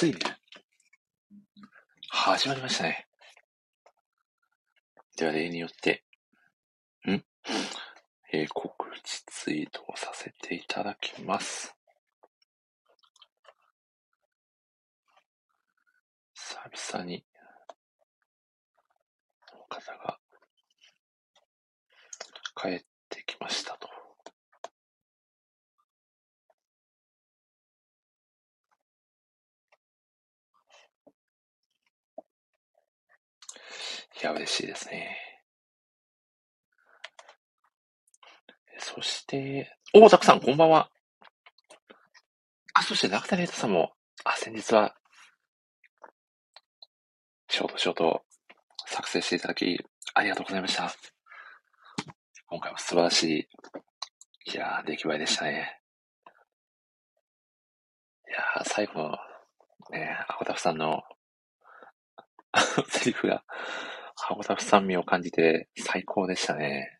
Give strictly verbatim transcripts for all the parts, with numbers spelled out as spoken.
ついに始まりましたね。では例によってん、えー、告知ツイートをさせていただきます。久々に方が帰ってきましたと。いや、嬉しいですね。そして、おー、たくさん、こんばんは。あ、そして、中田玲太さんも、あ、先日は、ショートショート作成していただき、ありがとうございました。今回も素晴らしい、いやー、出来栄えでしたね。いやー、最後の、ね、アコタフさんのセリフが、アコタフ酸味を感じて最高でしたね。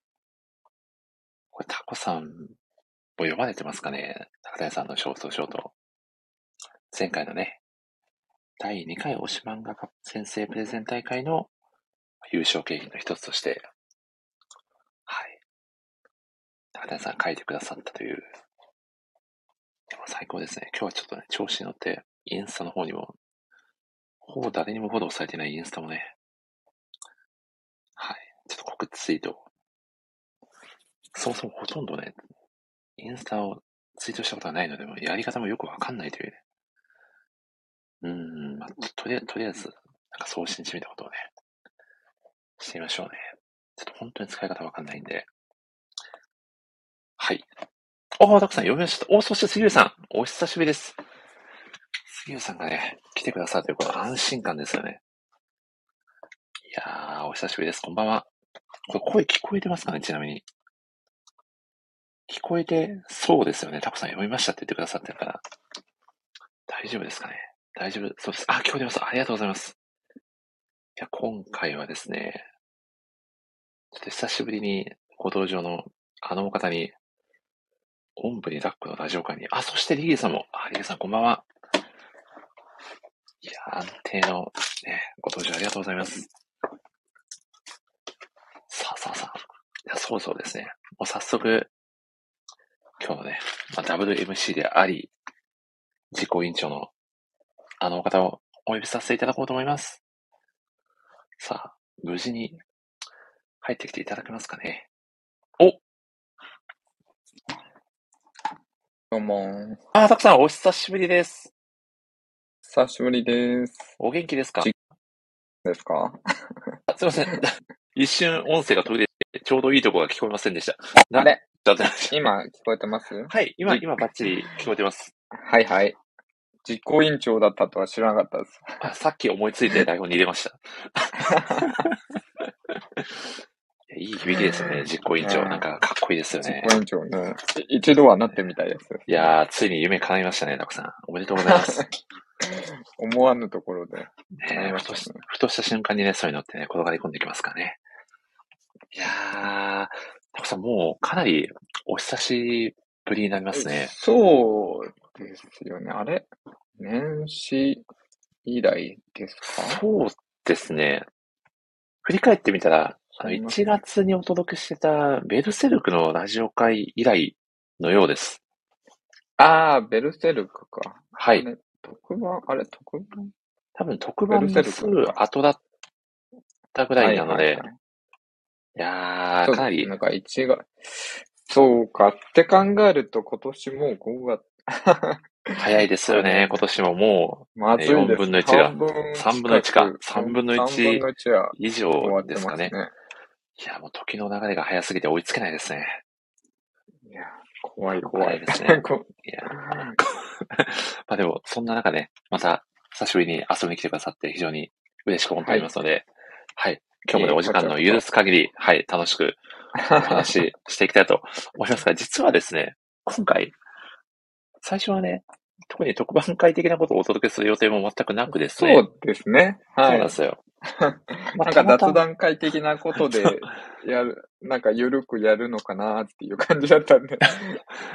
これ、タコさんも読まれてますかね、高谷さんのショートショート。前回のね、だいにかい推し漫画家先生プレゼン大会の優勝景品の一つとして、はい。高谷さん書いてくださったという。でも最高ですね。今日はちょっとね、調子に乗って、インスタの方にも、ほぼ誰にもフォローされてないインスタもね、はい。ちょっと告知ツイート。そもそもほとんどね、インスタをツイートしたことがないので、やり方もよくわかんないというね。うーん、まあ、とりあえず、とりあえず、なんか送信してみたことをね、してみましょうね。ちょっと本当に使い方わかんないんで。はい。おー、たくさん読みました。おー、そして杉浦さん、お久しぶりです。杉浦さんがね、来てくださるというこの安心感ですよね。いやー、お久しぶりです。こんばんは。これ声聞こえてますかね、ちなみに。聞こえてそうですよね。タコさん読みましたって言ってくださってるから。大丈夫ですかね。大丈夫そうです。あ、聞こえてます。ありがとうございます。いや、今回はですね、ちょっと久しぶりにご登場のあのお方に、おんぶに抱っこのラジオ会に、あ、そしてリリーさんも、あ、リリーさんこんばんは。いや、安定のね、ご登場ありがとうございます。さあさあさあ。いや、そうそうですね。もう早速、今日のね、まあ、ダブルエムシー であり、実行委員長のあのお方をお呼びさせていただこうと思います。さあ、無事に入ってきていただけますかね。おどうも。 あ、たくさんお久しぶりです。 久しぶりです。 お元気ですか？ じですか？ あ、すいません。一瞬音声が途切れて、ちょうどいいところが聞こえませんでした。 あれちょっと今聞こえてます？ はい、今、 じ今バッチリ聞こえてます。 はいはい。実行委員長だったとは知らなかったです。 あ、さっき思いついて台本に入れました。いい響きですよね、実行委員長。なんかかっこいいですよね。 実行委員長ね。一度はなってみたいです。 いやー、ついに夢叶いましたね、たくさん。おめでとうございます。 思わぬところで。 ね、ふとし、ふとした瞬間にね、そういうのってね、転がり込んできますからね。いやー、たくさんもうかなりお久しぶりになりますね。 そうですよね。あれ年始以来ですか？ そうですね。振り返ってみたら、あのいちがつにお届けしてたベルセルクのラジオ会以来のようです。 ああ、ベルセルクか。 はい。 特番あれ特番多分特番のすぐ後だったぐらいなので、はいはいはい、いやー、かなり。 なんかいちがつ、そうかって考えると今年もうごがつ。 早いですよね、今年ももう、 まずいですね、 よんぶんのいちが、さんぶんのいちか、さんぶんのいち以上ですかね。いや、もう時の流れが早すぎて追いつけないですね。 いや、怖い怖いですね。いやまあでも、そんな中で、また久しぶりに遊びに来てくださって非常に嬉しく思っておりますので、はい、はい、今日までお時間の許す限り、はい、楽しくお話ししていきたいと思いますが、実はですね、今回、最初はね、特に特番会的なことをお届けする予定も全くなくですね。 そうですね。はい。 そうなんですよ。 なんか雑談会的なことでやる、なんかゆるくやるのかなっていう感じだったんで。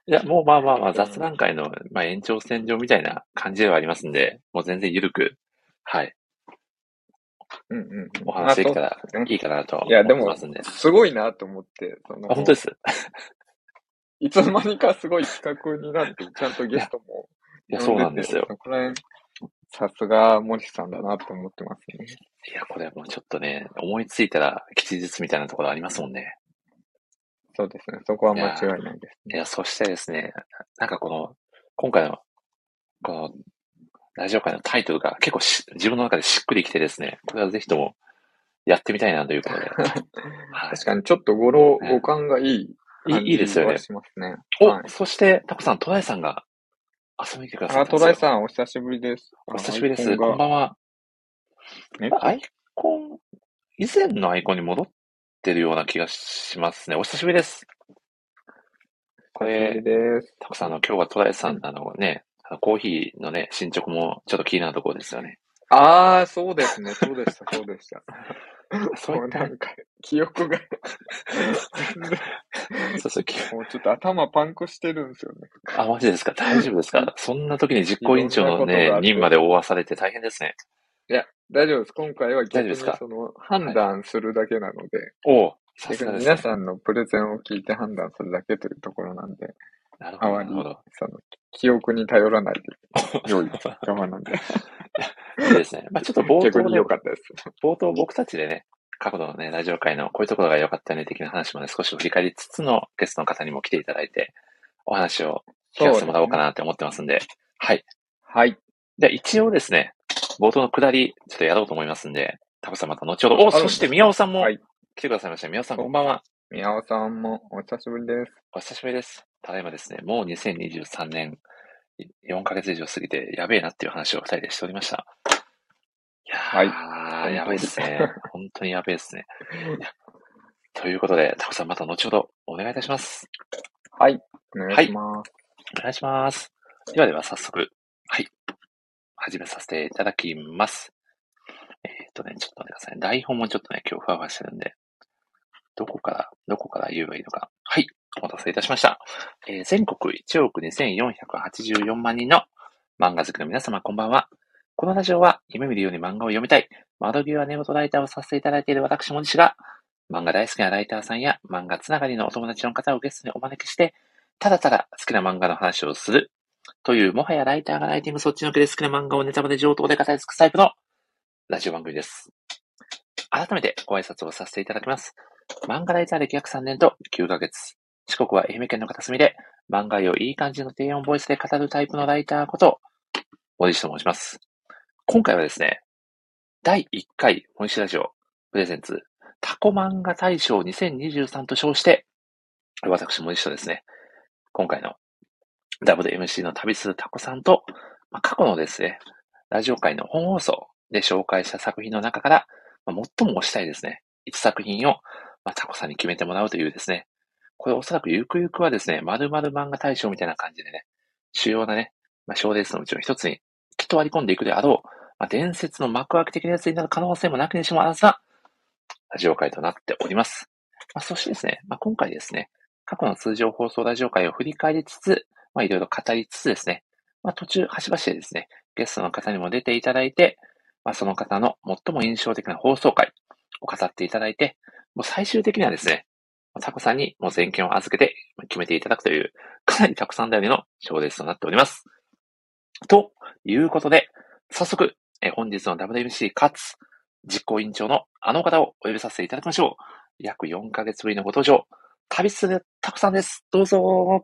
いや、もうまあまあまあ、 うん雑談会の、まあ、延長線上みたいな感じではありますんで、もう全然緩く、はい、 うんうんうん。 おまあそうっ話できたらすね。 いいかなといや、でも、 思ってますんで。 すごいなと思って、そあ、本当での、 す。 いつの間にかすごい企画になって、ちゃんといや、 ゲストもいや、そう呼んでて、 なんですよ。 そこら辺、さすが森さんだなと思ってますね。 いや、これもうちょっとね、思いついたら吉日みたいなところありますもんね。 そうですね。そこは間違いや、 いないですね。 いや、そしてですね、なんかこの、今回の、この、ラジオ界のタイトルが結構し自分の中でしっくりきてですね、これはぜひともやってみたいなということで、はい。 確かにちょっと語呂、語ね感がいいいい、 感いいですよね。 じはしますね。 お、 はい。 そして、タコさん、トライさんが遊びに来てくださっあ、 たんですよ。 トライさん、お久しぶりです。 お久あ、アイしぶりです。こんコンが、 ばんは。 えアイコン、以前のアイコンに戻ってるような気がしますね。お久しぶりです。こ久しぶりれ、 です。 タコさん、あの、今日はトライさん、 うん。 あのね、あのコーヒーのね、進捗もちょっと気になるところですよね。 ああ、そうですね。そうでした、そうでした。 そういったね、 もうなんか、記憶が全然、 そうそう、 もうちょっと頭パンクしてるんですよね。 あ、マジですか？大丈夫ですか？そんな時に実行委員長いろんなことのね、 があって。 任まで負わされて大変ですね。 いや、大丈夫です。今回は逆大丈夫ですか？ にそのはい。 判断するだけなので、 おお、さす逆にがですね。 皆さんのプレゼンを聞いて判断するだけというところなんで、 なるほど、 あまり、 なるほど。 その、記憶に頼らないで良い側なんで、 いいですね。まあちょっと冒逆頭で、 に良かったです。 冒頭僕たちでね、過去のね、ラジオ界のこういうところが良かったね的な話もね、少し振り返りつつのゲストの方にも来ていただいて、お話を聞かせてもらおうかそうですね。 なって思ってますんで、はい。 はい。 じゃあ一応ですね、冒頭の下り、ちょっとやろうと思いますんで、タコさんまた後ほあ、 ど、お、 あそしてるんですか？ 宮尾さんもはい。 来てくださいました。宮尾さんこお、 んばんは。 宮尾さんもお久しぶりです。 お久しぶりです。ただいまですね、もうにせんにじゅうさんねん、よんかげつ以上過ぎて、やべえなっていう話を二人でしておりました。いはい。 やー、やばいっその通り。 すね。本当にやべえっすね。いや、ということで、タコさんまた後ほどお願いいたします。 はい。お願いはい、 します。 お願いします。ではでは早速、はい、始めさせていただきます。えーっとね、ちょっと待ってくださいね。台本もちょっとね、今日ふわふわしてるんで、どこから、どこから言えばいいのか。はい、お待たせいたしました。えー全国いちおくにせんよんひゃくはちじゅうよんまん人の漫画好きの皆様こんばんは。このラジオは夢見るように漫画を読みたい、窓際寝言ライターをさせていただいている私も西が、漫画大好きなライターさんや漫画つながりのお友達の方をゲストにお招きして、ただただ好きな漫画の話をするという、もはやライターがライティングそっちのけで好きな漫画をネタバレ上等で語り尽くすタイプのラジオ番組です。改めてご挨拶をさせていただきます。漫画ライター歴約さんねんときゅうかげつ。四国は愛媛県の片隅で、漫画をいい感じの低音ボイスで語るタイプのライターこと、森氏と申します。今回はですね、だいいっかい森氏ラジオプレゼンツタコ漫画大賞にせんにじゅうさんと称して、私森氏とですね、今回の ダブリューエムシー の旅するタコさんと、まあ、過去のですね、ラジオ界の本放送で紹介した作品の中から、まあ、最も推したいですね、いちさく品を、まあ、タコさんに決めてもらうというですね、これおそらくゆくゆくはですね、〇〇漫画大賞みたいな感じでね、主要なね、まあ、賞レースのうちの一つにきっと割り込んでいくであろう、まあ、伝説の幕開け的なやつになる可能性もなくにしもあらずな、ラジオ会となっております。まあ、そしてですね、まあ、今回ですね、過去の通常放送ラジオ会を振り返りつつ、まあ、いろいろ語りつつですね、まあ、途中、端々でですね、ゲストの方にも出ていただいて、まあ、その方の最も印象的な放送回を語っていただいて、もう最終的にはですね、タコさんにもう全権を預けて決めていただくという、かなりたくさん頼りの賞レースとなっております。ということで、早速、え本日の ダブリューエムシー かつ実行委員長のあの方をお呼びさせていただきましょう。約よんかげつぶりのご登場、旅するタコさんです。どうぞ。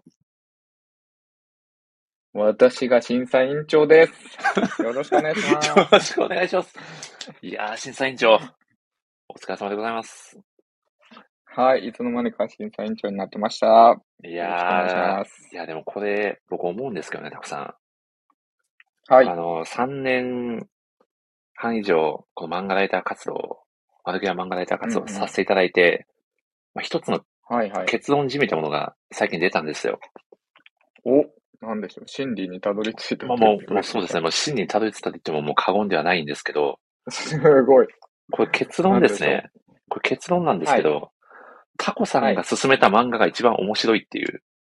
私が審査委員長です。よろしくお願いします。 よろしくお願いします。いやー、審査委員長、お疲れ様でございます。 はい、いつの間にか審査委員長になってました。よいろしくお願いしやー、 ます。 いやでもこれ、僕思うんですけどね、たくさん。 はい。 あの、さんねんはん以上、この漫画ライター活動、窓際漫画ライター活動をうんうん。 させていただいて、まあ、一つのはいはい。 結論じみたものが最近出たんですよ。 お、なんでしょう。真理にたどり着いたまあというもう、 ことでしょうか。 もうそうですね。もう真にたどり着いたと言ってももう過言ではないんですけど、 すごい。 これ結論なんでしょですね。これ結論なんう。はい。 ですけど、タコさんはい。 が勧めた漫画が一番面白いっていう。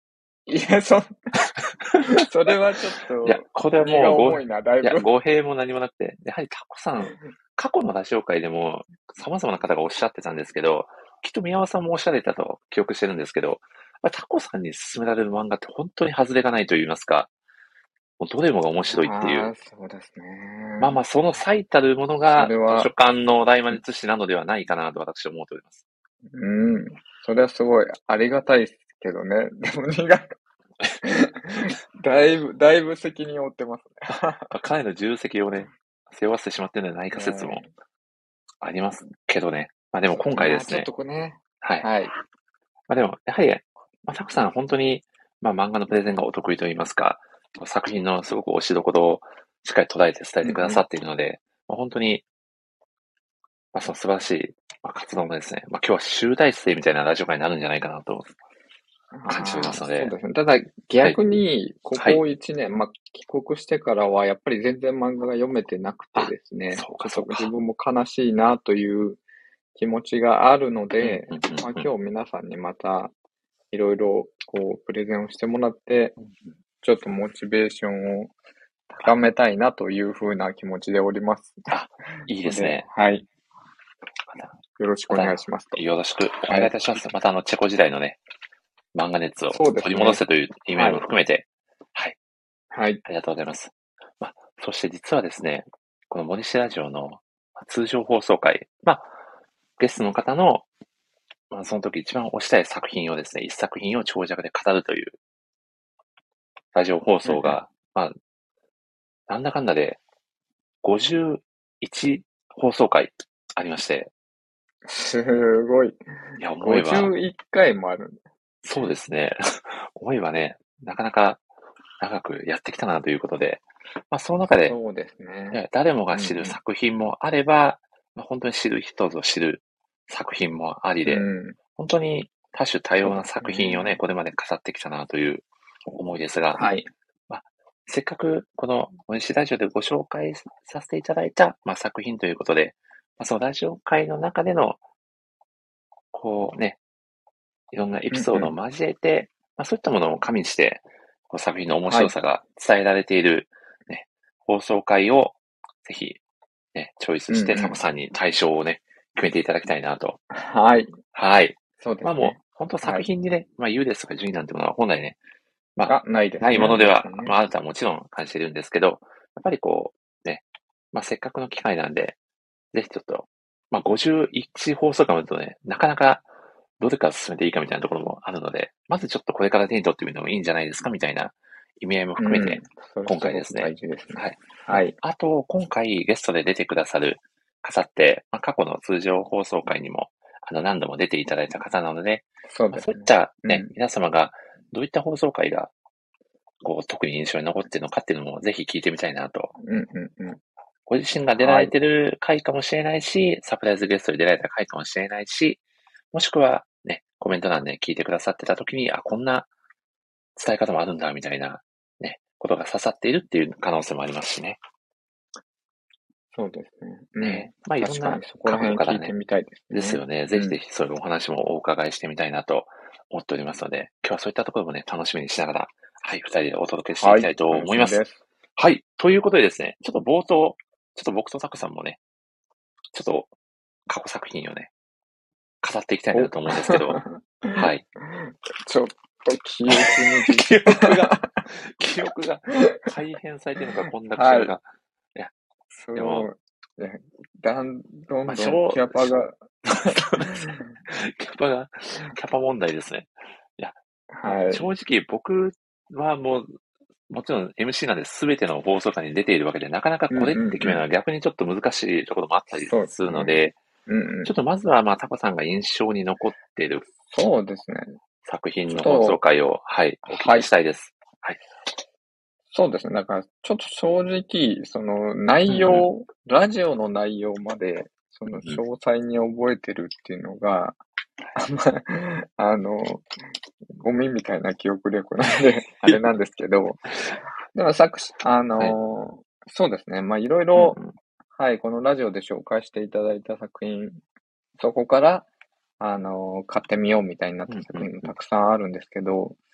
いや、そ、それはちょっいや、 と、 これは荷がもうご、 重いな、だいいや、 ぶ。 語弊も何もなくて、やはりタコさん、過去のラジオ会でも様々な方がおっしゃってたんですけど、きっと宮尾さんもおっしゃられたと記憶してるんですけど、まあタコさんに勧められる漫画って本当に外れがないと言いますか、もうどれもが面白いっていう。 ああ、そうですね。 まあまあ、その最たるものが図書それは、 館の大魔術師なのではないかなと私は思っております。 うん。それはすごいありがたいですけどね。でも荷がだいぶ、だいぶ責任を負ってますまあかなりの重責をね、背負わせてしまっているのではないかね。 説もはい。 ありますけどね。まあでも今回まあ、ちょっですね、 とこうね。 はい。 はい。 まあでも、やはり、まあ、たくさん本当に、まあ漫画のプレゼンがお得意といいますか、作品のすごく押しどころをしっかり捉えて伝えうんうん。 てくださっているので、まあ、本当に、まあ、その素晴らしい、まあ、活動もですね、まあ今日は集大成みたいなラジオ会になるんじゃないかなと感じておりまああ、 すので、 そうですね。ただはい。 逆に、こはい。 こいちねん、まあ、帰国してからは、やっぱり全然漫画が読めてなくてあ、 ですね、 そうちょっとかそうか。 自分も悲しいなという気持ちがあるのうん、うん、 で、 うん、 まあ、 うん。 今日皆さんにまたいろいろこうプレゼンをしてもらって、 うんうん、 ちょっとモチベーションを高めたいなというふうな気持ちでおります。 あ、いいでので、 すね。 はい、 また、 よろしくおまた、 願いしますと。 よろしくおはい。 願いいたします。またあの、チェコ時代のね、漫画熱をそうですね。 取り戻せという意味はい。 も含めて、はい。 はい。 ありがとうございます。まあ、そして実はですね、この森氏ラジオの通常放送回、まあ、ゲストの方の、まあ、その時一番推したい作品をですね、一作品を長尺で語るというラジオ放うんうん。 送が、まあ、なんだかんだでごじゅういち放送回ありまして、 すごい。 いや、思えば、 ごじゅういっかいもあるんだ。 そうですね、思えばね、なかなか長くやってきたなということで、まあ、その中で、 そうですね。 ね誰もが知るうん作品もあれば、まあ、本当に知る人ぞ知る作品もありうで、 ん。うん。 本当に多種多様なそうです作品をね、 ね。 これまで飾ってきたなという思いですが、 はい。 まあ、せっかくこの森氏ラジオでご紹介させていただいた、まあ、作品ということで、まあ、そのラジオ会の中での、こうね、いろんなエピソードをうんうん。 交えて、まあ、そういったものを加味して、こう作品の面はい。 白さが伝えられている、ね、放送回をぜひ、ね、チョイスうんしてうん。 タコさんに対象をね、決めていただきたいなと。 はい。 はい。まあもう、 そうですね。 本当はい。 作品にね、まあ優劣とか順位なんてものは本来ね、まあ、 あ、ないでないもすね。 のでは、 もちろんね。 まああなたはもちろん感じてるんですけど、やっぱりこう、ね、まあせっかくの機会なんで、ぜひちょっと、まあごじゅういち放送回だとね、なかなかどれから進めていいかみたいなところもあるので、まずちょっとこれから手に取ってみるのもいいんじゃないですかみたいな意味合いもうん。 含めて、 それ今すごく大回ですね。 事ですね。 はい。で、 はい。 あと、今回ゲストで出てくださる方って、まあ、過去の通常放送回にも、あの、何度も出ていただいた方なので、まあ、 そうですね。 そういったね、 うん。 皆様がどういった放送回が、こう、特に印象に残っているのかっていうのもぜひ聞いてみたいなと。 うんうんうん。 ご自身が出らはい。 れてる回かもしれないし、サプライズゲストで出られた回かもしれないし、もしくはね、コメント欄で聞いてくださってた時に、あ、こんな伝え方もあるんだ、みたいな、ね、ことが刺さっているっていう可能性もありますしね。 そうですね。うん。 ね。まあ、いろんな確かにそこら角度辺からね、 聞いてみたいですね。 ですよね。ぜひうん。 ぜひそういうお話もお伺いしてみたいなと思っておりますので、今日はそういったところもね、楽しみにしながら、はい、二人でお届けしていはい。 きたいと楽思います。 しみです。 はい。ということでですね、ちょっと冒頭、ちょっと僕とタコさんもね、ちょっと過去作品をね、語っていきたいおなと思うんですけど、はい。 ちょっと記憶にじ、 記憶が、記憶が改変されているのか、混濁していはい。 るのか。いや、でも、 そう、ね、だん、どまあ、 んどんキ小、 ャパがそうですね。キャパが、キャパ問題ですね。いや、もうはい。 正直僕はもう、もちろん エムシー なんで全ての放送回に出ているわけで、なかなかうんうこれって決めるのはんうん。 逆にちょっと難しいところもあったりそうでするすね。 ので、 うんうん。 ちょっとまずはまあタコさんが印象に残っているそうですね。 作品ちょっの放送と、 回を、はい、お聞はい。 きしたいです。はい。 そうですね。だから、ちょっと正直、そのうんうん。 内容、ラジオの内容まで、そのうんうん。 詳細に覚えてるっていうのが、あんま、あの、ゴミみたいな記憶力なんで、あれなんですけど、でも作詞、あはい。 の、そうですね。まあ、いろいろ、 うんうん。 はい、このラジオで紹介していただいた作品、そこから、あの、買ってみようみたいになっうんた作品もうんうん。 たくさんあるんですけど、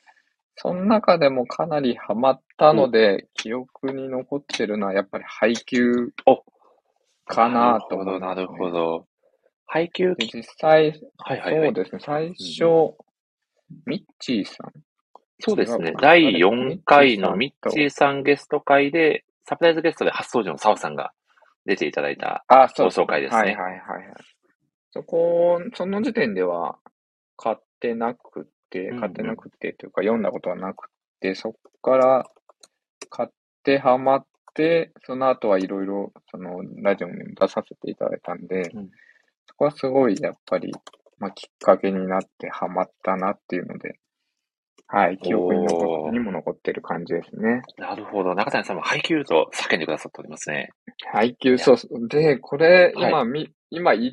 その中でもかなりハマったので、記憶に残ってるのはやっぱり配給お、 かなるなと思ほど、なるいますね。 ほど。配給で、 き、 実際、 はいはいはい。 そうですね、最うんうん初、ミッチーさんそうですね。 違うかなだい誰 4 ミッチー回のさんミッチーと、 さんゲスト会で、サプライズゲストで初登場の澤さんが出ていただいたあ、そ放送うですね。 回ですね。 はいはいはいはい。そこ、その時点では買ってなくて、 うん買ってうん。 なくてというか読んだことはなくて、そこから買ってハマって、その後はいろいろ、その、ラジオにも出させていただいたんで、 うん、 そこはすごいやっぱり、まあ、きっかけになってハマったなっていうので、はい、記憶に残っ、 おー、 にも残ってる感じですね。 なるほど。中谷さんも配給と叫んでくださっておりますね。 配給、 いや、 そうそう。で、これ、 はい、 今み、今言って、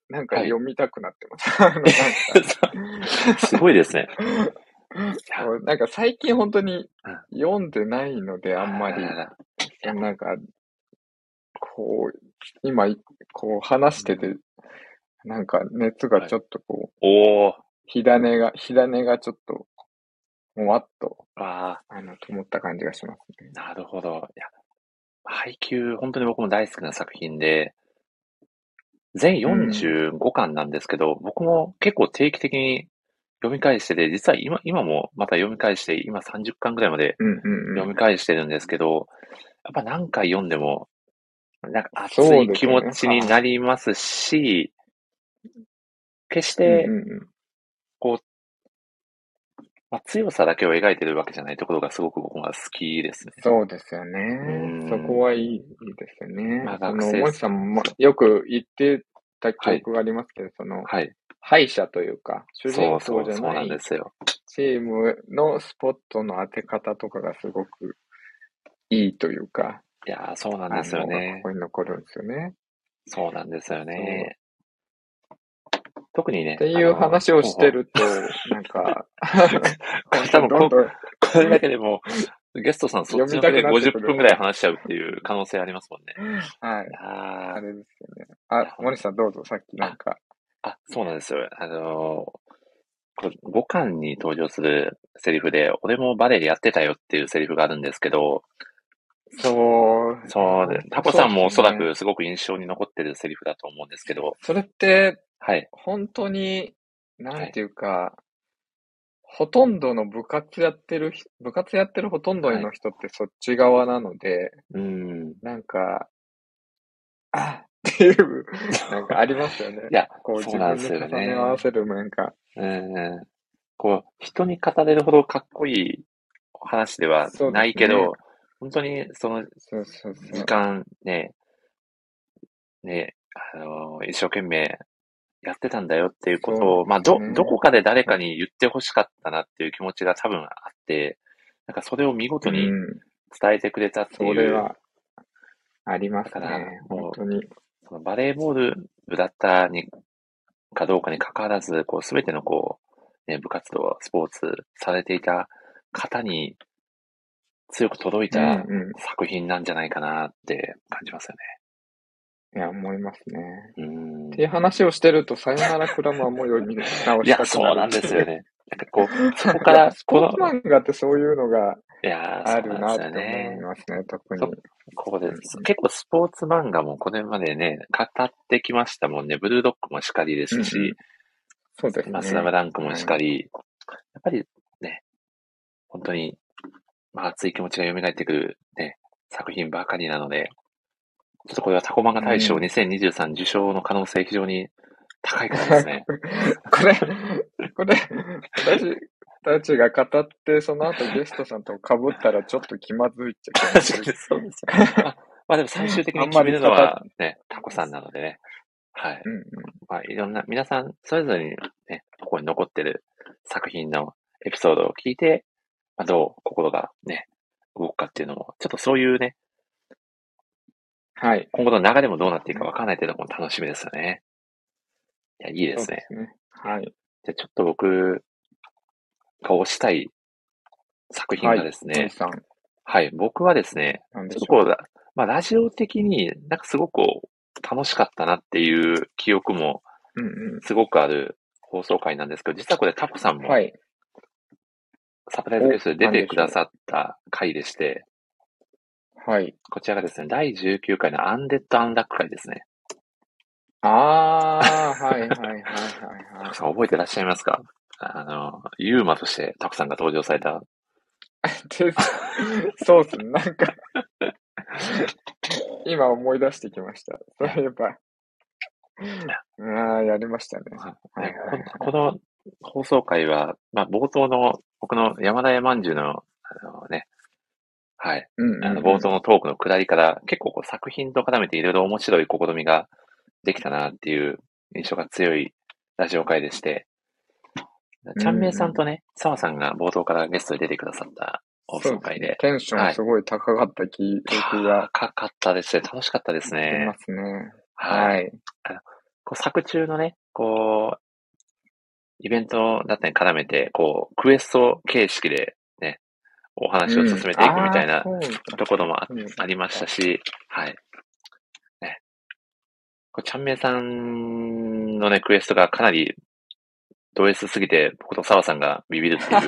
なんかはい。 読みたくなってます。あの、なんかすごいですね。いや、 そう、なんか最近本当にうん。 読んでないので、ああんまり、 ららら。いや、 そのなんか、こう、今、こう話してて、 うん、 なんか熱がはい。 ちょっとこう、 おー、 火種が、火種がちょっと、もわっと、 ああの、灯った感じがしますね。 ー、なるほど。いや、配給、本当に僕も大好きな作品で、全うん。 よんじゅうごかんなんですけど、僕も結構定期的に読み返してて、実は今、今もまた読み返して、今さんじゅっかんぐらいまでうんうんうん。 読み返してるんですけど、やっぱ何回読んでも、なんか熱そうい気ですよね。 持ちになはりますし、決しい。うんて、 うんうん。 こう、まあ、強さだけを描いてるわけじゃないところがすごく僕は好きですね。 そうですようーね。そこん。 はいい、いいですよね。 まあその、 学生、 森さんもよく言ってた記はい、 憶がありますけど、その、 はい。 敗者というか、主人公そうそう、そうじゃないなんですよ。 チームのスポットの当て方とかがすごくいいというか、 いやー、そうなんですよあの、 ね。 心に残るんですよね。 そうなんですよそう。っね。特にね、 ていうあの、 話をしてほうほう。 ると、なんかこ本当れ多分こ、 どんどんこれだけでもう、ゲストさんそっちのけで読みたくなって 50 くる。 分ぐらい話しちゃうっていう可能性ありますもんね。 はい。 いやー、 あれですよね。あ、 いや、ほん、 森さんどうぞ、さっきなんあ、 か。 あ、そうなんですよ。あのーこごかんに登場するセリフで、俺もバレエやってたよっていうセリフがあるんですけど、 そう、 そうで、 本当そうっタコさんもおそらすよね。 くすごく印象に残ってるセリフだと思うんですけど、 それって、 はい、 本当に、なはい、 んていうか、ほとんどの部活やってるひ、部活やってるほとんどはい。 の人ってそっち側なので、 うーん。 なんか、あっていう、なんかありますよね。 いや、 こう自分にそうなんですよ重ね合わね。 せる面が。 うーん。こう、人に語れるほどかっこいい話ではそうでないすね。 けど、本当にそのそうそうそう。 時間ね、ね、あの、一生懸命やってたんだよっていうことを、 そうでまあ、ど、どすね。 こかで誰かに言って欲しかったなっていう気持ちが多分あって、なんかそれを見う事にん。 伝えてくれたっていう、 それはありまだから、 すね。本も当に。 う、そのバレーボール部だったにかどうかに関わらず、こう、すべてのこう、ね、部活動、スポーツされていた方に強く届いうんたう作品なんじゃないかなって感じますよん。いや、思いますね。 ね。うーっていうん。 話をしてると、さよならクラマーも読み直いや、 したくなそうなんるっていう。 ですよね。なんかこう、そこかやっぱら、 スポーツこの、 漫画ってそういうのがいやー、 あそうなんですよるなって思いね。 ますね、特に。 そ、ここでうん、 す。結構スポーツ漫画もこれまでね、語ってきましたもんね。ブルードッグもしかりでうん、うん。 すし、 そうですまあ、スラムね。 ダンクもしはい。 かり、やっぱりね、本当に、まあ、熱い気持ちが蘇ってくるね、作品ばかりなので、ちょっとこれはタコ漫画う大賞ん。 にせんにじゅうさん受賞の可能性非常に高いかもですね。 これ、これ、私たちが語って、その後ゲストさんと被ったらちょっと気まずいっちゃ気まずい。 確かにそうですよ。まあ、まあでも最終的あんに決めるのまり語っ、 はね、タコさんなのでね。はい。 うんうん。 まあいろんな、皆さんそれぞれにね、ここに残ってる作品のエピソードを聞いて、まあ、どう心がね、動くかっていうのも、ちょっとそういうね、 はい。 今後の流れもどうなっていくかね。 わかんないというのも楽しみですよね。いや、いいでそうすね。 ですね。 いや、 はい。 じゃあちょっと僕が推したい作品はい。 がですね、 森さん、 はい、僕はですね、 なんでしょちょっとこう、まあラジオ的になんかすごくこう楽しかったなっていう記憶もう。うんうん。 すごくある放送回なんですけど、実はこれタコさんもはい。 サプライズゲストで出てくださった回でして、 はい。 こちらがですね、だいじゅうきゅうかいのアンデッド・アンラック回ですね。 あー、はいはいはいはい、 たくさん覚えてらっしゃいますか？あの、ユーマとしてたくさんが登場された。 そうっすね、なんか今思い出してきました。そういえば。ああ、やりましたね。 はいはいはい、こ, この放送回は、まあ、冒頭の僕の山田屋まんじゅうの、あのね、はい、 うんうんうん、 あの冒頭のトークの下りから結構こう作品と絡めていろいろ面白い試みができたなっていう印象が強いラジオ回でして、ちゃんめいさんとね、澤さんが冒頭からゲストで出てくださった放送回で。でね、 テンションすごい高かった記憶が、 はい。高かったですね。楽しかったですね。 ありますね。 はい。はい、あのこう作中のね、こう、イベントだったり絡めて、こう、クエスト形式でね、お話を進めていくみたいなところも あ,、うん、ありましたし、はい。ね。こうちゃんめいさんのね、クエストがかなりド S すぎて、僕と澤さんがビビるっていう。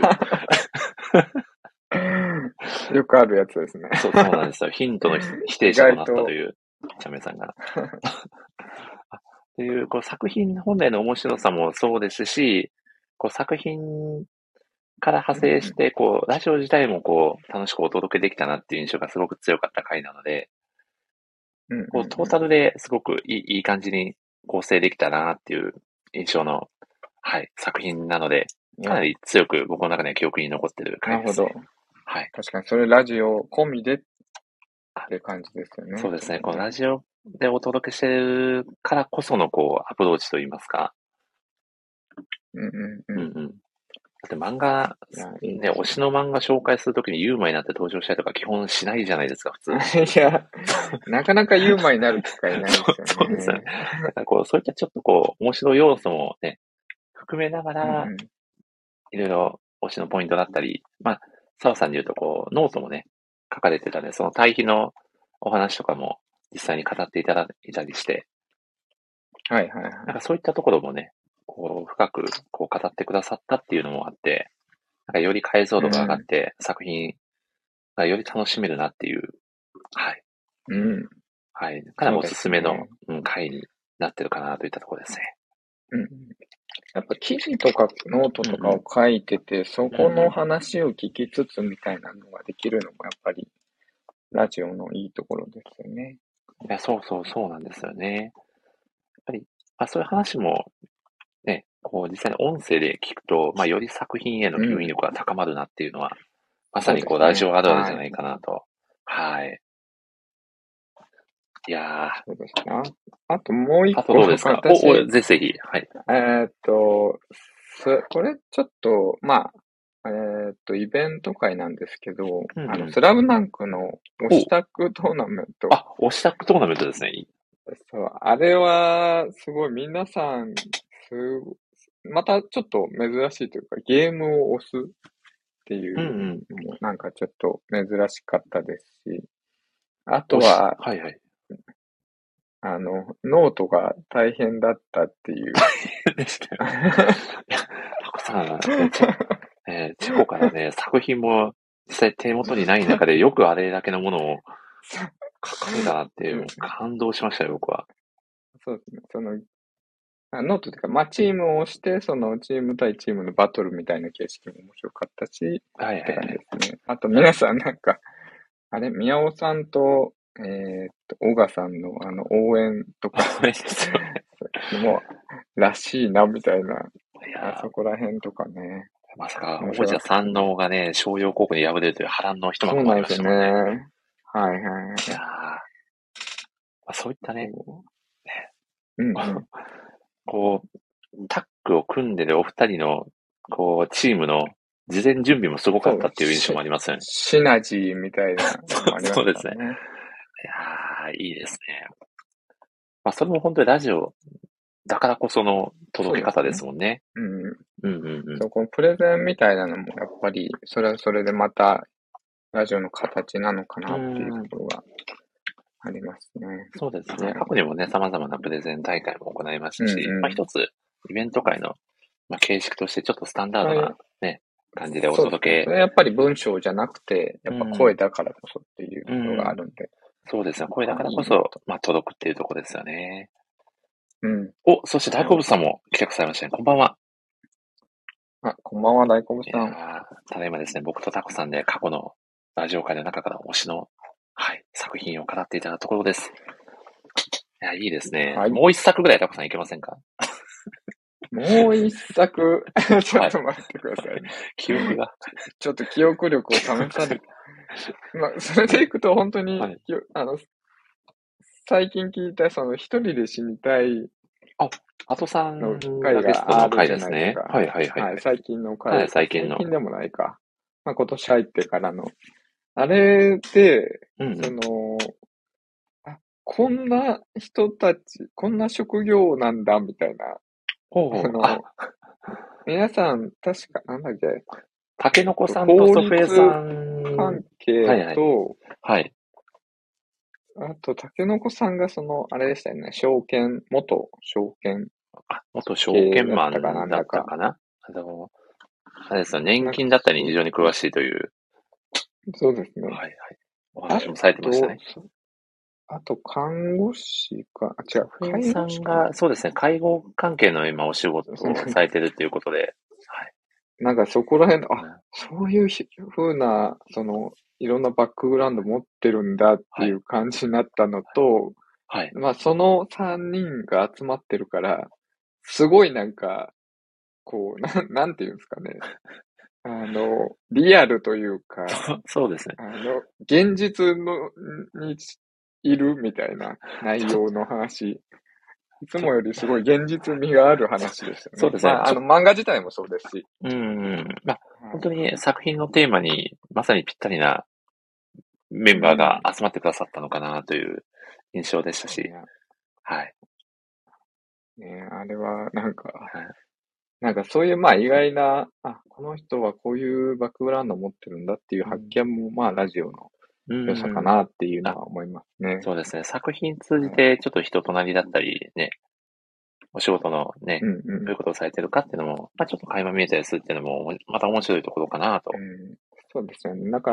よくあるやつですね。 そう、そうなんですよ。ヒントの否定者となったという、ちゃんめいさんが。っていう、こう作品本来の面白さもそうですし、こう作品から派生して、こう、ラジオ自体もこう、楽しくお届けできたなっていう印象がすごく強かった回なので、こう、トータルですごくいい、いい感じに構成できたなっていう印象の、はい、作品なので、かなり強く僕の中では記憶に残ってる回です、ね。なるほど。はい。 確かにそれラジオ込みでって感じですよね。 そうですね。このラジオでお届けしてるからこそのこう、アプローチといいますか。 うんうんうん。 うんうん。だって漫画、ね、推しの漫画紹介するときにユーマになって登場したりとか基本しないじゃないですか、普通。いや、なかなかユーマになる機会ないですよね。 そうですよね。だからこう、そういったちょっとこう、面白い要素もね、含めながら、いろいろ推しのポイントだったり、まあ、澤さんで言うとこう、ノートもね、書かれてたんで、その対比のお話とかも実際に語っていただいたりして、 はいはいはい。 なんかそういったところもね、こう、深くこう語ってくださったっていうのもあって、なんかより解像度が上がって、うん、作品がより楽しめるなっていう、はい。 うん。 はい。かなりおすすめの、ね、うん、回になってるかなといったところですね。 うん。やっぱ記事とかノートとかを書いてて、うんうん、そこの話を聞きつつみたいなのができるのもやっぱりラジオのいいところですよね。 いや、そうそうそうなんですよね。やっぱり、まあ、そういう話もね、こう実際に音声で聞くと、まあ、より作品への吸引力が高まるなっていうのは、うん、まさにこう、ラジオあるあるじゃないかなと。はい。はい、いやー。 そうですね。あともう一個。 あとどうですか？お、お、ぜひぜひ。はい。 えー、っと、これちょっと、まあ、えー、っと、イベント会なんですけど、うんうん、あの、スラムダンクの推しタックトーナメント。 あ、推しタックトーナメントですね。 そう、あれは、すごい皆さん、すまたちょっと珍しいというか、ゲームを押すっていうのも、うんうん、なんかちょっと珍しかったですし、あとは、 はいはい。 あの、ノートが大変だったっていう。 大変でしたよ。タコさん、チェ,、えー、チェコからね、作品も実際手元にない中でよくあれだけのものを書かれたなっていう、感動しましたよ、僕は。 そうですね。その、ノートというか、まあ、チームを押して、そのチーム対チームのバトルみたいな形式も面白かったし、 はいはい、はい、って感じですね。あと皆さんなんか、あれ、宮尾さんと、えー、っと、小賀さんのあの応援とか、もう、らしいな、みたいな、あそこら辺とかね。 まさか、王者三能がね、商用高校に敗れるという波乱の一幕もありましたもんね。 そうなんですよね。はいはい。いやー、そういったね、ねうんうん、 こう、タッグを組んでるお二人の、こう、チームの事前準備もすごかったっていう印象もありますよね。 シナジーみたいなのもありましたね。 そうですね。いやー、いいですね。まあ、それも本当にラジオだからこその届け方ですもんね。 うん。うんうんうん。 そこ、プレゼンみたいなのもやっぱり、それはそれでまた、ラジオの形なのかなっていうところがありますね。 そうですね。過去にもね、様々なプレゼン大会も行いましたし、うんうん、まあ一つ、イベント会の、まあ、形式としてちょっとスタンダードなね、はい、 感じでお届け。 やっぱり文章じゃなくて、やっぱ声だからこそっていうところがあるんで。うん、 そうですね。声だからこそ、まあ届くっていうところですよね。 うん。 お、そして大好物さんも来てくださいましたね。こんばんは。 あ、こんばんは、大好物さん。 ただいまですね、僕とタコさんで過去のラジオ界の中から推しの、はい、作品を語っていただくところです。いや、いいですね。はい、もう一作ぐらいタコさんいけませんか？ もう一作、ちょっと待ってください。はい、 記憶が。 ちょっと記憶力を試されて。まあ、それでいくと本当に、はい、あの、最近聞いたその一人で死にたい。 あ、あとさんの回があるじゃないですか。 はいはいはい。 はい、最近の回。 はい、最近の。 最近でもないか。まあ今年入ってからの。あれで、うんうん、その、あ、こんな人たち、こんな職業なんだ、みたいな。 ほうほう、 あの、あ皆さん、確か、なんだっけ。 タケノコさんとソフェさん。 関係と、 はい、はいはい、 あと、タケノコさんがその、あれでしたよね、証券、元証券。 あ、元証券マンだったかな。あの、あれですよ、年金だったり非常に詳しいという。 そうですね。 はいはい。お話もされてましたね。 あと、看護師か、あ、違う、 介護士が、そうですね、介護関係の今お仕事をされてるっていうことで、はい。 なんかそこら辺、あ、そういうふうな、その、いろんなバックグラウンド持ってるんだっていう感じになったのと、 はい。 まあ、そのさんにんが集まってるから、すごいなんか、こう、なん、なんていうんですかね。あの、リアルというか、 そうですね。 あの、現実の、にいるみたいな内容の話。いつもよりすごい現実味がある話でしたね。 そうですね。 まあ、あの、漫画自体もそうですし。 うん。まあ、本当に作品のテーマにまさにぴったりなメンバーが集まってくださったのかなという印象でしたし。うん、はい。 ね、あれは、なんか、はい、なんかそういう、まあ意外な、あ、この人はこういうバックグラウンドを持ってるんだっていう発見も、うん、まあラジオの良さかなっていうのは思いますね。 そうですね。作品通じてちょっと人となりだったりね、お仕事のね、うんうん、どういうことをされてるかっていうのも、まあちょっと垣間見えたりするっていうのも、また面白いところかなと。 うん、そうですよね。だから、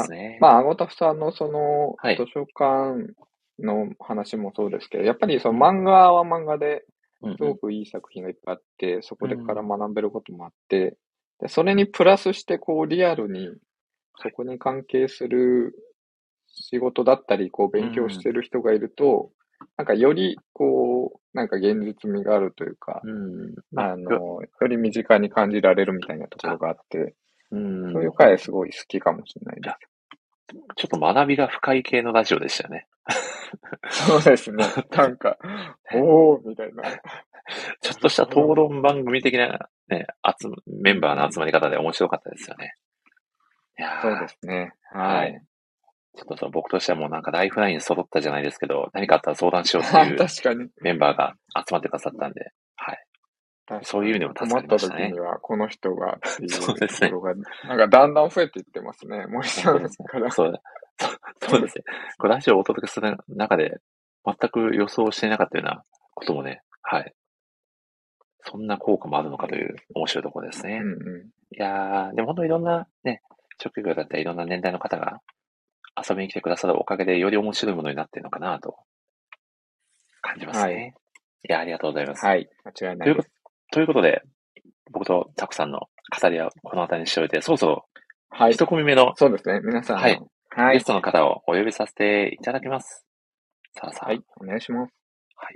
ね、まあ、あごたふさんのその、図書館の話もそうですけど、はい、やっぱりその漫画は漫画で、すごくいい作品がいっぱいあって、うんうん、そこでから学べることもあって、でそれにプラスして、こう、リアルに、そこに関係する仕事だったり、こう、勉強してる人がいると、うん、なんかより、こう、なんか現実味があるというか、うんまあ、あの、より身近に感じられるみたいなところがあって、うん、そういう回すごい好きかもしれないです。 ちょっと学びが深い系のラジオでしたよね。 そうですね。なんか、おーみたいな。 ちょっとした討論番組的なね、集メンバーの集まり方で面白かったですよね。いやそうですね。 はい。ちょっとそう僕としてはもうなんかライフライン揃ったじゃないですけど、何かあったら相談しようっていう確かにメンバーが集まってくださったんで、はい。そういう意味でも助かりましたね。 困った時にはこの人がっていうところが、ね、なんかだんだん増えていってますね、森さんから。 そうそうですね。これラジオをお届けする中で、全く予想していなかったようなこともね、はい。そんな効果もあるのかという面白いところですね。 うんうん、 いやー、でも本当にいろんなね、職業だったりいろんな年代の方が遊びに来てくださるおかげでより面白いものになっているのかなと感じますね。はい、いや、ありがとうございます。 はい、間違いないです。 ということで、僕とタコさんの語りはこの辺りにしておいて、そろそろ一組目の、はい、 そうですね、皆さん、 はい、はい、ゲストの方をお呼びさせていただきます。さあさあ。 はい、お願いします。 はい。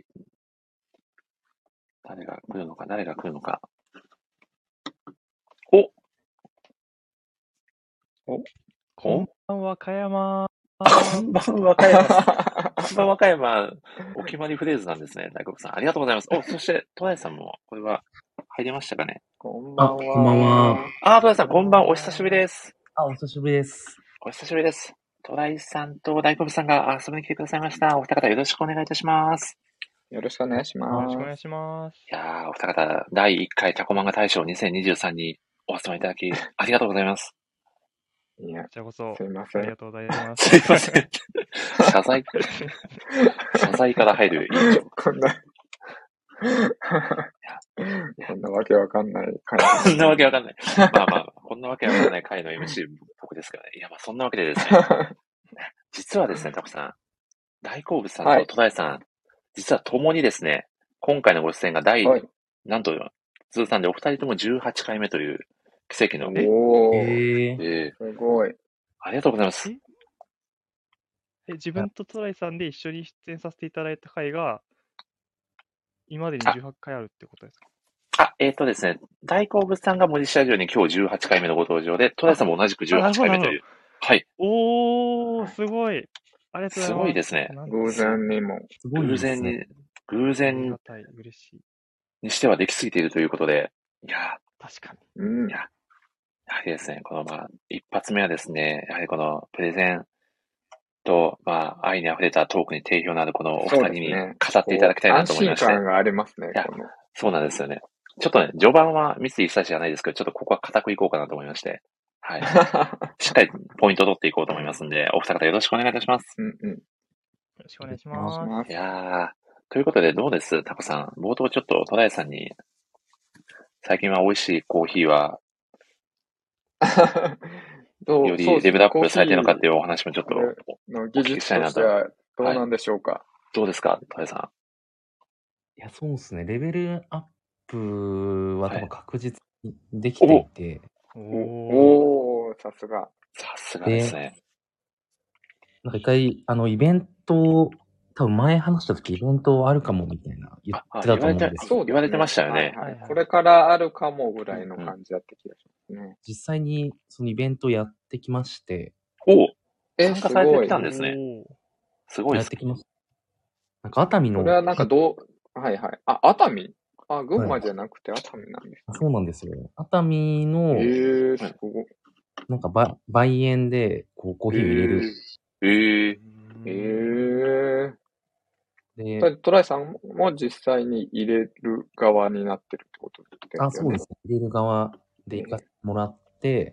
誰が来るのか、誰が来るのか。おおこんばんは、かやま。 こんばんは、かやま。こんばんは、かやま。お決まりフレーズなんですね、大黒さん。ありがとうございます。お、そして、戸谷さんも、これは、入れましたかね。 こんばんは。 こんばんは。 あ、戸谷さん、こんばん、お久しぶりです。 あ、お久しぶりです。 お久しぶりです。戸谷さんと大黒さんが遊びに来てくださいました。お二方よろしくお願いいたします。 よろしくお願いします。 よろしくお願いします。 いやー、お二方、だいいっかいタコ漫画大賞にせんにじゅうさんにお集まりいただき、ありがとうございます。 いや、 こちらこそ、 すいません。 ありがとうございます。 すいません。謝罪、謝罪から入る委員長。 こんな、こんなわけわかんない感じ。こんなわけわかんない。まあまあ、 こんなわけわからない回の エムシー 僕ですからね。いや、まあそんなわけでですね、実はですね、タコさん、大好物さんと戸田さん、はい、実は共にですね、今回のご出演が第、はい、なんと、通算でお二人ともじゅうはちかいめという奇跡の。 おー、 えー、 すごい。 ありがとうございます。 ええ自分と戸田さんで一緒に出演させていただいた回が、今までにじゅうはちかいあるってことですか？ あ、えっ、ー、とですね、大好物さんが森下ラジオに今日じゅうはちかいめのご登場で、戸田さんも同じくじゅうはちかいめという。はい。 おー、すごい。ありがとうございます。 すごいですね。 偶然にも。 偶然に、偶然にしてはできすぎているということで、いや確かに。うん。 いや、やはりですね、このまあ、一発目はですね、やはりこのプレゼンと、まあ、愛に溢れたトークに定評のあるこのお二人に語っていただきたいなと思いまして。 安心感がありますね、 いや、そうなんですよね。ちょっとね、序盤は三井久志じゃないですけど、ちょっとここは固くいこうかなと思いまして。はい。しっかりポイントを取っていこうと思いますんで、お二方よろしくお願いいたします。 うんうん。よろしくお願いします。 いやー、ということでどうですタコさん。冒頭ちょっと戸田さんに、最近は美味しいコーヒーは、 どうよりレベルアップされてるのかっていうお話もちょっとの技術としてはどうなんでしょうか。 はい、どうですか戸田さん。いや、そうですね。レベルアップは多分確実にできていて。 はい、おお、さすが。 さすがですね。 なんか一回、あの、イベント、多分前話した時イベントあるかもみたいな言ってたと思うんですけど。言われてましたよね。 はいはい。これからあるかもぐらいの感じだった気がしますね。 実際にそのイベントやってきまして。 お参加されてきたんですね。すごいです。 やってきました。なんか熱海の。 これはなんかどう、はいはい。あ、熱海あ、群馬じゃなくて熱海なんです、 ね。そうなんですよ。熱海の、 えー、すごい。 なんかば梅園でこうコーヒーを入れる。 えー、 えー。で、トライさんも実際に入れる側になってるってことですよね。 あ、そうですね。入れる側で行かせてもらって、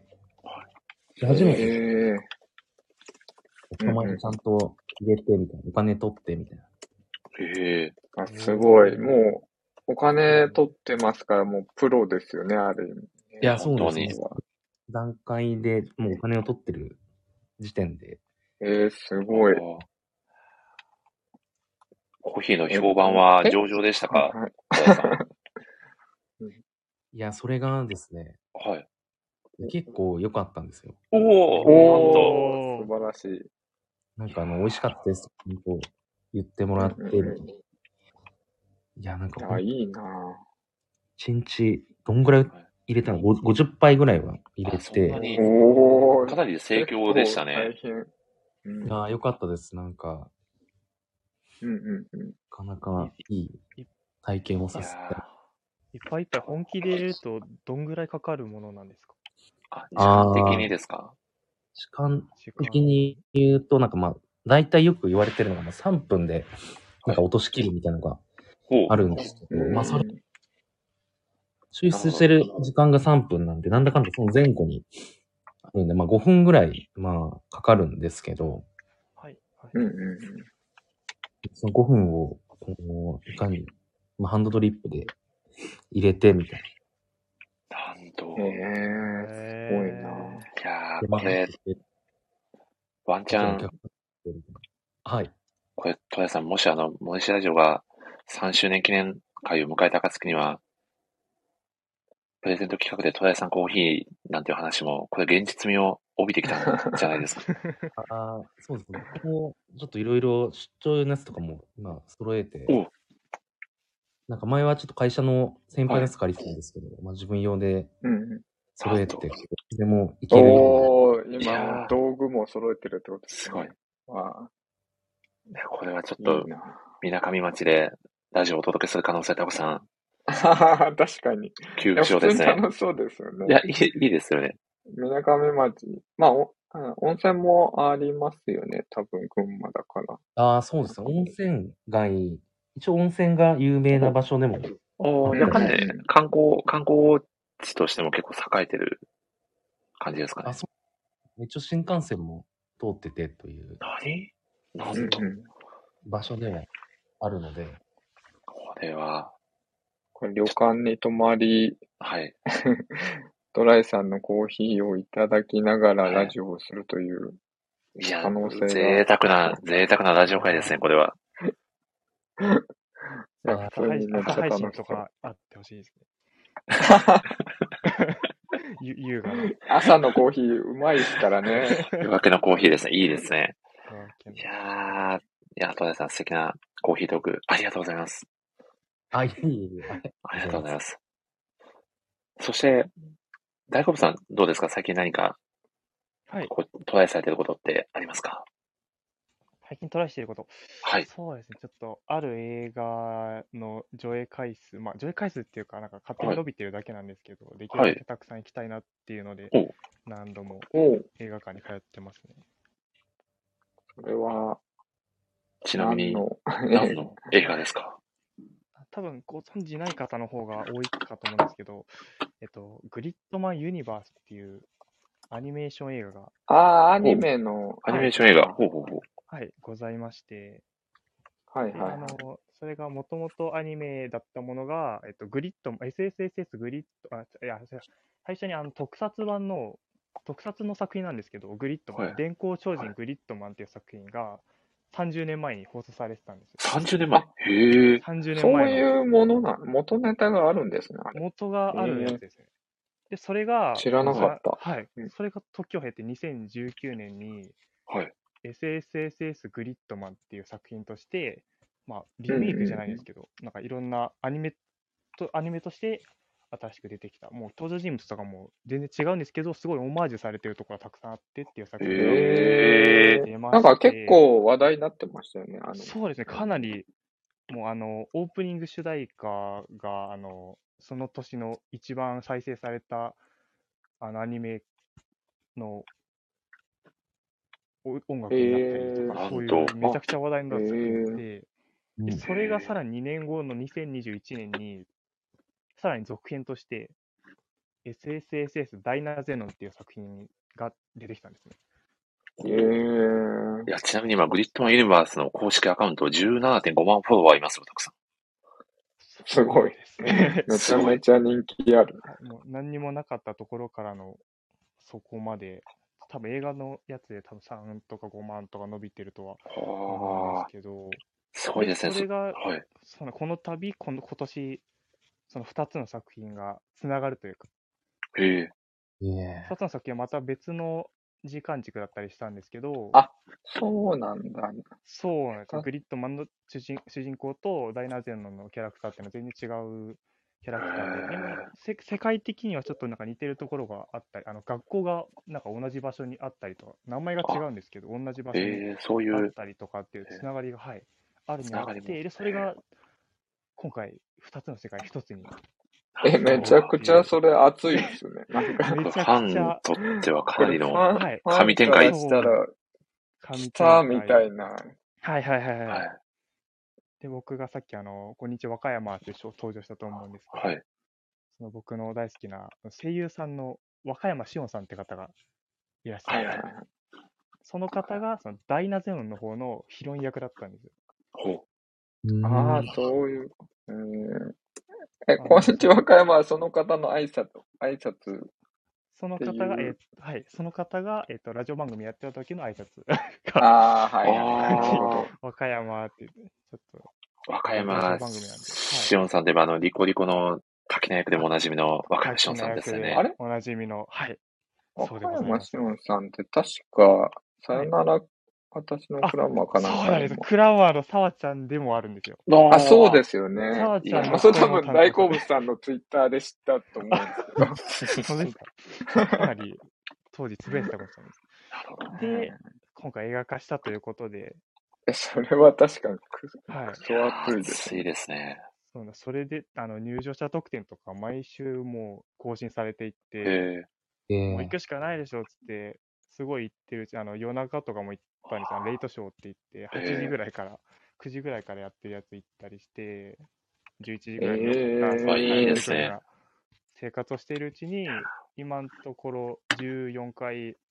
えー、初めて、 えー、 お前ちゃんと入れてみたいな、お金取ってみたいな。 えー、あ、すごい。もう、お金取ってますから、もうプロですよね、ある意味。 いや、そうですね。段階でもうお金を取ってる時点で。 えー、すごい。 コーヒーの評判は上々でしたか？ いや、それがですね。 はい。 結構良かったんですよ。 おおー、素晴らしい。 なんかあの、美味しかったですと言ってもらって、うんうんうん、いや、なんか、 あ、いいなぁ。 一日、どんぐらい入れたの ?ごじゅっぱいぐらいは入れて。 おー、 かなり盛況でしたね。 大変。 うん、いや、良かったです。なんか、 うんうんうん、 なかなかいい体験をさせて。 いっぱいいっぱい本気で入れると、どんぐらいかかるものなんですか？ あ、時間的にですか？ 時間的に言うと、なんかまあ、大体よく言われてるのが、まあさんぷんで、なんか落としきるみたいなのがあるんですけど、まあそれ、抽出してる時間がさんぷんなんで、なんだかんだその前後にあるんで、まあごふんぐらい、まあかかるんですけど、 はい。はい、 うんうんうん、 そのごふんを、こう、いかに、まあ、ハンドドリップで入れてみたいな。なんと。 へえー、すごいな。 いやー、これ、ワンチャン、 はい。 これ、戸谷さん、もしあの、森下ラジオがさんしゅうねん記念会を迎えた暁には、プレゼント企画で戸谷さんコーヒーなんていう話も、これ現実味を帯びてきたんじゃないですか。 ああ、そうですね。僕もちょっといろいろ出張のやつとかも今揃えて、なんか前はちょっと会社の先輩のやつ借りてたんですけど、はい、まあ自分用で揃えて、うん、でもいけるように。おー、今道具も揃えてるってことですね。すごい。わこれはちょっと、みなかみ町でラジオをお届けする可能性、タコさん。 確かに。 急浮上ですね。 楽しそうですよね。 いや、いい、いいですよね。 みなかみ町。まあ、温泉もありますよね。多分、群馬だから。 ああ、そうですね。温泉街、一応温泉が有名な場所でも。 ああ、やっぱね、観光、観光地としても結構栄えてる感じですかね。 あ、そう。一応新幹線も通っててという。 何なんと。 場所ではあるので。 これは。 これ旅館に泊まり。 はい。 トライさんのコーヒーをいただきながらはいラジオをするといういや可能性が。 贅沢な、贅沢なラジオ会ですね、これは。 いや、 あ普通にめっち朝配ゃ楽しそう。 信とかあってほしいですね。ゆ優雅な。 朝のコーヒーうまいですからね。 夜明けのコーヒーですね。いいですね。 夜明けのいやー、いや、戸田さん素敵なコーヒートーク、ありがとうございます。 あ、いえいえいえ。 ありがとうございます。そして、大好物さん、どうですか最近何か、 はい。 こうトライされてることってありますか？ 最近トライしていること。 はい。 そうですね。ちょっと、ある映画の上映回数、まあ、上映回数っていうか、なんか勝手に伸びてるだけなんですけど、できるだけたくさん行きたいなっていうので、 お何度もおう、 映画館に通ってますね。 それはちなみに、 何の、 何の映画ですか？ 多分ご存知ない方の方が多いかと思うんですけど、えっと、グリッドマンユニバースっていうアニメーション映画が、 ああ、アニメの、 アニメーション映画。ほうほうほう。 はい、ございまして、で、 はいはいはい。 あの、それがもともとアニメだったものが、えっと、グリッド、エスエスエスエス グリッド、あ、いや、最初にあの特撮版の、特撮の作品なんですけど、グリッドマン、 はい電光超人グリッドマンっていう作品がさんじゅうねんまえに放送されてたんですよ。 さんじゅうねんまえ。へえ。 さんじゅうねんそうまえのいうものな、元ネタがあるんですね、あれ。 元があるやつですね。で、それが、 知らなかったさはいうん。 それが時を経てにせんじゅうきゅうねんにはい。 エスエスエスエス グリッドマンっていう作品として、まあ、リメイクじゃないですけど、なんかいろんなアニメと、アニメとして新しく出てきた。もう登場人物とかも全然違うんですけど、すごいオマージュされてるところがたくさんあってっていう作品がへえ。 出まなんか結して、 構話題になってましたよね、あの。 そうですね、かなり、もうあの、オープニング主題歌が、あの、その年の一番再生されたあのアニメのお音楽になったりとへか、 なんとそういうめちゃくちゃ話題になへった作品え。 で、で、 うん。 それがさらににねんごのにせんにじゅういちねんに、さらに続編として、エスエスエスエス ダイナゼノンっていう作品が出てきたんですね。 へえ。 いや、ちなみに今、グリッドマンユニバースの公式アカウントじゅうななてんごまんフォロワーいますよ、たくさん。 すごいですね。 めちゃめちゃ人気ある。 はいもう何にもなかったところからのそこまで、多分映画のやつで多分さんとかごまんとか伸びてるとは思うんですはあ。 けど、 すごいですね。 それが、 はい。 そのこの度、この今年、そのふたつの作品がつながるというか、 へえ。 ふたつの作品はまた別の時間軸だったりしたんですけど、 あ、そうなんだ。 そうなんですよ。 あグリッドマンの主人主人公とダイナゼノンのキャラクターっていうのは全然違うキャラクターで、でもせ世界的にはちょっとなんか似てるところがあったり、あの学校がなんか同じ場所にあったりとか、名前が違うんですけど、同じ場所にへえ、そういう、 あったりとかっていうつながりが、はい、あるにはあっつながりも。 て、で、それが今回ふたつの世界ひとつに。 え、めちゃくちゃそれ熱いですね。なんか、 めちゃくちファンにゃ、 とってはかこれフなりのァン、 はい、 ファン神展開。 からしたら、 神スター展開みたいな。 はいはいはいはい。 はい。 で、僕がさっきあの、こんにちは和歌山って登場したと思うんですけど、 はい。 その僕の大好きな声優さんの和歌山紫音さんって方がいらっしゃはいって、 はいはい。 その方がそのダイナゼノンの方のヒロイン役だったんですよ。 ほうんああ、そういう。えーえ、 あのこんにちは、和歌山はその方の挨拶、挨拶。 そのって方が、 いうえーはい、その方が、えっ、と、ラジオ番組やってた時の挨拶が、 ああ、はう。 いはいはい。なるほあど。 和歌山って言って、ちょっと、 あ、和歌ラジオ山番組なんで、はい。 しおんさんといえば、あの、リコリコの滝名役でもおなじみの和歌山しおんさんですよね。 あれおなじみの、はい。 和そうで歌山ございます。 しおんさんって確か、さよなら、私のあ、 クラマーかなんそうなんです。 かにも。 クラマーの澤ちゃんでもあるんですよ。 あ、そうです。 すよね。 澤ちゃんまあ、 のそれ多分声も担当大好物さんのツイッターで知ったと思うんですけど。 そうですか。かなり当時つぶやいてたかもしれないなるほど。 です。で、今回映画化したということで、 え、それは確かにく、 はいくそ熱いですね。 熱いですね。 そうなそれであの入場者特典とか毎週もう更新されていって、 へええもう行くしかないでしょっつって、すごい行ってるうち、あの夜中とかも行ったんですよ。レイトショーって言って、はちじぐらいから、くじぐらいからやってるやつ行ったりして、じゅういちじぐらいに起きた、 えーそうあいい帰っですねてくるような生活をしているうちに、今のところじゅうよんかい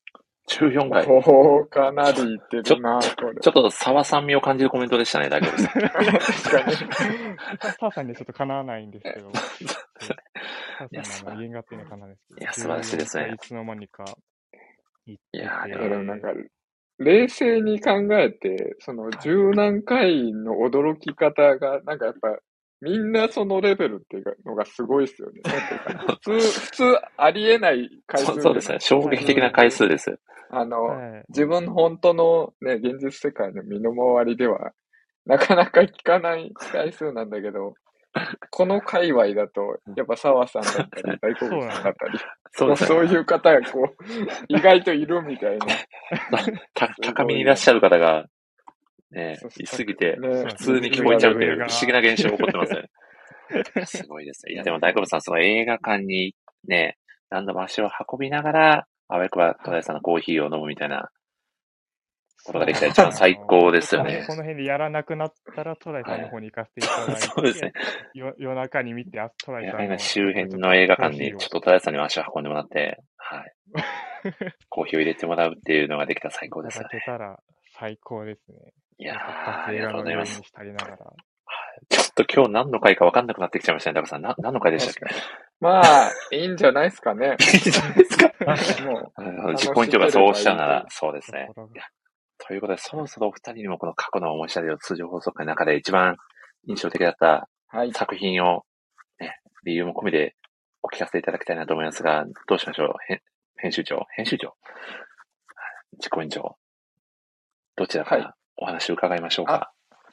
じゅうよんかい。 おー、かなりいってるな、これ。 ちょっと沢酸味を感じるコメントでしたね、大丈夫です。 確かに。 ターさんにはちょっとかなわないんですけど、ターさんのあの原画っていうのはかなわないですけど、 いや、素晴らしいですね。 いつの間にか行ってて。 いや、 でもなんか、冷静に考えて、その十何回の驚き方が、なんかやっぱ、みんなそのレベルっていうのがすごいですよね。普通、普通ありえない回数。 そうですね。衝撃的な回数です。 あの、 はい、 自分の本当のね、現実世界の身の回りでは、なかなか聞かない回数なんだけど、この界隈だと、やっぱ澤さんだったり、大好物さんだったり、そうですね。そういう方がこう、意外といるみたいな。 高みにいらっしゃる方が、ね、いすぎて、普通に聞こえちゃうっていう不思議な現象が起こってますね。すごいですね。いや、でも大好物さん、その映画館にね、何度も足を運びながら、あわよくば戸田さんのコーヒーを飲むみたいなことができたら一番最高ですよね。 この辺でやらなくなったら、トライさんの方に行かせていただいて、 そうですね。 夜中に見て、トライさんの周辺の映画館にちょっと戸田さんに足を運んでもらって、はい。コーヒーを入れてもらうっていうのができたら最高ですよね。 いただけたら最高ですね。 いやー、ありがとうございます。 したりながら。 ちょっと今日何の回か分かんなくなってきちゃいましたね、ダカさん。な何の回でしたっけ？ まあ、いいんじゃないですかね。 いいんじゃないですか。もう、自己ポイントがそうおっしゃるなら、そうですね。いや、ということで、そろそろお二人にもこの過去の思い知られる通常放送回の中で一番印象的だった作品を、ね、理由も込みでお聞かせいただきたいなと思いますが、どうしましょう。編集長、編集長、自己委員長、どちらからお話を伺いましょうか。はい、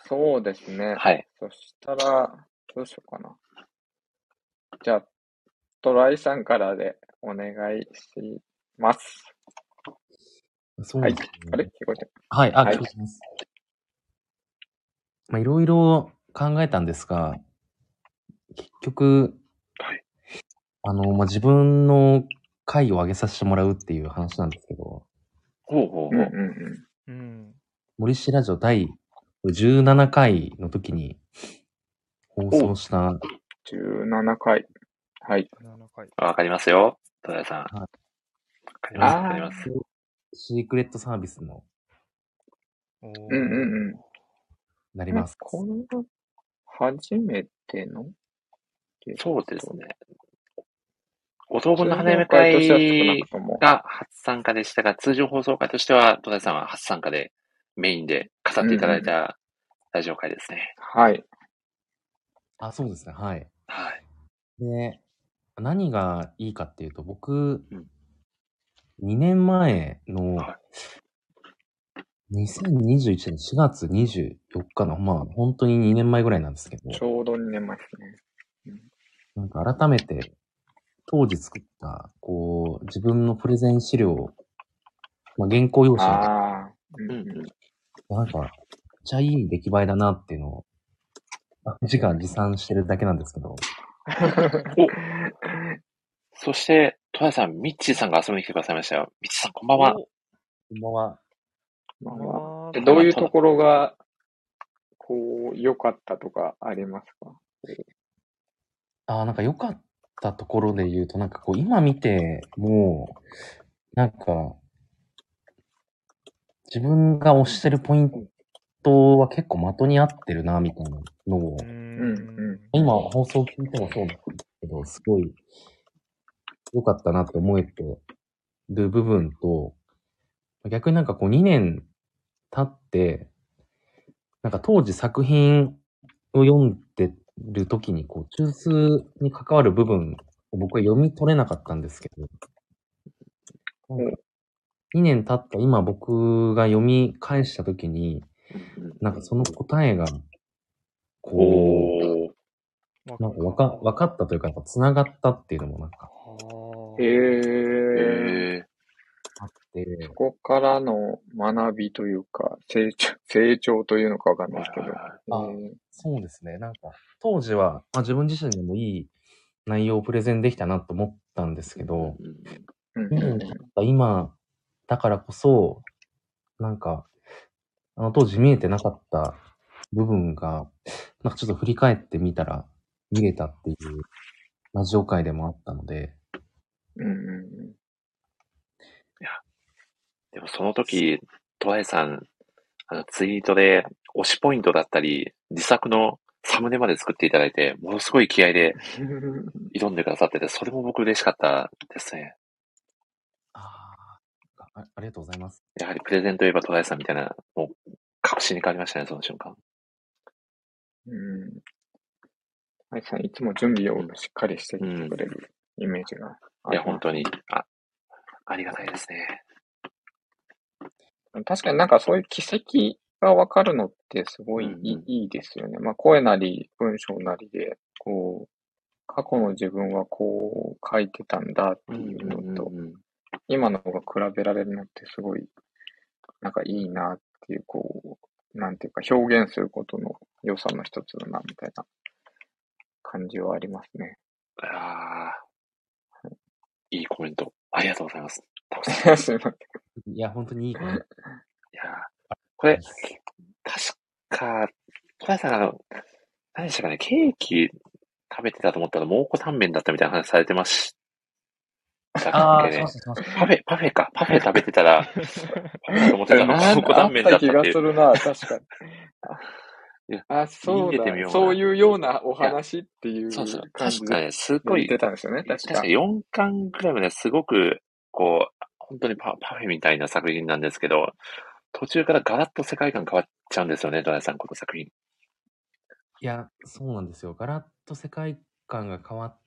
そうですね。 はい。 そしたら、どうしようかな。じゃあ、トライさんからでお願いします。 そうですね。 はい、あれ聞こえてる？ はい、あ、聞こえてます。まあ、いろいろ考えたんですが、結局、 はい、 あの、まあ、自分の回を上げさせてもらうっていう話なんですけど、 ほうほうほう。うんうんうん、 森氏ラジオだいじゅうななかいの時に放送した。 じゅうななかい。はい。 わかりますよ、戸田さん。わかります、わかります。 シークレットサービスの。 うんうんうん。 なります。 これが初めてのそうですね。ご当分の花嫁会が初参加でしたが、通常放送会としては、戸田さんは初参加でメインで飾っていただいたラジオ会ですね。 うんうん、はい。 あ、そうですね。はい。 はい。 で、何がいいかっていうと、僕、うん、にねんまえの、はい、にせんにじゅういちねんしがつにじゅうよっかの、まあ、本当ににねんまえぐらいなんですけど。 ちょうどにねんまえですね。 うん、なんか改めて、当時作った、こう、自分のプレゼン資料、まあ、原稿用紙に、 あうんうん、なんか、めっちゃいい出来栄えだなっていうのを、自画自賛してるだけなんですけど。 おそして、戸田さん、ミッチーさんが遊びに来てくださいましたよ。ミッチーさん、こんばんは。 こんばんは。 こんばんは。どういうところが、こう、良かったとかありますか？ ああ、なんか良かったところで言うと、なんかこう、今見て、もう、なんか、自分が推してるポイントは結構的に合ってるな、みたいなのを、 うんうん、 今放送聞いてもそうなんですけど、すごい良かったなって思えてる部分と、逆になんかこうにねん経って、なんか当時作品を読んでる時に、こう、中枢に関わる部分を僕は読み取れなかったんですけど、なんかにねん経った今僕が読み返した時に、なんかその答えが、こう、なんかわか、わかったというか、やっぱ繋がったっていうのもなんか、 へー。 あって、 そこからの学びというか、成長、成長というのかわかんないですけど。 あ、そうですね。なんか、当時は、まあ、自分自身でもいい内容をプレゼンできたなと思ったんですけど、にねん経った今だからこそ、なんか、あの当時見えてなかった部分が、なんかちょっと振り返ってみたら見れたっていうラジオ会でもあったので。 うんうんうん。いや、 でもその時、トライさん、あの、ツイートで推しポイントだったり、自作のサムネまで作っていただいて、ものすごい気合で挑んでくださってて、それも僕嬉しかったですね。 ああ、ありがとうございます。 やはりプレゼントといえばトライさんみたいな、もう、確信に変わりましたね、その瞬間。 うん。トライさん、いつも準備をしっかりしてきてくれるイメージがあいや、 ります。 本当に、あ、ありがたいですね。 確かになんかそういう軌跡がわかるのってすごいいい、 うんうん、 いいですよね。まあ声なり文章なりで、こう、過去の自分はこう書いてたんだっていうのと、 うんうんうんうん、 今のが比べられるのってすごい、なんかいいなっていう、こう、なんていうか表現することの良さの一つだな、みたいな感じはありますね。 ああ、いいコメント。ありがとうございます。 すいません。 いや、本当にいいコメント。 いやこれ、確か、トライさん、あの、何でしたかね、ケーキ食べてたと思ったら、蒙古タンメンだったみたいな話されてましたっけね。パフェ、パフェか。パフェ食べてたら、パフェだと思ってたら、蒙古タンメンだったっていう。 あった気がするな、確かに。あ、そうだ。そういうようなお話っていう感じで確かね、すごい、 言ってたんですよね、確か。 確かよんかんくらいまですごく、こう、本当にパパフェみたいな作品なんですけど、途中からガラッと世界観変わっちゃうんですよね、ドライさん、この作品。 いや、そうなんですよ。ガラッと世界観が変わって、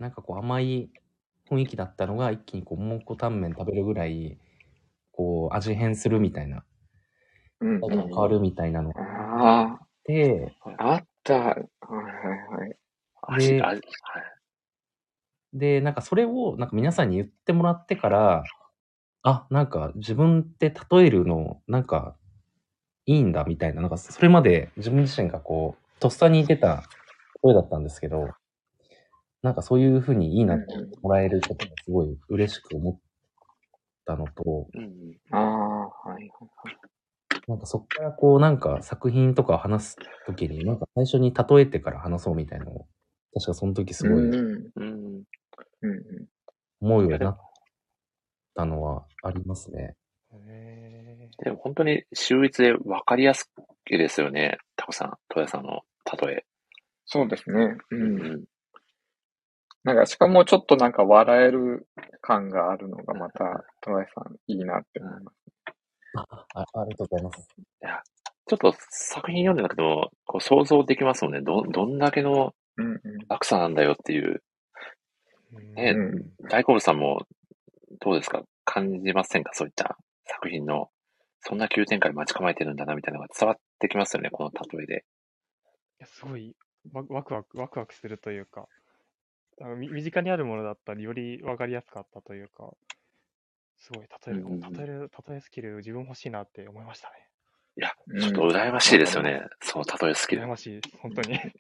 なんかこう甘い雰囲気だったのが一気にこう蒙古タンメン食べるぐらい、こう味変するみたいな、 うん、 変わるみたいなのがあで、 あった。はいはいはい。で、はい、で、なんかそれをなんか皆さんに言ってもらってから、あ、なんか自分って例えるの、なんかいいんだみたいな、なんかそれまで自分自身がこう、とっさに出た声だったんですけど、なんかそういう風にいいなって言ってもらえることがすごい嬉しく思ったのと、 うんうん、ああ、はいはいはい。 なんかそこからこうなんか作品とかを話すときに、なんか最初に例えてから話そうみたいなのを、確かその時すごい、 うんうんうんうん、 思うようになったのはありますね。 へでも本当に秀逸で分かりやすいですよね、タコさん、トヤさんの例え。 そうですね。うん。 うんうん、 なんか、しかもちょっとなんか笑える感があるのがまた、トライさんいいなって思います。 あ, あ, ありがとうございます。 いや、ちょっと作品読んでなくても、こう想像できますもんね。ど、どんだけの落差なんだよっていう。うんうん、ね、うん、大好物さんもどうですか？感じませんか？そういった作品の、そんな急展開待ち構えてるんだなみたいなのが伝わってきますよね、この例えで。 いや、すごいワワクワク、ワクワクするというか、あの身近にあるものだったらより分かりやすかったというか、すごい、例える、うんうん、例える、例えスキル自分欲しいなって思いましたね。 いや、ちょっと羨ましいですよね、うん、その例えスキル。 羨ましいです、本当に。ね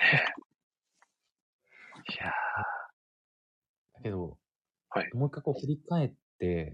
いやだけど、 はい、 もう一回こう振り返って、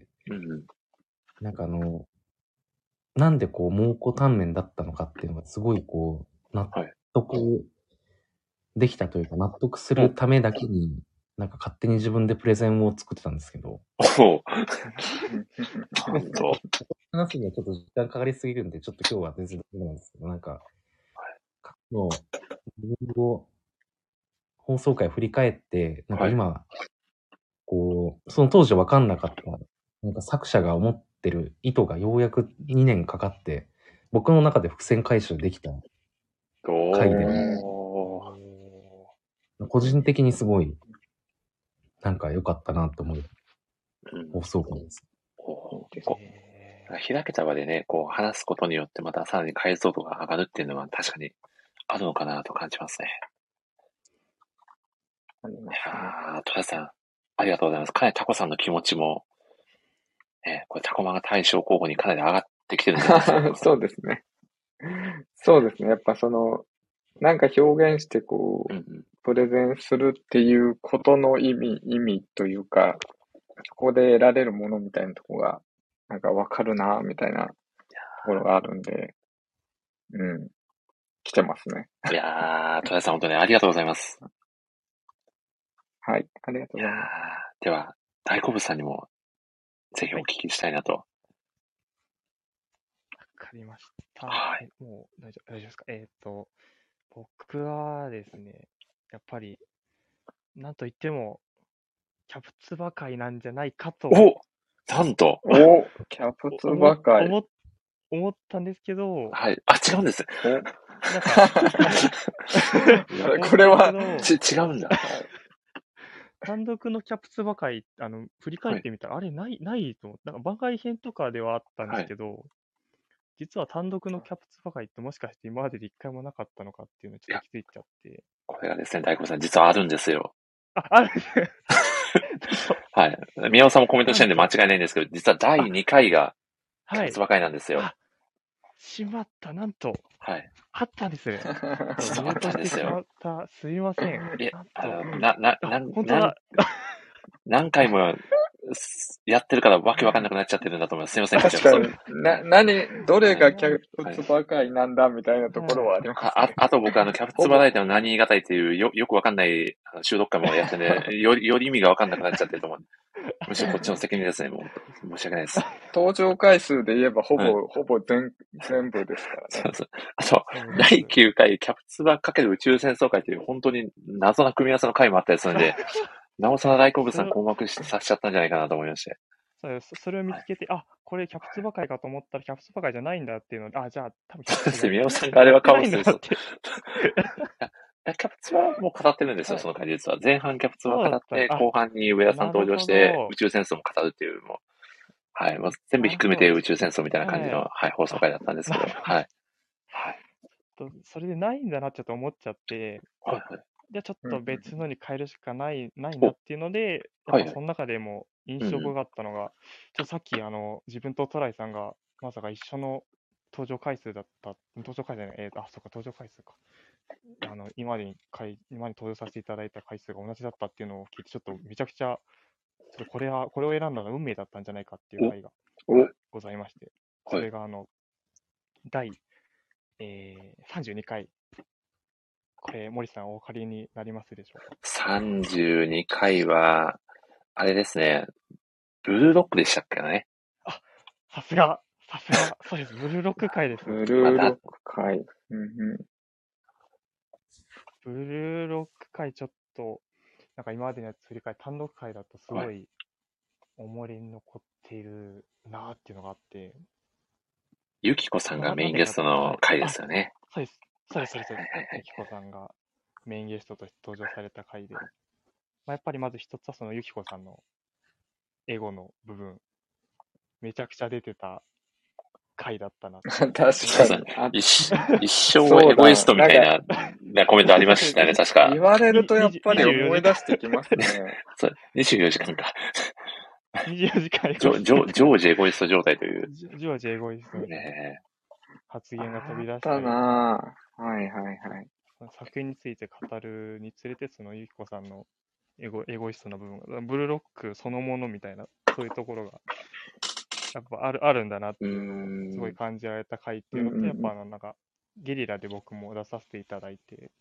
うんうん、 なんかあの、なんでこう蒙古タンメンだったのかっていうのがすごいこう、納得できたというか、納得するためだけに、なんか勝手に自分でプレゼンを作ってたんですけど。 おおなんと。 話すにはちょっと時間かかりすぎるんで、ちょっと今日は全然ダメなんですけど、なんか、過去の自分を放送回を振り返って、なんか今、はい、こう、その当時わかんなかった、なんか作者が思ってる意図がようやくにねんかかって、僕の中で伏線回収できた回で、個人的にすごい、なんか良かったなと思う放送回です。 こう開けた場でね、こう話すことによってまたさらに解像度が上がるっていうのは確かにあるのかなと感じますね。いやー、トラさん、ありがとうございます。かなりタコさんの気持ちも、ね、これタコマが大賞候補にかなり上がってきてるんじゃないですか。 そうですね。そうですね。やっぱその、なんか表現してこう、うんうん、プレゼンするっていうことの意味、意味というか、そこで得られるものみたいなところが、なんかわかるな、みたいなところがあるんで、うん、来てますね。 いやー、戸田さん本当にありがとうございます。 はい、ありがとうございます。 では、大好物さんにもぜひお聞きしたいなとかりました。 はい。 えもう大丈夫大丈夫ですか？えっと、僕はですね、やっぱり、なんといっても、キャプツバ界なんじゃないかとおなんとおキャプツバ界。 思思ったんですけど、 はい。あ、違うんです。 おなんか、 これは、 ち、違うんだ。 単独のキャプツバ界、あの、振り返ってみたら、あれ、ない、ないと思って、なんか番外編とかではあったんですけど、実は単独のキャプツバ界ってもしかして今までで一回もなかったのかっていうのにちょっと気づいちゃって。 これがですね、大光さん、実はあるんですよ。 あ、あるんですね。 はい。宮尾さんもコメントしてるんで間違いないんですけど、実はだいにかいがキャはい。 プツバ会なんですよ。 あ、しまった、なんと。 はい。 あったんですね。 実はあったんですよ。 すみません。 いえ、 なんあの、 と。 な、な、なあ、 ん、 本当だ。 何回もやってるからわけわかんなくなっちゃってるんだと思います。すみません。 確かに、な、何、どれがキャプはいツバ界なんだみたいなところはありますね。 あ、ああと僕、あの、キャプツバ大体の何言い難いっていう、よ、よくわかんないあの収録回もやってね、より、より意味がわかんなくなっちゃってると思う。むしろこっちの責任ですね。もう、申し訳ないです。 登場回数で言えば、ほぼ、 はいほぼ全、全部ですからね。 そうそう。あと、だいきゅうかいキャプツバかける宇宙戦争会という本当に謎な組み合わせの回もあったりするんで、なおさら大好物さん困惑させちゃったんじゃないかなと思いまして。 そうです。それを見つけて、あ、これキャプツバ界かと思ったらキャプツバ界じゃないんだっていうので、あ、じゃあ多分キャプツバそうですね、宮尾さんがあれはカオスです。 って。 キャプツバはもう語ってるんですよ、 はいその回実は。前半キャプツバ語って、 あ後半に上田さん登場してなるほど、 宇宙戦争も語るっていう、もう、はい、まあ、全部ひっくるめて宇宙戦争みたいな感じの、 はいはい、放送回だったんですけど、 なるほどはい。はい。 とそれでないんだなってちょっと思っちゃって、 はいはい。 じゃあちょっとうんうん別のに変えるしかない、ないなっていうので、やはいはいっぱその中でも印象深かったのが、ちょっとさっきあの自分とトライさんがまさか一緒の登場回数だった、登場回数じゃない、えーと、あ、そっか、登場回数か。あの今までに回今まで登場させていただいた回数が同じだったっていうのを聞いて、ちょっとめちゃくちゃ、ちょっとこれは、これを選んだのは運命だったんじゃないかっていう回がお、 ございまして、 はいそれがあの、第、えー、さんじゅうにかい、これ、森さんお分かりになりますでしょうか？ さんじゅうにかいは、あれですね、ブルーロックでしたっけね。 あ、さすが、さすが、そうです、ブルーロック回です。 ブルーロック回。うんうん、 ブルーロック回、ちょっと、なんか今までのやつ振り返り、単独回だとすごい思い出に残っているなーっていうのがあって、 ゆきこさんがメインゲストの回ですよね。 そうです、そうです、そうです。 はいはいはいはいゆきこさんがメインゲストとして登場された回で、まあ、やっぱりまず一つはそのゆきこさんのエゴの部分、めちゃくちゃ出てた回だったな。 確かに。 一一生エゴイストみたいななコメントありましたね、確か。 言われるとやっぱり思い出してきますね。 そう、にじゅうよじかんか。 にじゅうよじかんエゴイスト。ジョジョージエゴイスト状態という。 ジョージエゴイストみたいな発言が飛び出したり。 あったなぁ。はいはいはい。 作品について語るにつれて、そのゆきこさんのエゴエゴイストの部分が、ブルーロックそのものみたいな、そういうところが、やっぱあるあるんだなっていうのをすごい感じられた回っていうのと、やっぱあのなんか、ゲリラで僕も出させていただいて、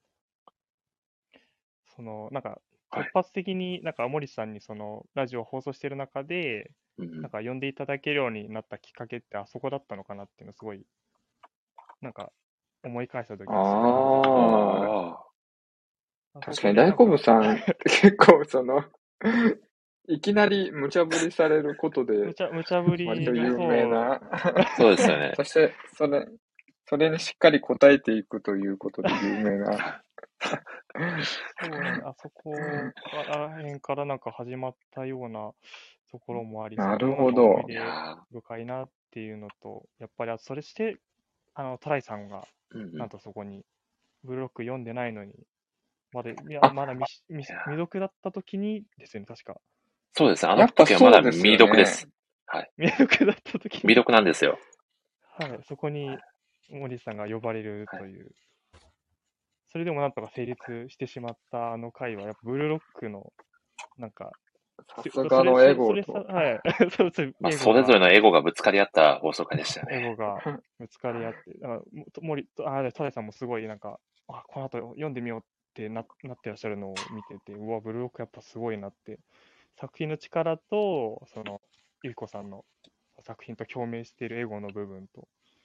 そのなんか、突発的になんか森さんにそのラジオを放送している中で、なんか呼んでいただけるようになったきっかけってあそこだったのかなっていうのすごい、なんか思い返したときにああ。確かに大好物さん、結構その、いきなり無茶ぶりされることで、 無茶無茶ぶり割と有名な。 そうですよね。 そして、それ、それにしっかり答えていくということで有名な。 そうね、あそこから辺からなんか始まったようなところもあり、 なるほど。 思い出深いなっていうのと、やっぱりそれして、あの、トライさんが、なんとそこに、ブルーロック読んでないのに、まだ、いやまだ未未未読だった時にですよね、確か。 そうですね、あの時はまだ未読です。はい。 未読だった時に。 未読なんですよ。 はい、そこに森さんが呼ばれるという。はい、それでもなんとか成立してしまったあの回は、やっぱブルーロックの、なんか、 さすがのエゴと。 はい。そうそう。 まあ、それぞれのエゴがぶつかり合った放送回でしたよね。 エゴがぶつかり合って、だから森あトライさんもすごいなんか、あ、この後読んでみようってななってらっしゃるのを見てて、うわ、ブルーロックやっぱすごいなって、作品の力と、その、ゆきこさんの作品と共鳴しているエゴの部分と、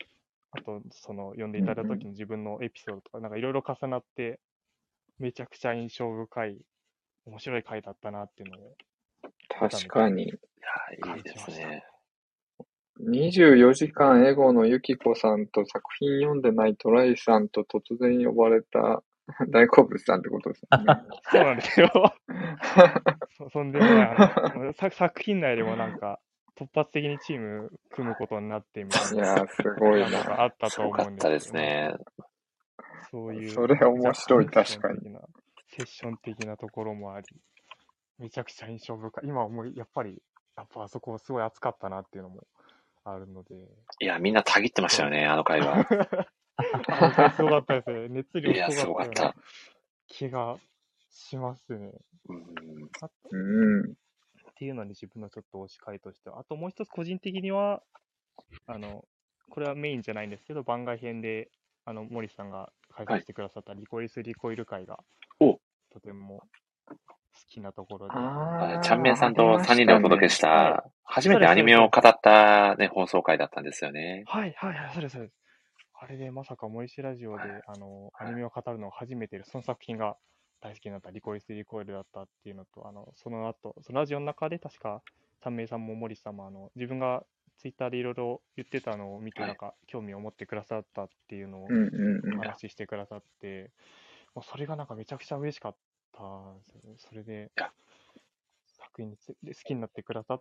あと、その、読んでいただいた時の自分のエピソードとか、なんかいろいろ重なって、めちゃくちゃ印象深い、面白い回だったなっていうのを、 確かに。 いや、いいですね。 にじゅうよじかんエゴのゆきこさんと作品読んでないトライさんと突然呼ばれた大好物さんってことですよね。 そうなんですよ。そそんでもない話。さ作品内でもなんか、突発的にチーム組むことになってみたいいなやー、すごいのがな。 あったと思うんですけど、 すごかったですね。 そういう、 それ面白い、確かに。 セッション的なところもあり、めちゃくちゃ印象深い。今思い、やっぱり、やっぱあそこすごい熱かったなっていうのもあるので。 いや、みんなたぎってましたよね、あの回は。 あの回すごかったですね。熱量すごかったような気がしますね。 うんうん。 っていうのに自分のちょっと推し回としては。あともう一つ個人的には、あの、これはメインじゃないんですけど、番外編で、あの、森さんが開催してくださったリコリス・リコイル会が、 おとても好きなところで。 あちゃんめいさんとさんにんでお届けした、はい、初めてアニメを語った、ね、放送回だったんですよね。 はいはいはい、そうですそうです。あれでまさか森氏ラジオで、はい、あの、アニメを語るのを初めてで、その作品が大好きになったリコリス・リコイルだったっていうのと、あの、その後、そのラジオの中で確か、ちゃんめいさんも森さんも、あの、自分がツイッターでいろいろ言ってたのを見て、なんか、興味を持ってくださったっていうのをお話ししてくださって、もうそれがなんかめちゃくちゃ嬉しかったんですよね。それで、作品について好きになってくださって、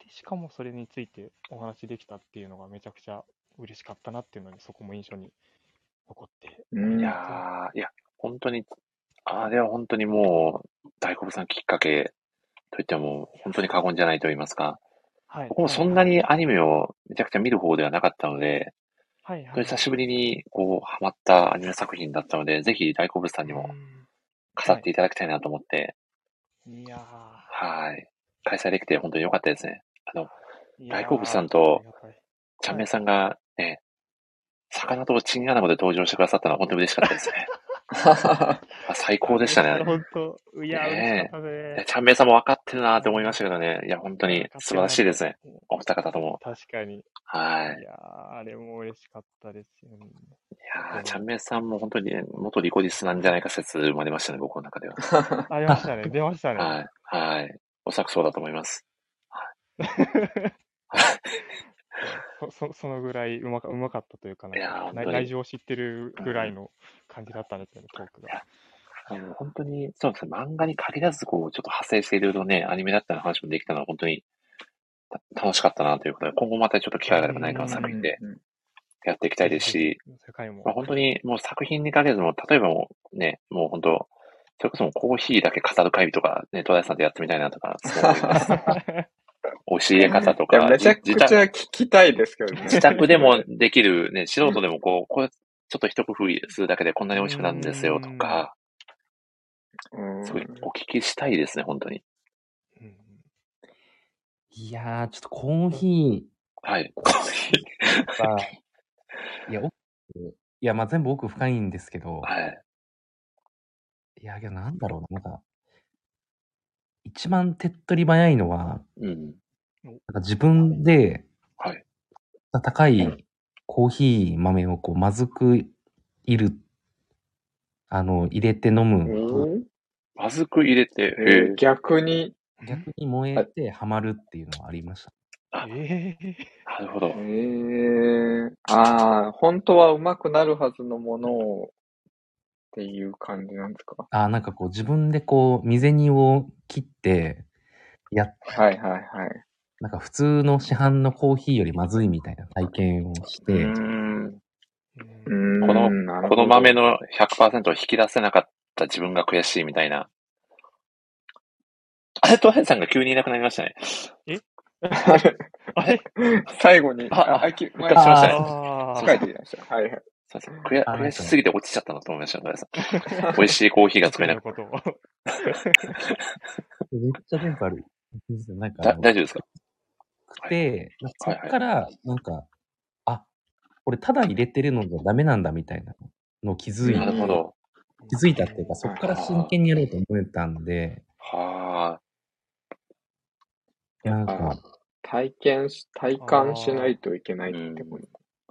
しかもそれについてお話できたっていうのがめちゃくちゃ嬉しかったなっていうので、そこも印象に残って。 いやー、いや、本当に、あれは本当にもう、大好物さんきっかけといっても、本当に過言じゃないと言いますか。 はい、 僕もそんなにアニメをめちゃくちゃ見る方ではなかったので、 はいはい、 久しぶりにこうハマったアニメ作品だったので、ぜひ大好物さんにも語っていただきたいなと思って、 いやはい。開催できて本当に良かったですね。あの、大好物さんと、ちゃんめいさんがね、魚とチンアナゴで登場してくださったのは本当に嬉しかったですね。最高でしたね。 本当、いや、嬉しかったね。 ちゃんめいさんも分かってるなって思いましたけどね。いや、本当に素晴らしいですね。お二方とも。 確かに。 はい。 いやあれも嬉しかったですよね。 いやー、ちゃんめいさんも本当に元リコリスなんじゃないか説生まれましたね、僕の中では。 ありましたね。出ましたね。 はい。はい。おそらくそうだと思います。はいそ, そ, そのぐらいうまかうまかったというか、なんか内情を知ってるぐらいの感じだったんですよね、トークが。 あの本当に、そうですね、漫画に限らず、こう、ちょっと派生しているね、アニメだったの話もできたのは本当に楽しかったなということで、今後またちょっと機会があれば何かの作品でやっていきたいですし、まあ、本当にもう作品に限らずも、例えばもうね、もう本当、それこそもコーヒーだけ語る会議とか、ね、東大さんでやってみたいなとか、そう思います。お仕入れ方とか。 いや、めちゃくちゃ聞きたいですけどね。 自宅でもできるね、素人でもこう、これちょっと一工夫するだけでこんなに美味しくなるんですよとか、すごいお聞きしたいですね、本当に。 いやー、ちょっとコーヒー。はい。コーヒー。 いや、奥、いや、まあ全部奥深いんですけど、 はい。 いや、けどなんだろうな、なんか、一番手っ取り早いのは、 うん。 なんか自分で、 はい。 高いコーヒー豆をこう、まずくいる、あの、入れて飲む。 まずく入れて、 えー、逆に。 逆に燃えてハマるっていうのはありました。 あ、 えー、なるほど。 えー、ああ、本当はうまくなるはずのものをっていう感じなんですか？ ああ、なんかこう自分でこう、水煮を切って、やっはいはいはい。 なんか普通の市販のコーヒーよりまずいみたいな体験をして、 うーんうーんこの、この豆の ひゃくパーセント を引き出せなかった自分が悔しいみたいな。あれ、トハイさんが急にいなくなりましたね。 えあれ最後に、 あ、あ、 復活しましたね。 帰ってきました。はいはい。 そうそう。悔、悔しすぎて落ちちゃったなと思いました、トハイさん。美味しいコーヒーが作れなくて。 めっちゃ電波ある。なんかだ大丈夫ですか？ で、そっから、なんか、あ、これただ入れてるのじゃダメなんだみたいなのを気づいて、 なるほど。 気づいたっていうか、そっから真剣にやろうと思えたんで、 はあ。なんか、体験し、体感しないといけないってこと。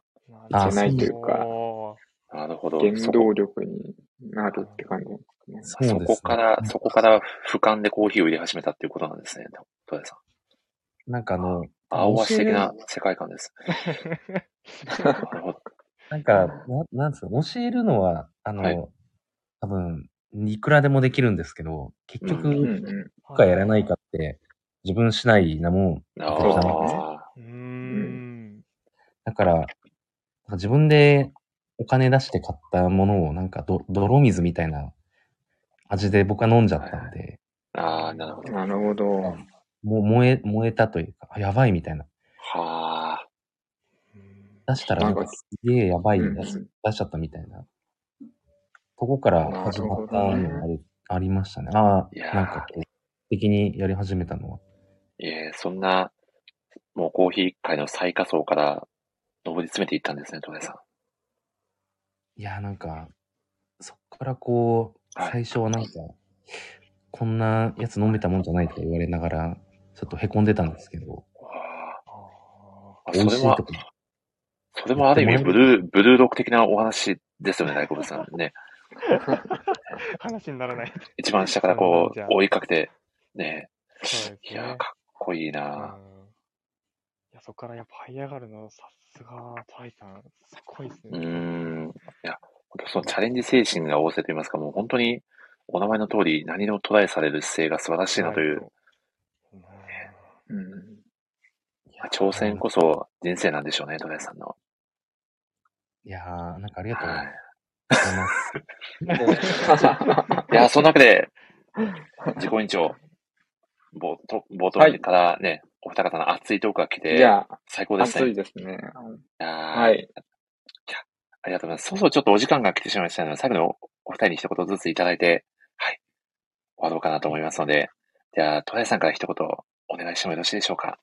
いけないというか、 なるほど。 原動力になるって感じですね。 そこから、そこから俯瞰でコーヒーを入れ始めたっていうことなんですね、戸田さん。なんかあの、 青足的な世界観です。なるほど。 なんか、ななんですか、教えるのは、あの、はい、多分、いくらでもできるんですけど、結局、うん、かやらないかって、自分次第なもん、 そうだね。だから、自分でお金出して買ったものを、なんかど、泥水みたいな味で僕は飲んじゃったんで。 ああ、なるほど。 なるほど。 もう燃え、燃えたというか、やばいみたいな。 はあ。 出したらなんかすげえやばいやつ出しちゃったみたいな。ここから始まったのがあり、ありましたね。ああ、なんかこう、的にやり始めたのは。 いえ、そんな、もうコーヒー界の最下層から上り詰めていったんですね、戸田さん。いや、なんか、そっからこう、最初はなんか、はい、こんなやつ飲めたもんじゃないとか言われながら、ちょっと凹んでたんですけど。 ああ、それも、それもある意味ブルー、ブルーロック的なお話ですよね、大好物さんね。 話にならない。 一番下からこう、追いかけて、ね。いや、かっこいいな、 うん、いや、そこからやっぱ這い上がるの、さすが、タイさん、すごいですね。 うーん。いや、本当そのチャレンジ精神が旺盛と言いますか、もう本当に、お名前の通り、何のトライされる姿勢が素晴らしいなという。うん、挑戦こそ人生なんでしょうね、戸田さんの。 いやー、なんかありがとうございます。いや、そんなわけで、自己委員長、冒頭からね、はい、お二方の熱いトークが来て、最高ですね。 熱いですね。 はい。ありがとうございます。そうそう、ちょっとお時間が来てしまいましたので、最後に お, お二人に一言ずついただいて、はい、終わろうかなと思いますので、じゃあ、戸谷さんから一言お願いしてもよろしいでしょうか。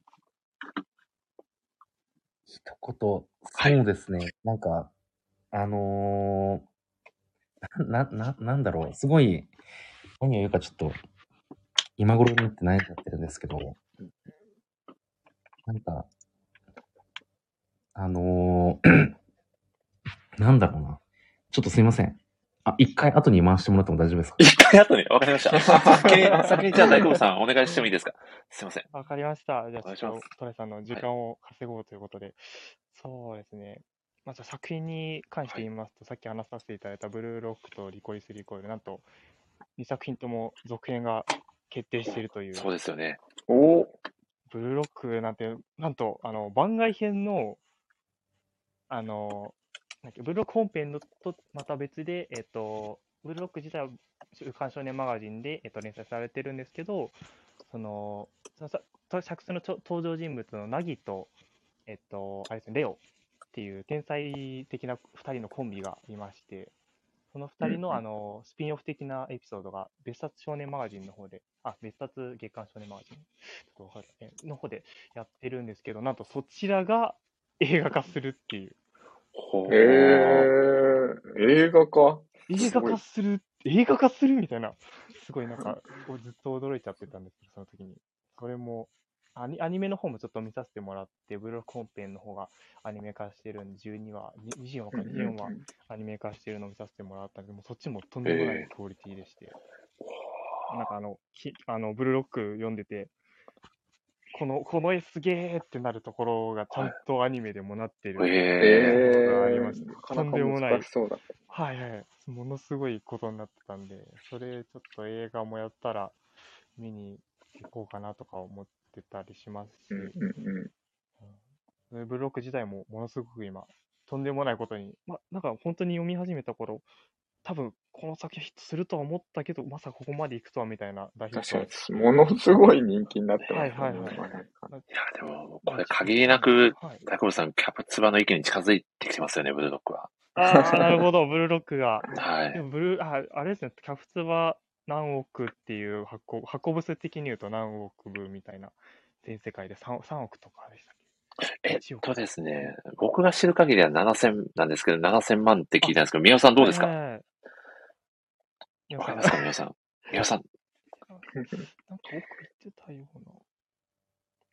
一言、そうですね。はい、なんか、あのー、な、な、なんだろう。すごい、何を言うかちょっと、今頃になって悩んじゃってるんですけど、なんか、あのー、なんだろうな。ちょっとすいません。あ、一回後に回してもらっても大丈夫ですか？ 一回後にわかりました。先に、先にじゃあ大久保さんお願いしてもいいですか？すいません。 わかりました。じゃあちょっと、トレさんの時間を稼ごうということで。はい、そうですね。まず作品に関して言いますと、はい、さっき話させていただいたブルーロックとリコリスリコイル、なんと、にさく品とも続編が決定しているという。 そうですよね。 おブルーロックなんて、なんと、あの、番外編の、あの、ブルーロック本編のとまた別で、えっと、ブルーロック自体は週刊少年マガジンで、えっと、連載されてるんですけど、その、その作中の登場人物のナギと、えっと、あれですね、レオっていう天才的なふたりのコンビがいまして、そのふたりの、あのスピンオフ的なエピソードが別冊少年マガジンの方で、あ、別冊月刊少年マガジンちょっとわかる、ね、の方でやってるんですけど、なんとそちらが映画化するっていう。 へえ、映画化映画化する、映画化するみたいな、すごいなんか、ずっと驚いちゃってたんですけど、その時に。それも、アニ、アニメの方もちょっと見させてもらって、ブルーロック本編の方がアニメ化してるんで、じゅうにわ、にじゅうよんわか、にじゅうよんわアニメ化してるのを見させてもらったんで、もうそっちもとんでもないクオリティでして、えー、なんかあの、きあのブルーロック読んでて、この、この絵すげーってなるところがちゃんとアニメでもなってるえがありまして、 なかなか難しそうだ。 はいはい、ものすごいことになってたんで、それちょっと映画もやったら見に行こうかなとか思ってたりしますし、 うんうんうん、ブルーロック自体もものすごく今、とんでもないことに、ま、なんか本当に読み始めた頃、多分この先ヒットするとは思ったけど、まさかここまで行くとはみたいな大ヒット。 確かに、ものすごい人気になってますね。 はいはいはい。いや、でも、これ限りなく、大久保さん、キャプツバの意見に近づいてきてますよね、ブルーロックは。 ああ、なるほど、ブルーロックが。 はい。 でもブルー、あ、あれですね、キャプツバ何億っていう箱、箱物的に言うと何億部みたいな全世界で 3, 3億とかでしたっけ？えっとですね、僕が知る限りはななせんなんですけど、ななせんまんって聞いたんですけど、宮尾さんどうですか？わかりますか、宮尾さん。宮尾さん。 なんか奥言ってたような。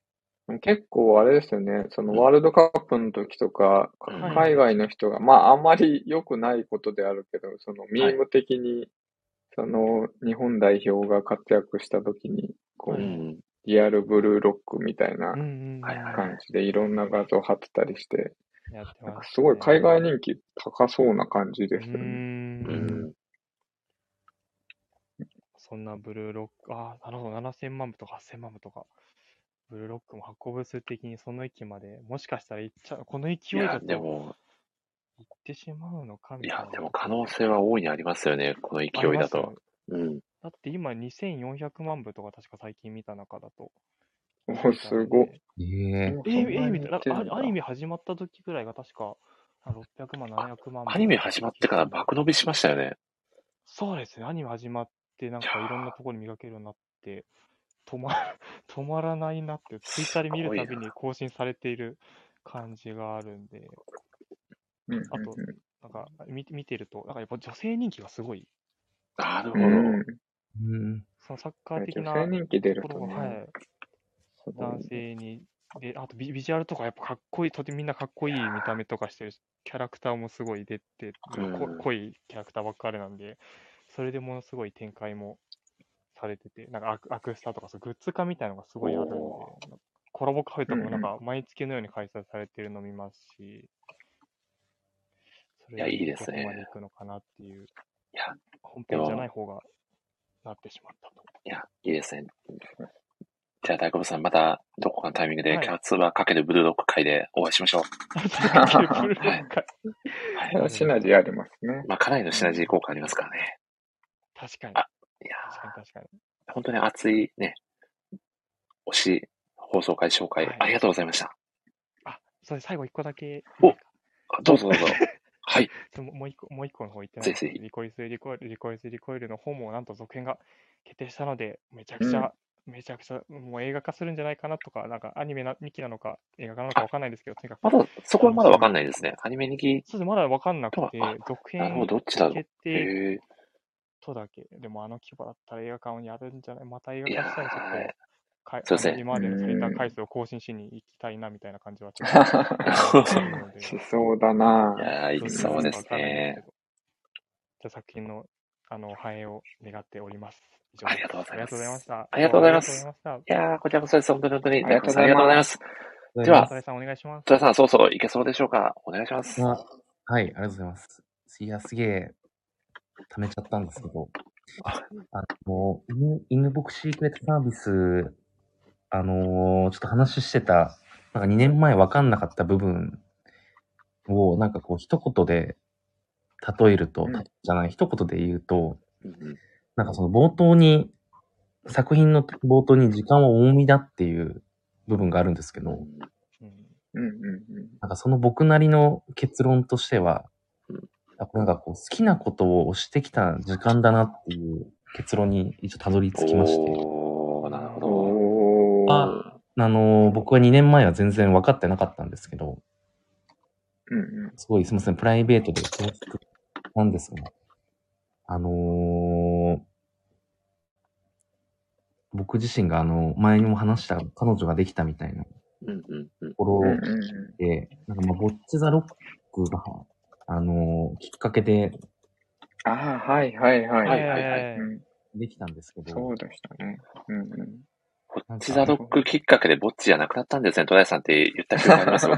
結構あれですよね、そのワールドカップの時とか、 うん、 海外の人が、まああんまり良くないことであるけど、そのミーム的に、その日本代表が活躍した時に、こう、 はいはいリアルブルーロックみたいなうんうんうん感じでいろんな画像貼ってたりして、 やってなんかますすごい海外ね。 人気高そうな感じうーですよね。 ん。 うん。 そんなブルーロック、ああ、なるほど、ななせんまん部とかはっせんまん部とか、ブルーロックも運ぶ数的にその域まで、もしかしたら行っちゃう、この勢いや、 いだとでも、 行ってしまうのかいや、 みたいな。 でも可能性は大いにありますよね、この勢いだと。うん。 だって今にせんよんひゃくまん部とか確か最近見た中だと。 お、すごっ。 ええもうえー、えー、 そんなにみたいな行ってるんだ。 アアニメ始まった時ぐらいが確かあろっぴゃくまん、ななひゃくまん部。 アニメ始まってから爆伸びしましたよね。 そうですね、アニメ始まってなんかいろんなところに見かけるようになって、止ま止まらないなって、ツイッターで見るたびに更新されている感じがあるんで、 うんうんあと、なんか見見てると、なんかやっぱ女性人気がすごい、 なるほど。 うん。 うん。 そのサッカー的女な性人気出るとことろね、 が、はい、 すごいね男性に、で、あとビビジュアルとかやっぱかっこいい、とてもみんなかっこいい見た目とかしてるし、キャラクターもすごい出てる、こうん濃いキャラクターばっかりなんで、それでものすごい展開もされてて、なんかアクアクスタとかそうグッズ化みたいなのがすごいあるんでお、 コラボカフェとかもなんうんか毎月のように開催されてるの見ますし、そいや、 れいいですねどこまで行くのかなっていう、 いや、 本編じゃない方がなってしまったと。 いや、いいですね。じゃあ、大久保さん、また、どこかのタイミングで、 はいキャラツバーかけるブルーロック会でお会いしましょう。 ブルーロック会はい。 シナジーありますね。 まあ、かなりのシナジー効果ありますからね。 確かに。 あいや確かに確かに。 ー本当に熱いね、推し、放送会紹介、 はいありがとうございました。 あ、それ最後一個だけ。 おあどうぞどうぞ。はい。 そのもう一個、もう一個の方言ってないぜひぜひリコイスリコイル、リコイスリコイルの方もなんと続編が決定したので、めちゃくちゃ、めちゃくちゃ、もう映画化するんじゃないかなとか、なんかアニメなにきなのか映画化なのかわかんないですけど、とにかく。 まだ、そこはまだわかんないですね。アニメにきそうです、まだわかんなくてあ、 続なるほど、 編どっちだろう。 決定へえ。 とだけ。でもあの規模だったら映画館をやるんじゃない、また映画いや化したらちょっーと、かそうですねあの今までの最多回数を更新しに行きたいなみたいな感じはちょっと思っているので。 しそうだないやー、いいそうですね。 じゃあ作品のあの繁栄を願っております。 ありがとうございます。 ありがとうございました。 ありがとうございます。 ありがとうございましいやー、こちらこそです。本当に本当に。 ありがとうございますありがとうございます。では、 た。さんお願いします。 戸田さん、そうそう、いけそうでしょうか。お願いします。 あはい、ありがとうございます。いや、すげえ、溜めちゃったんですけど、あの、犬、犬牧シークレットサービス、あのーちょっと話してた、なんかにねんまえ分かんなかった部分を、なんかこう一言で例えると、 うんじゃない、一言で言うと、 うんうんなんかその冒頭に、作品の冒頭に時間は重みだっていう部分があるんですけど、 うんうんうんうん。 なんかその僕なりの結論としてはうん、 なんかこう好きなことを押してきた時間だなっていう結論に一応たどり着きまして。 おー、なるほど。 おー。 あ、あのー僕はにねんまえは全然分かってなかったんですけど、 うんうん。 すごいすみません、プライベートで恐縮なんですが、あのー僕自身があの、前にも話した彼女ができたみたいなうんうんうんところうんうんうで、なんかまあ、ボッチザロックが、あのーきっかけでああ、はいはいはい。 はいはいはい。 うん、 できたんですけど、 そうでしたね。うんうん。 ボッチザロックきっかけでボッチじゃなくなったんですね、戸田さんって言った記憶ありますよ。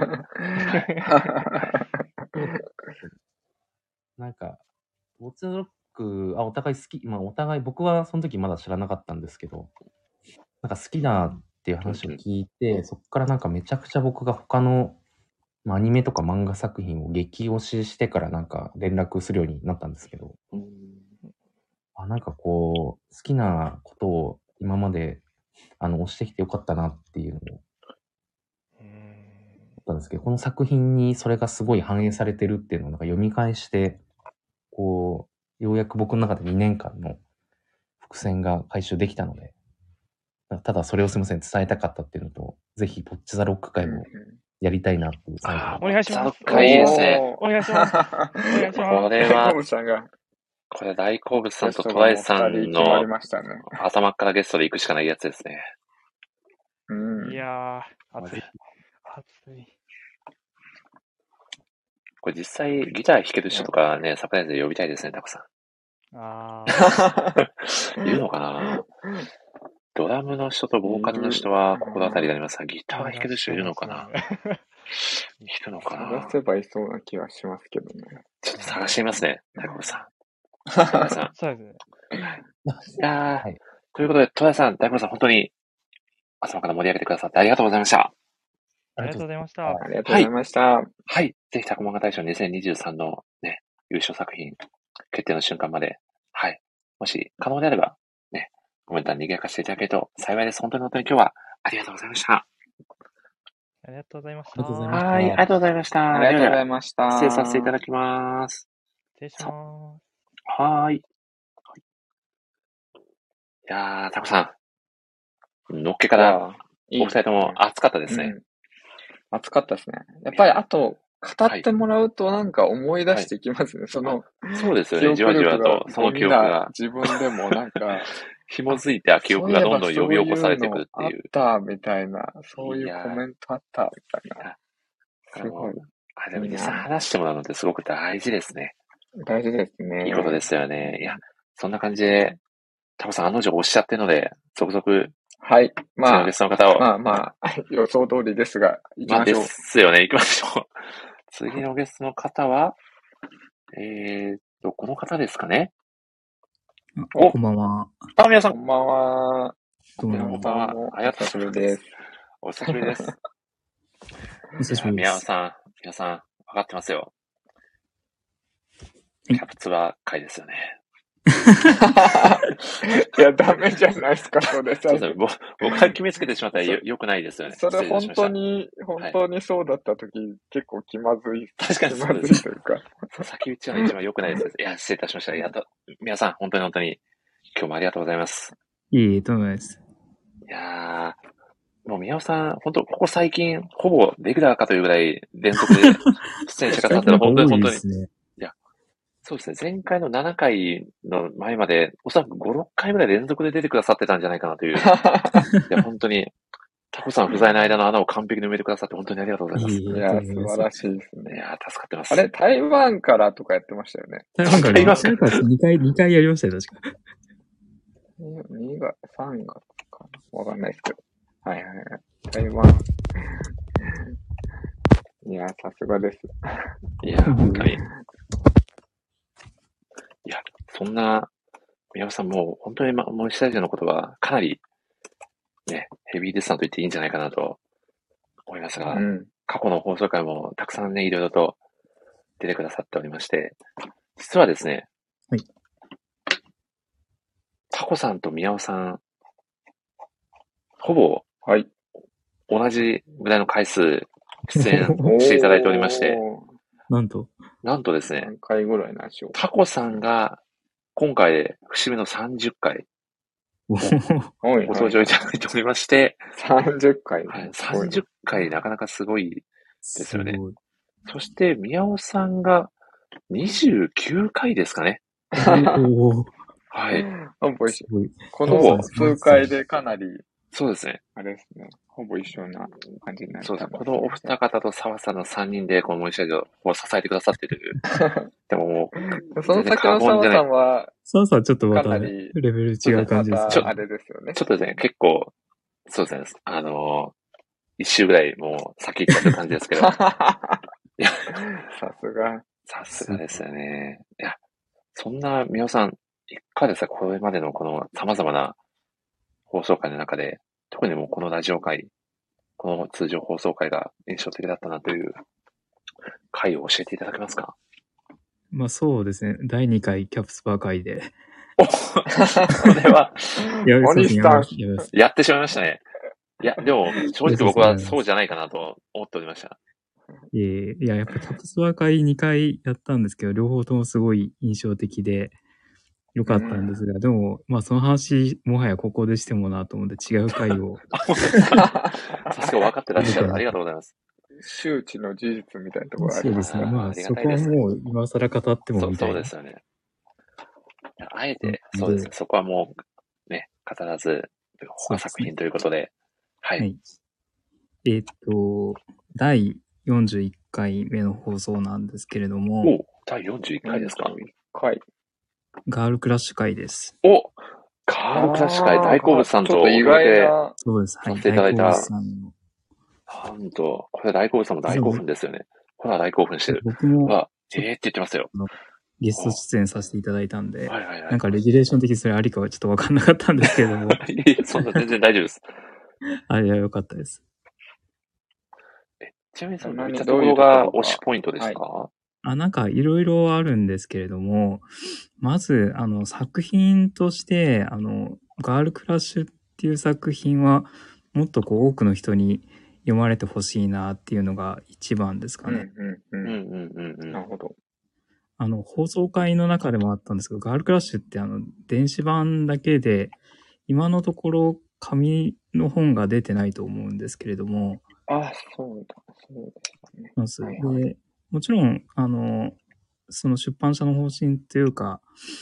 なんか、ボッチザロック、あ、お互い好き、まあお互い、僕はその時まだ知らなかったんですけど、なんか好きだっていう話を聞いて、そこからなんかめちゃくちゃ僕が他の、まあ、アニメとか漫画作品を激推ししてからなんか連絡するようになったんですけど、 うんあ、なんかこう、好きなことを今まであの押してきてよかったなっていうのをうん思ったんですけど、この作品にそれがすごい反映されてるっていうのをなんか読み返して、こう、ようやく僕の中でにねんかんの伏線が回収できたので、ただそれをすみません、伝えたかったっていうのと、ぜひ、ポッチザロック会もやりたいなっていう最後お願いします。 ボッチザロック会いいですね。 お願いします。お願いします。 これは大好物さんが、 これ大好物さんとゲスト戸田さんがもう二人決まりのましたね。 頭からゲストで行くしかないやつですね。 うん。 いやー、熱い。熱い。 これ実際ギター弾ける人とかね、サプライズで呼びたいですね、タコさん。 あー。 いるのかなドラムの人とボーカルの人は心当たりがありますが、ギター弾ける人いるのかな、 いらっしゃいますねいるのかな探せばいそうな気がしますけどね。 ちょっと探してみますね、タコさん。トラさん。 そうですね。 いやー、 はいということで、トラさん、大黒さん、本当に朝から盛り上げてくださってありがとうございました。 ありがとうございました。 ありがとうございました。はい。 はい、ぜひタコ漫画大賞にせんにじゅうさんのね、優勝作品決定の瞬間まで、はい、もし可能であれば、ね、コメント欄に賑やかしていただけると幸いです。本当に本当に今日はありがとうございました。 ありがとうございました。 ありがとうございました。 はい、ありがとうございました。 ありがとうございました。 失礼させていただきます。 失礼します。 はーい。いやー、タコさん、のっけからお二人とも熱かったですね。 うん、熱かったですね。やっぱりあと、語ってもらうとなんか思い出していきますね。はい、その、 そうですよね。じわじわと、その記憶が。 自分でもなんか、 紐づいた記憶がどんどん呼び起こされてくるっていう。 そういえばそういうのあったみたいな、そういうコメントあったみたいな。 すごい。あ、でも実際話してもらうのってすごく大事ですね。 大事ですね。 いいことですよね。いや、そんな感じで、タコさん、案の定おっしゃってるので、続々、 はい。まあ、 次のゲストの方を。 まあまあ、予想通りですが、行きましょう。 まあですよね、行きましょう。次のゲストの方は、えーっと、この方ですかね。 お、こんばんは。 あ、皆さん。 こんばんは。 どうも。 こんばんは。 お久しぶりです。 お久しぶりです。 お久しぶりです。 宮尾さん、皆さん、分かってますよ。キャプツバ会ですよね。 いや、ダメじゃないですか、それ。 そうですね。僕が決めつけてしまったらよ、よくないですよね。 それ本当に、本当にそうだったとき、はい、結構気まずい。 確かにそうです。気まずいというか。 先打ちは一番良くないです。いや、失礼いたしました。やっと、皆さん、本当に本当に、今日もありがとうございます。 いえいえ、とんでもないです。 いやー、もう宮尾さん、本当ここ最近、ほぼレギュラーかというぐらい連続で出演者が立ったら、本当に本当に。いや、そうですね。前回のななかいの前まで、おそらくご、ろっかいぐらい連続で出てくださってたんじゃないかなという。いや、本当に、タコさん不在の間の穴を完璧に埋めてくださって本当にありがとうございます。 いや、素晴らしいですね。 いや、助かってます。 あれ、台湾からとかやってましたよね。 台湾から台湾からにかい、にかいやりましたよ、確か。 にがつ、さんがつかなわかんないですけど。はいはいはい。台湾。いや、さすがです。 いや、本当に。いや、そんな、宮尾さんもう本当にモンスタジオのことはかなりね、ヘビーデスさんと言っていいんじゃないかなと思いますが、うん、過去の放送回もたくさんね、いろいろと出てくださっておりまして、実はですね、 はい、 タコさんと宮尾さん、ほぼ、 はい、 同じぐらいの回数出演していただいておりまして、 なんとなんとですね、 何回ぐらいなんでしょう。 タコさんが今回で節目のさんじゅっかいご登場いただいておりまして、 さんじゅっかい、 はい、さんじゅっかいなかなかすごいですよね。そして、宮尾さんがにじゅうきゅうかいですかね。はい。 ほぼ一緒。この数回でかなり、 そうですね。 あれですね。ほぼ一緒な感じになります、ね。 そうですね。このお二方と澤さんのさんにんで、このモンスタジオを支えてくださっている。でももう、その先の澤さんは、 澤さんちょっとまた、ね、レベル違う感じですね。ちょっとあれですよね。 ちょっとですね、結構、そうですね。あのー、一周ぐらいもう先行っちゃった感じですけど。いや、 さすが。 さすがですよね。いや、そんな宮尾さん、いかがですか、これまでのこの様々な放送回の中で、特にもうこのラジオ回、この通常放送回が印象的だったなという回を教えていただけますか？ まあそうですね。だいにかいキャプスパー回で。 おこれは、 や, やってしまいましたね。いや、でも、正直僕はそうじゃないかなと思っておりました。 いやいや、やっぱキャプスパー回にかいやったんですけど、両方ともすごい印象的で良かったんですが、うん、でも、まあその話、もはやここでしてもなと思って違う回を。 さすが分かってらっしゃる。ありがとうございます。 周知の事実みたいなところがありますね。そうですね。まあ、そこはもう今更語ってもみたいな。 そうですよね。あえて、そうですね。そこはもう、ね、語らず、他作品ということで、 はい。 はい。えーっと、だいよんじゅういっかいめの放送なんですけれども、 おだいよんじゅういっかいですか。 よんじゅういっかい。 ガールクラッシュ会です。 おガールクラッシュ会、大好物さんとおちょっと意外届けな。 そうです。はい。 させていただいた。 大好物さんの。 なんと、これ大好物さんも大興奮ですよね。ほら、大興奮してる。 僕も、 わ、えーって言ってますよ。 ゲスト出演させていただいたんで、 はいはいはい。 なんかレギュレーション的にそれありかはちょっとわかんなかったんですけれども。 いやいや、そんな全然大丈夫です。 あ、いや、よかったです。 え、ちなみにその、どういったところが推しポイントですか？はい、 あ、なんかいろいろあるんですけれども、まず、あの、作品として、あの、ガールクラッシュっていう作品は、もっとこう多くの人に読まれてほしいなっていうのが一番ですかね。 うんうんうん。うんうんうん。なるほど。 あの、放送会の中でもあったんですけど、ガールクラッシュってあの、電子版だけで、今のところ紙の本が出てないと思うんですけれども。 あ、そうだ、そうですね。 そうです。はいはい、で、もちろん、あの、その出版社の方針というか、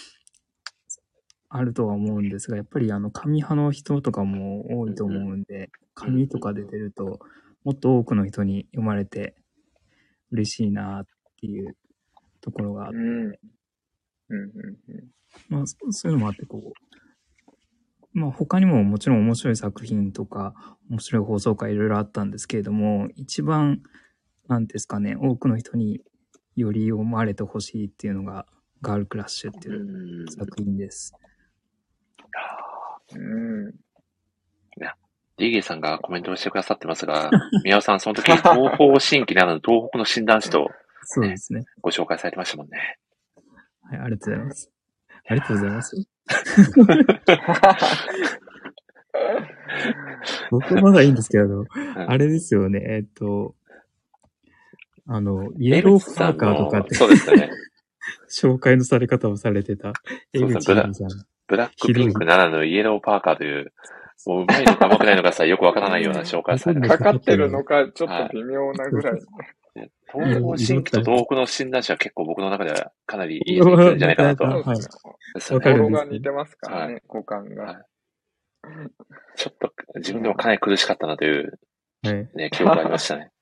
あるとは思うんですが、やっぱりあの、紙派の人とかも多いと思うんで、紙とかで出ると、もっと多くの人に読まれて嬉しいなっていうところがあって、うんうんうん、まあ、そういうのもあって、こう、まあ他にももちろん面白い作品とか、面白い放送回いろいろあったんですけれども、一番、なんですかね、多くの人により読まれてほしいっていうのが、ガールクラッシュっていう作品です。 うん。いや、ディゲーさんがコメントをしてくださってますが、宮尾さん、その時、東方神起などの東北の診断士と、ね、 そうですね。 ご紹介されてましたもんね。 はい、ありがとうございます。ありがとうございます。僕はまだいいんですけど、うん、あれですよね、えっと、あの、イエローパーカーとかって、 そうですよね。 紹介のされ方をされてた、江口さん。 ブラックピンクならぬイエローパーカーという、もううまいのかうまくないのかさ、よくわからないような紹介されてかかってるのか、ちょっと微妙なぐらい。はい、 東北の新規と東北の診断士は結構僕の中ではかなりいいやつなんじゃないかなと。 そうですね。心が似てますからね、五感が、はい。 ちょっと自分でもかなり苦しかったなという、ね、記憶がありましたね。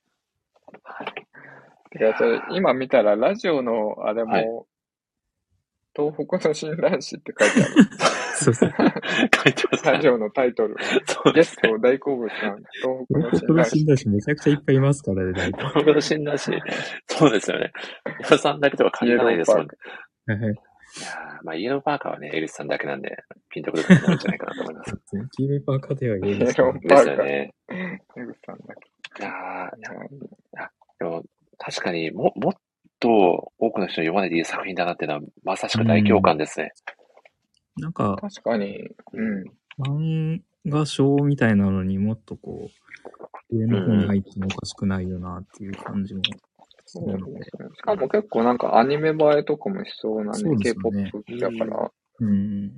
いや、それ今見たらラジオのあれも、はい、東北の診断士って書いてある。 そうですね。 書いてますね。 ラジオのタイトル。そうですね。ゲスト大好物さん、東北の診断士。 東北の診断士めちゃくちゃいっぱいいますからね、大体。東北の診断士。そうですよね。イエローさんだけとは限らないですもんね。いやまあ、イエローパーカーはね、江口さんだけなんで、ピンとくると思うんじゃないかなと思います。 イエローパーカーではイエローパーカー。 ですよね。 江口さんだけ。 いやー、でも、確かにも、もっと多くの人に読まれている作品だなっていうのは、まさしく大共感ですね。 うん、なんか、 確かに、うん。 漫画賞みたいなのにもっとこう、上の方に入ってもおかしくないよなっていう感じもするので。 うん、しかも結構なんかアニメ映えとかもしそうなね、ね K-ポップ だから。 うん。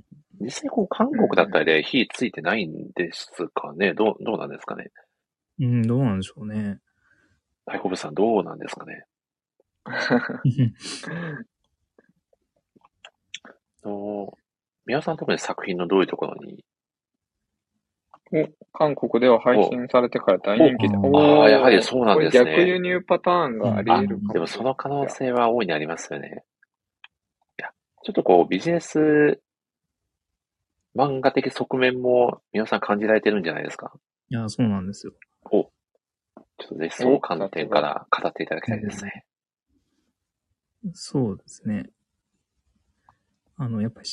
実際こう、韓国だったりで火ついてないんですかね、どう、どうなんですかね。 うん、どうなんでしょうね。 大好物さんどうなんですかね。の皆さん特に作品のどういうところにお、韓国では配信されてから大人気で。 ああ、やはりそうなんですね。 逆輸入パターンがあり得るかも、うん。 でもその可能性は大いにありますよね。いや、ちょっとこうビジネス漫画的側面も皆さん感じられてるんじゃないですか。 いや、そうなんですよ。 お、ちょっとね、そう観点から語っていただきたいですね。 そうですね。あの、やっぱり、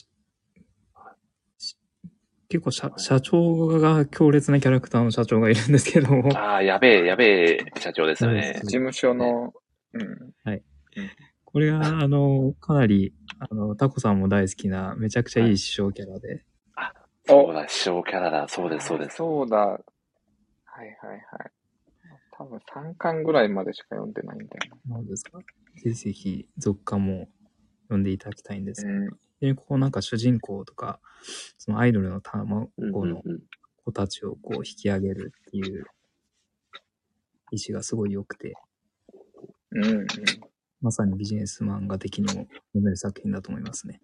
結構社、社長が強烈なキャラクターの社長がいるんですけども。 ああ、やべえ、やべえ社長ですよね。 事務所の、 ね、うん。はい。これが、あの、かなり、あの、タコさんも大好きな、めちゃくちゃいい師匠キャラで。はい、 あ、そうだ、師匠キャラだ。そうです、そうです。 そうだ。はいはいはい。多分さんかんぐらいまでしか読んでないんだよな。そうですか。ぜひぜひ、続刊も読んでいただきたいんですけど、うん、でこうなんか主人公とか、そのアイドルの卵の子たちをこう引き上げるっていう意志がすごい良くて、 うんうん、 まさにビジネス漫画的にも読める作品だと思いますね。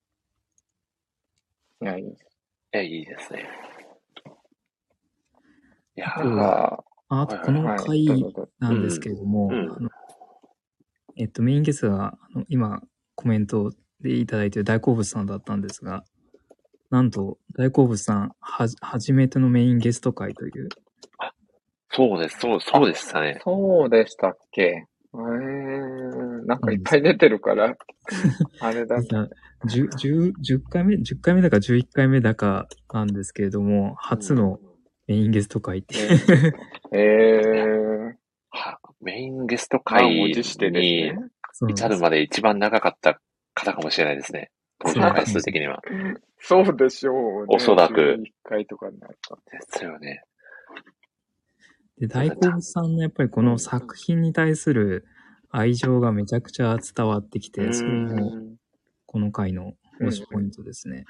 いや、いいです。 いや、いいですね。 いやなんー、 か、 ああと、このはい、どう回ぞどうぞ。 なんですけれども、 うんうんあのえっと、メインゲストが、あの今、コメントでいただいている大好物さんだったんですが、なんと、大好物さん、はじ、初めてのメインゲスト会という。 そうです、そう、そうでしたね。 そうでしたっけ。えー、なんかいっぱい出てるから、あれだな。 じゅう、じゅう、じゅっかいめ ?じゅっ 回目だかじゅういっかいめだかなんですけれども、初のメインゲスト会っていう。 えー、 はメインゲスト満を会持してですにね。 至るまで一番長かった方かもしれないですね。登場回数的には。 そうでしょうね。 おそらくじゅういっかいとかになると。 ですよね。 で、大好物さんのやっぱりこの作品に対する愛情がめちゃくちゃ伝わってきて、それもこの回の推しポイントですね。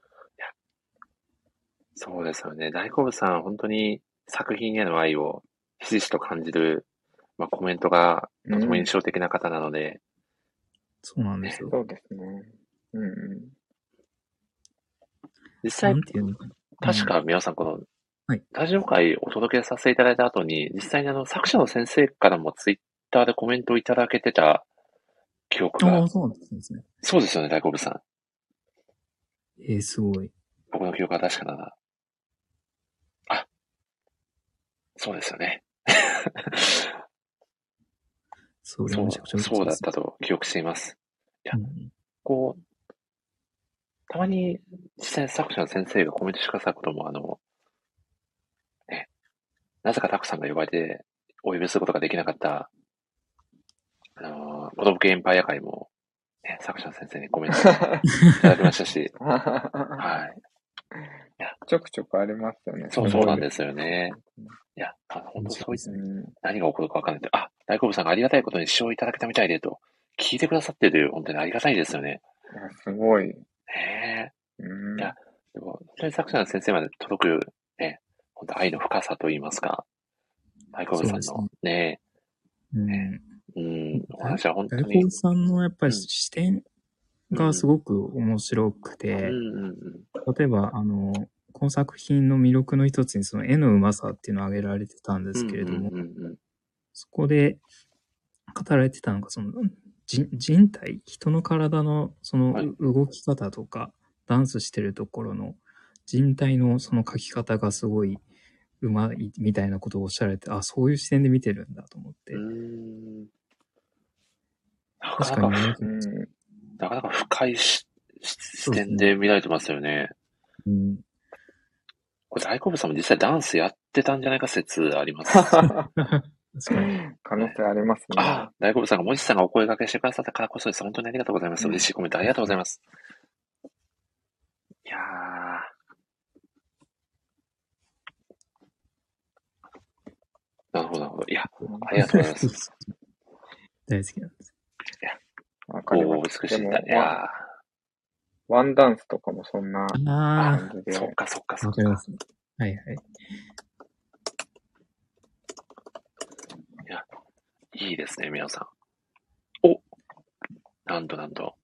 そうですよね。大好物さん、本当に作品への愛をひしひしと感じる、まあ、コメントがとても印象的な方なので。 うん、そうなんですよ。 そうですね。うんうん、 実際、確か皆さんこの、ラジオ会お届けさせていただいた後に、実際にあの作者の先生からもツイッターでコメントをいただけてた記憶が。 ああ、そうなんですね。 そうですよね、大好物さん。 えー、すごい。 僕の記憶は確かだな。あ、そうですよね。 そう、 そう、そうだったと記憶しています。いや、うん、こう、たまに実際に作者の先生がコメントしてくださることも、あの、ね、なぜかたくさんが呼ばれてお呼びすることができなかった、あのー、子供系エンパイア会も、ね、作者の先生にコメントいただきましたし、はい。 いやちょくちょくありますよね。 そうそうなんですよね。いや、あの本当そういう、うん、何が起こるかわかんない。あ、大好物さんがありがたいことに視聴いただけたみたいでと、聞いてくださってる、本当にありがたいですよね。 いや、すごい。 ねえ。 うん、 いや、でも、本当に作者の先生まで届く、ね、本当愛の深さといいますか、大好物さんのね、 ねうん、うん、お話は本当に。 大好物さんのやっぱり視点がすごく面白くて、 うんうんうん、 例えば、あの、この作品の魅力の一つにその絵のうまさっていうのを挙げられてたんですけれども、 うんうんうんうん、 そこで語られてたのが、その人体、人の体のその動き方とか、はい、ダンスしてるところの人体のその描き方がすごいうまいみたいなことをおっしゃられて、あ、そういう視点で見てるんだと思って。 うーん、 確かに、 なかなか深い視点で見られてますよね。 うん、 これ大好物さんも実際ダンスやってたんじゃないか説あります。 確かに。 可能性ありますね。 ああ、大好物さんが、もじさんがお声掛けしてくださったからこそです。本当にありがとうございます。うん、嬉しいコメントありがとうございます。いやー。なるほど、なるほど。いや、ありがとうございます。 大好きなんです。 いや、わかります。美しい。いやワンダンスとかもそんな感じで。 そっかそっかそっか。 わかります。はいはい。 いや、いいですね、皆さん。おなんとなんと。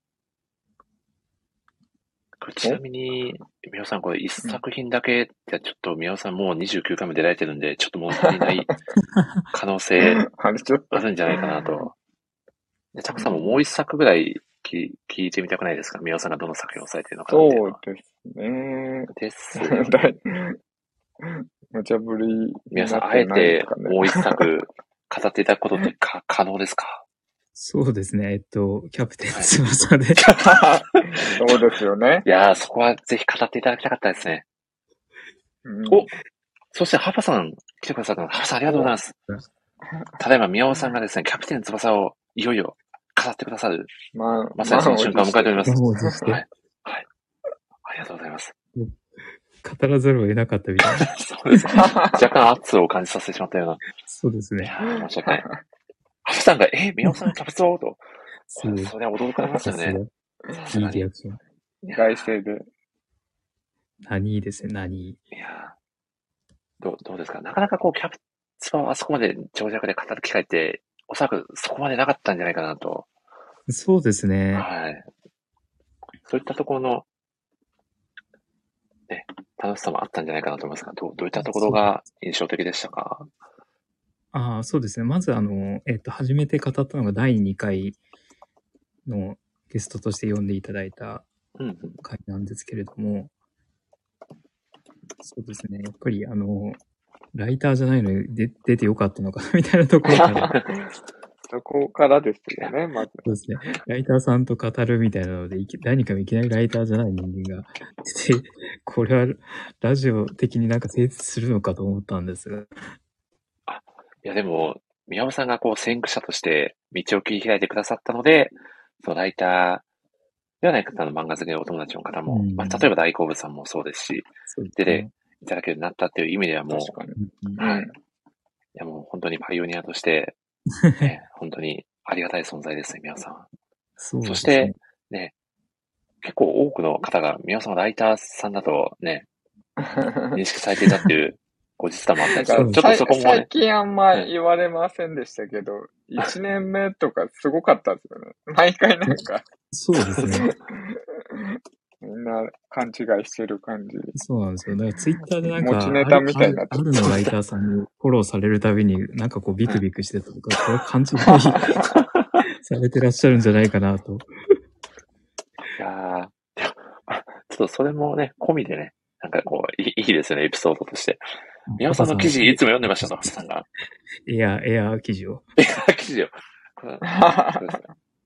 これちなみに、皆さんこれ一作品だけってちょっと皆さんもうにじゅうきゅうかいも出られてるんで、ちょっともう足りない可能性あるんじゃないかなと。で、たくさんももう一作ぐらい聞聞いてみたくないですか？皆さんがどの作品をされているのかっていうのは。 そうですね。 ですよね。 無茶ぶり。 皆さん、あえてもう一作語っていただくことってか可能ですか？ そうですね。えっと、キャプテン翼で。 そうですよね。 いやー、そこはぜひ語っていただきたかったですね。うん、おそして、ハパさん来てくださったので、ハパさんありがとうございます。ただいま、宮尾さんがですね、キャプテン翼をいよいよ語ってくださる。まあ、まさにその瞬間を迎えております。はい。はい。ありがとうございます。 語らざるを得なかったみたいな。 そうですね。若干圧を感じさせてしまったような。 そうですね。 いやー、申し訳ない。ハパさんが、え、宮尾さんキャプツをと。それは驚かれますよね。 いいリアクション。 外声で。 何いいですね、何いい。 いやどう、どうですか？なかなかこう、キャプツバをあそこまで長尺で語る機会って、おそらくそこまでなかったんじゃないかなと。 そうですね。 はい。そういったところの、ね、 楽しさもあったんじゃないかなと思いますが、どうどういったところが印象的でしたか？ ああ、そうですね。まず、あの、えっと、初めて語ったのがだいにかいのゲストとして呼んでいただいたうんうん。 回なんですけれども、そうですね。やっぱり、あの、ライターじゃないのに出出てよかったのかなみたいなところから、 そこからですよね、まず。 そうですね。ライターさんと語るみたいなので、いき何かいきなりライターじゃない人間が出て、これはラジオ的になんか成立するのかと思ったんですが。 あ、いやでも、宮尾さんがこう先駆者として道を切り開いてくださったので、そのライターではない方の漫画好きのお友達の方も、 うんまあ、例えば大好物さんもそうですし、 そうです出てね。 いただけるようになったっていう意味ではも確かに。 うんうんう、はい。 うんいやもう本当にパイオニアとして、ね、本当にありがたい存在ですね、宮尾さんは。 そうですそしてね。、 ね、結構多くの方が宮尾さんはライターさんだとね、認識されていたっていうご実談もあったりして、ちょっとそこもね最。近あんま言われませんでしたけど、いちねんめとかすごかったですよね。毎回なんか、 そうですね。 みんな勘違いしてる感じ。 そうなんですよ。だからツイッターでなんか、 持ちネタみたいになってあるあるのライターさんにフォローされるたびに、なんかこうビクビクしてたとか、これ勘違いされてらっしゃるんじゃないかなと。 いやー、ちょっとそれもね、込みでね、なんかこう、いいいですよね、エピソードとして。宮尾さんの記事いつも読んでましたと、ハさんが。 エア、エア記事を。 エア記事を。そうですね。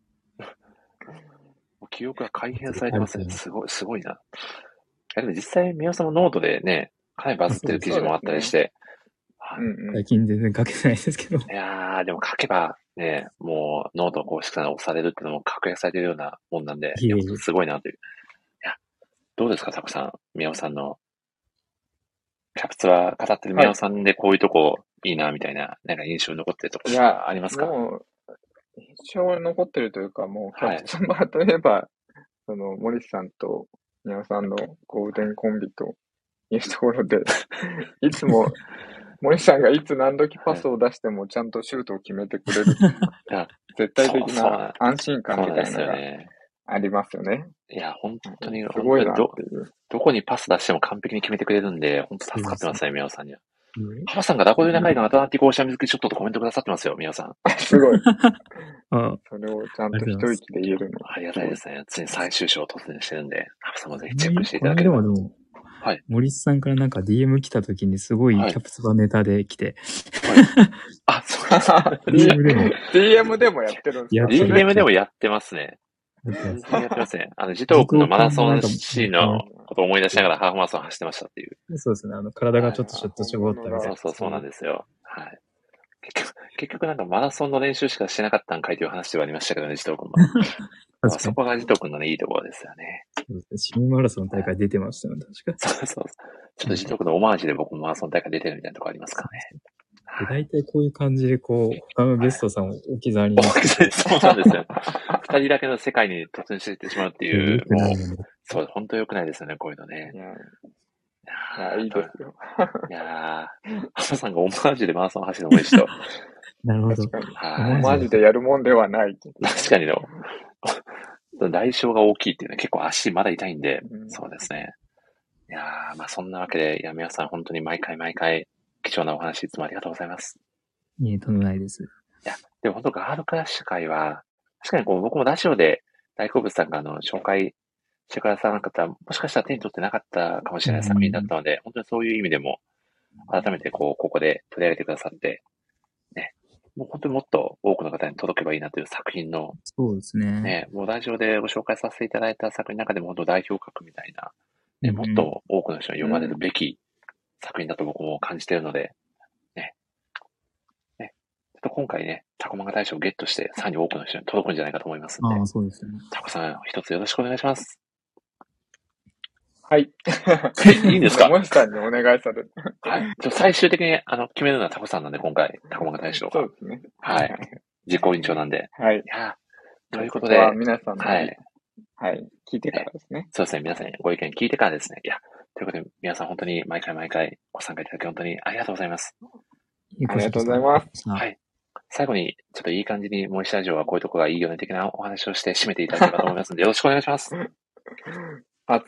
記憶が改変されてますね。すごい、すごいな。いやでも実際、宮尾さんもノートでね、かなりバズってる記事もあったりして、 うんうん、 最近全然書けてないですけど。 いやー、でも書けばね、もうノート公式さんに押されるっていうのも確約されてるようなもんなんで、 いえいえすごいなという。いや、どうですか、タコさん、宮尾さんの、キャプツは語ってる宮尾さんでこういうとこいいな、みたいな、なんか印象に残ってるところありますか？ もう、印象に残ってるというか、もう、キャプツバといえば、その、森さんと宮尾さんのゴールデンコンビというところで、いつも、森さんがいつ何時パスを出してもちゃんとシュートを決めてくれる。絶対的な安心感みたいなのがありますよね。 いや、本当に、 すごいなっていう。 どこにパス出しても完璧に決めてくれるんで、本当助かってますね、宮尾さんには。ハマさんがダコルナ会のアトランティコオーシャン水木ショットとコメントくださってますよ、宮尾さん。 すごい。 あそれをちゃんと一息で言えるの。 ありがたいですね。ついに最終章を突入してるんで、ハマさんもぜひチェックしていただければ。 はい。森さんからなんか ディーエム 来た時にすごいキャプツバネタで来て。 はい、あ、そうです。 ディーエム でも。ディーエム でもやってるんですか？ ディーエム でもやってますね。全然やってますね。あの、ジトー君のマラソンシーンのことを思い出しながらハーフマラソン走ってましたっていう。 そうですね。あの、体がちょっとシュッとしょぼったみたいな。 そうそうそうなんですよ。はい。結局、結局なんかマラソンの練習しかしてなかったんかいという話ではありましたけどね、ジトー君も。まあ、そこがジトー君の、ね、いいところですよね。 市民マラソン大会出てましたよね、確か。 そうそう。ちょっとジトー君のオマージュで僕もマラソン大会出てるみたいなところありますからね。 大体こういう感じで、こう、他のゲストさんを置き去りにして。そうなんですよ。二人だけの世界に突入していってしまうっていう。もうそう、本当良くないですよね、こういうのね。 いや、いやいいですよ。 いやー、ハマさんがオマージュでマラソン走るのもいいしと。 なるほど。 オマージュでやるもんではない。 確かにの。代償が大きいっていうね、結構足まだ痛いんで、うん、そうですね。いやー、まあそんなわけで、いや、皆さん本当に毎回毎回、貴重なお話いつもありがとうございます。 いえ、とんでもないです。 いや、でも本当ガールクラッシュ会は、確かにこう僕もラジオで大好物さんがあの紹介してくださらなかったら、もしかしたら手に取ってなかったかもしれない作品だったので、うん、本当にそういう意味でも、改めてこう、ここで取り上げてくださって、ね、もう本当にもっと多くの方に届けばいいなという作品の、 そうですね。 ね、もうラジオでご紹介させていただいた作品の中でも本当代表格みたいな、ね、もっと多くの人に読まれるべき作品だと僕も感じているので、ね。ね。ちょっと今回ね、タコマンガ大賞をゲットして、さらに多くの人に届くんじゃないかと思いますので。 ああ、そうですね。 タコさん、一つよろしくお願いします。 はい。 いいんですか？ 森さんにお願いされる。 はい。最終的に、あの、決めるのはタコさんなんで、今回、タコマンガ大賞が。 そうですね。 はい。実行委員長なんで。 はい。いやということで。 皆さんの、 はい。 はい。聞いてからですね。 そうですね。皆さんにご意見聞いてからですね。いや、ということで、皆さん本当に毎回毎回ご参加いただき本当にありがとうございます。 ありがとうございます。 はい。最後に、ちょっといい感じに、森下ラジオはこういうとこがいいよね的なお話をして締めていただければと思いますので、よろしくお願いします。 熱。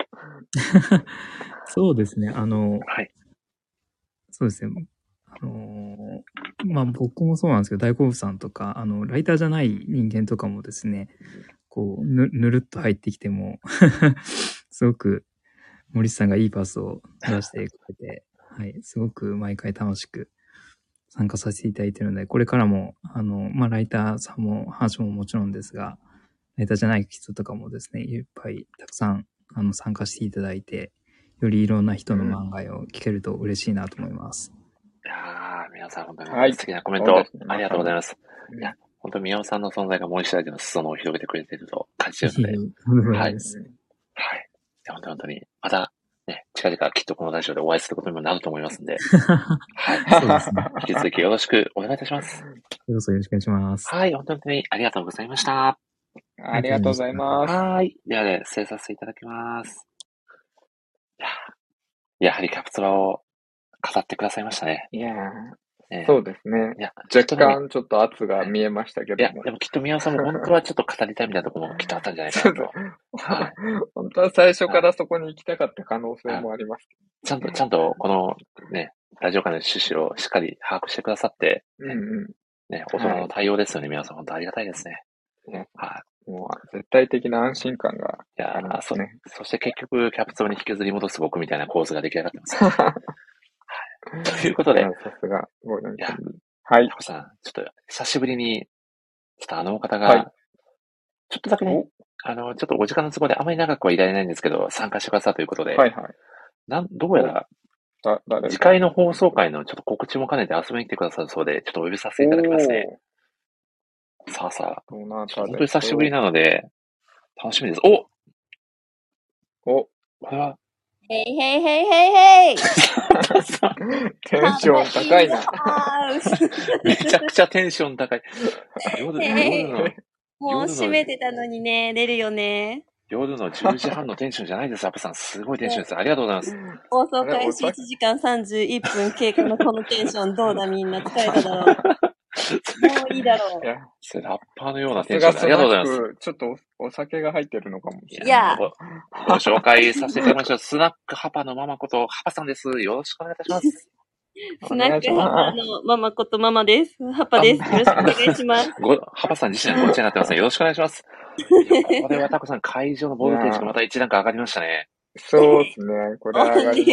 そうですね。あの、 はい。 そうですね。あのー、まあ僕もそうなんですけど、大好物さんとか、あの、ライターじゃない人間とかもですね、こう、ぬ、ぬるっと入ってきても、すごく、森さんがいいパスを出してくれて、はい、すごく毎回楽しく参加させていただいているので、これからも、あの、まあライターさんも話ももちろんですが、ライターじゃない人とかもですね、いっぱいたくさんあの参加していただいて、よりいろんな人の漫画を聞けると嬉しいなと思います。 いやー、皆さん本当はいに素敵なコメント、 そうですねありがとうございます。 うんいや、本当宮尾さんの存在が森下での裾野を広げてくれていると感じているので、 とんでもなはいい。 です。 はい。いや本当に本当に、また、ね、近々きっとこのラジオでお会いすることにもなると思いますんで、はい。 そうですね。 引き続きよろしくお願いいたします。 どうぞよろしくお願いします。 はい、本当にありがとうございました。 ありがとうございます。 はい。ではね、失礼させていただきます。いや、やはりキャプツバを語ってくださいましたね。 いやー、 えーそうですね。 いや、 若干ちょっと圧が見えましたけいや、 ども。 でもきっと宮尾さんも本当はちょっと語りたいみたいなところもきっとあったんじゃないかなと。はい。 本当は最初からそこに行きたかった可能性もあります。 ちゃんと、ちゃんとこのね、ラジオ界の趣旨をしっかり把握してくださって、 うんうん。 ね、大人の対応ですよね、皆さん。本当ありがたいですね。 ねはい。 もう絶対的な安心感がいやありますね。 そ、そして結局、キャプツバに引きずり戻す僕みたいな構図が出来上がってます、ね。はい。ということで。 さすが、ゴールデンいや、 はい。 タコさん、ちょっと久しぶりに、ちょっとあのお方が、 はい、 ちょっとだけね、あの、ちょっとお時間の都合であまり長くはいられないんですけど、参加してくださるということで、 はいはい。 なん、どうやら、次回の放送回のちょっと告知も兼ねて遊びに来てくださるそうで、ちょっとお呼びさせていただきますね。さあさあ、本当に久しぶりなので、楽しみです。おおこれはへいへいへいへいへいテンション高いな。 めちゃくちゃテンション高い。夜、夜の、 もう閉めてたのにね、出るよね。 夜のじゅうじはんのテンションじゃないです、アップさん。すごいテンションです。ありがとうございます。 放送開始いちじかんさんじゅういっぷん経過のこのテンション、どうだみんな疲れただろう。もういいだろう。 いや、それラッパーのようなテンションでありがとうございます。 ちょっとお酒が入ってるのかもしれない。 いやご、ご紹介させていただきましょう。スナックハパのママことハパさんです。よろしくお願いいたします。 スナックハパのママことママです。ハパです。よろしくお願いします。 ご、ハパさん自身はごっちゃになってますね。よろしくお願いします。これはタコさん、会場のボルテージがまた一段階上がりましたね。 そうですね。これは上がりました。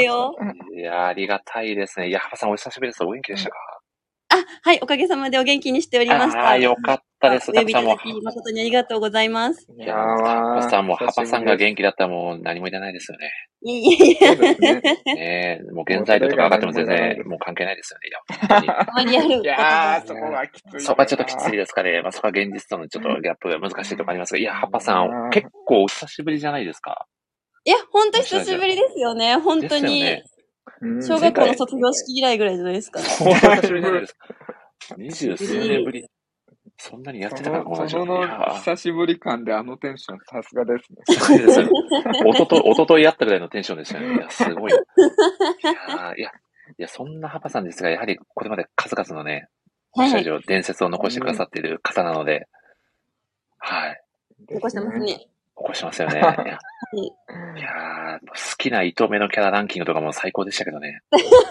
いや、ありがたいですね。いや、ハパさんお久しぶりです。お元気でしたか？ あ、はい、おかげさまでお元気にしておりました。 ああ、よかったです。 お呼びいただき、誠にありがとうございます。 いや、ハパさんも、ハパさんが元気だったらもう何もいらないですよね。 いやいや。 ねえ、もう現在度とか上がっても全然もう関係ないですよね。いや、 あまりやることいやー、そこはきつい。 そこはちょっときついですかね。まあ、そこは現実とのちょっとギャップが難しいところありますが、いや、ハパさん、結構お久しぶりじゃないですか。 いや、ほんと久しぶりですよね。本当に。小学校の卒業式以来ぐらいじゃないですか。 そう久しぶりじゃないですか。二十数年ぶり。そんなにやってたからこのラジオ。 その久しぶり感であのテンション、さすがですね。 すごいですよ。おととい、おとといやったぐらいのテンションでしたね。いや、すごい。いや、いや、いや、そんなハパさんですが、やはりこれまで数々のね、ラジオ伝説を残してくださっている方なので、はい。 残してますね。 残してますよね。いや、いや好きな糸目のキャラランキングとかも最高でしたけどね。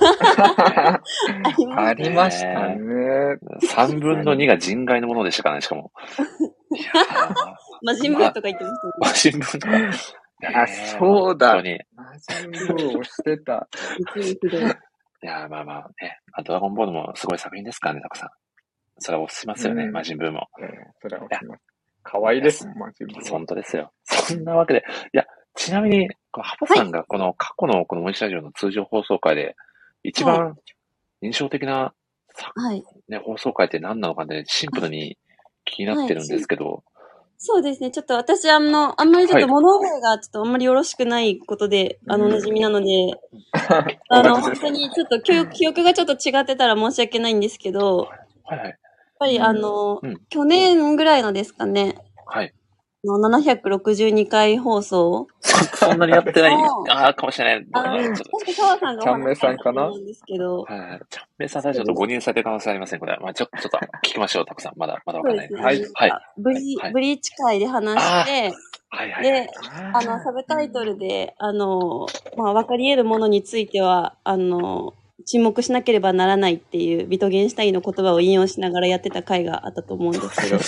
ありましたね。 さんぶんのにが人外のものでしたからね、しかも。 いや魔人ブーとか言ってましたね。 魔人ブーとか。 あ、そうだ。魔人ブーをしてた。 いや、まあまあね、ドラゴンボールもすごい作品ですからね、たくさん。それは押しますよね、魔人ブーも。 それは押します。可愛いですもん、魔人ブー。 本当ですよ。そんなわけで、いや、ちなみに、ハパさんがこの過去のこの森下ラジオの通常放送回で、一番印象的な、 はいね、放送回って何なのかね、シンプルに気になってるんですけど。はい、 そうですね。ちょっと私、あの、あんまりちょっと物覚えがちょっとあんまりよろしやっぱりことで、あの、おなじみなので、あの、本当にちょっと記憶、記憶がちょっと違ってたら申し訳ないんですけど、 はいはい。 やっぱりあの、うん、去年ぐらいのですかね。 はい。 のななひゃくろくじゅうにかい放送そんなにやってないああ、かもしれない。 あ確か澤さんがお話しされたと思うんですけど。 はい。ちゃんめいさんはちょっとご入されてる可能性ありません、これ。まあちょ、ちょっと聞きましょう、たくさん。まだ、まだわかんない。 はい。はい。ブリ、ブリーチ会で話して、 はいはい、はい。 で、あの、サブタイトルで、あの、まあ、わかり得るものについては、あの、沈黙しなければならないっていうビトゲンシュタインの言葉を引用しながらやってた回があったと思うんですけど。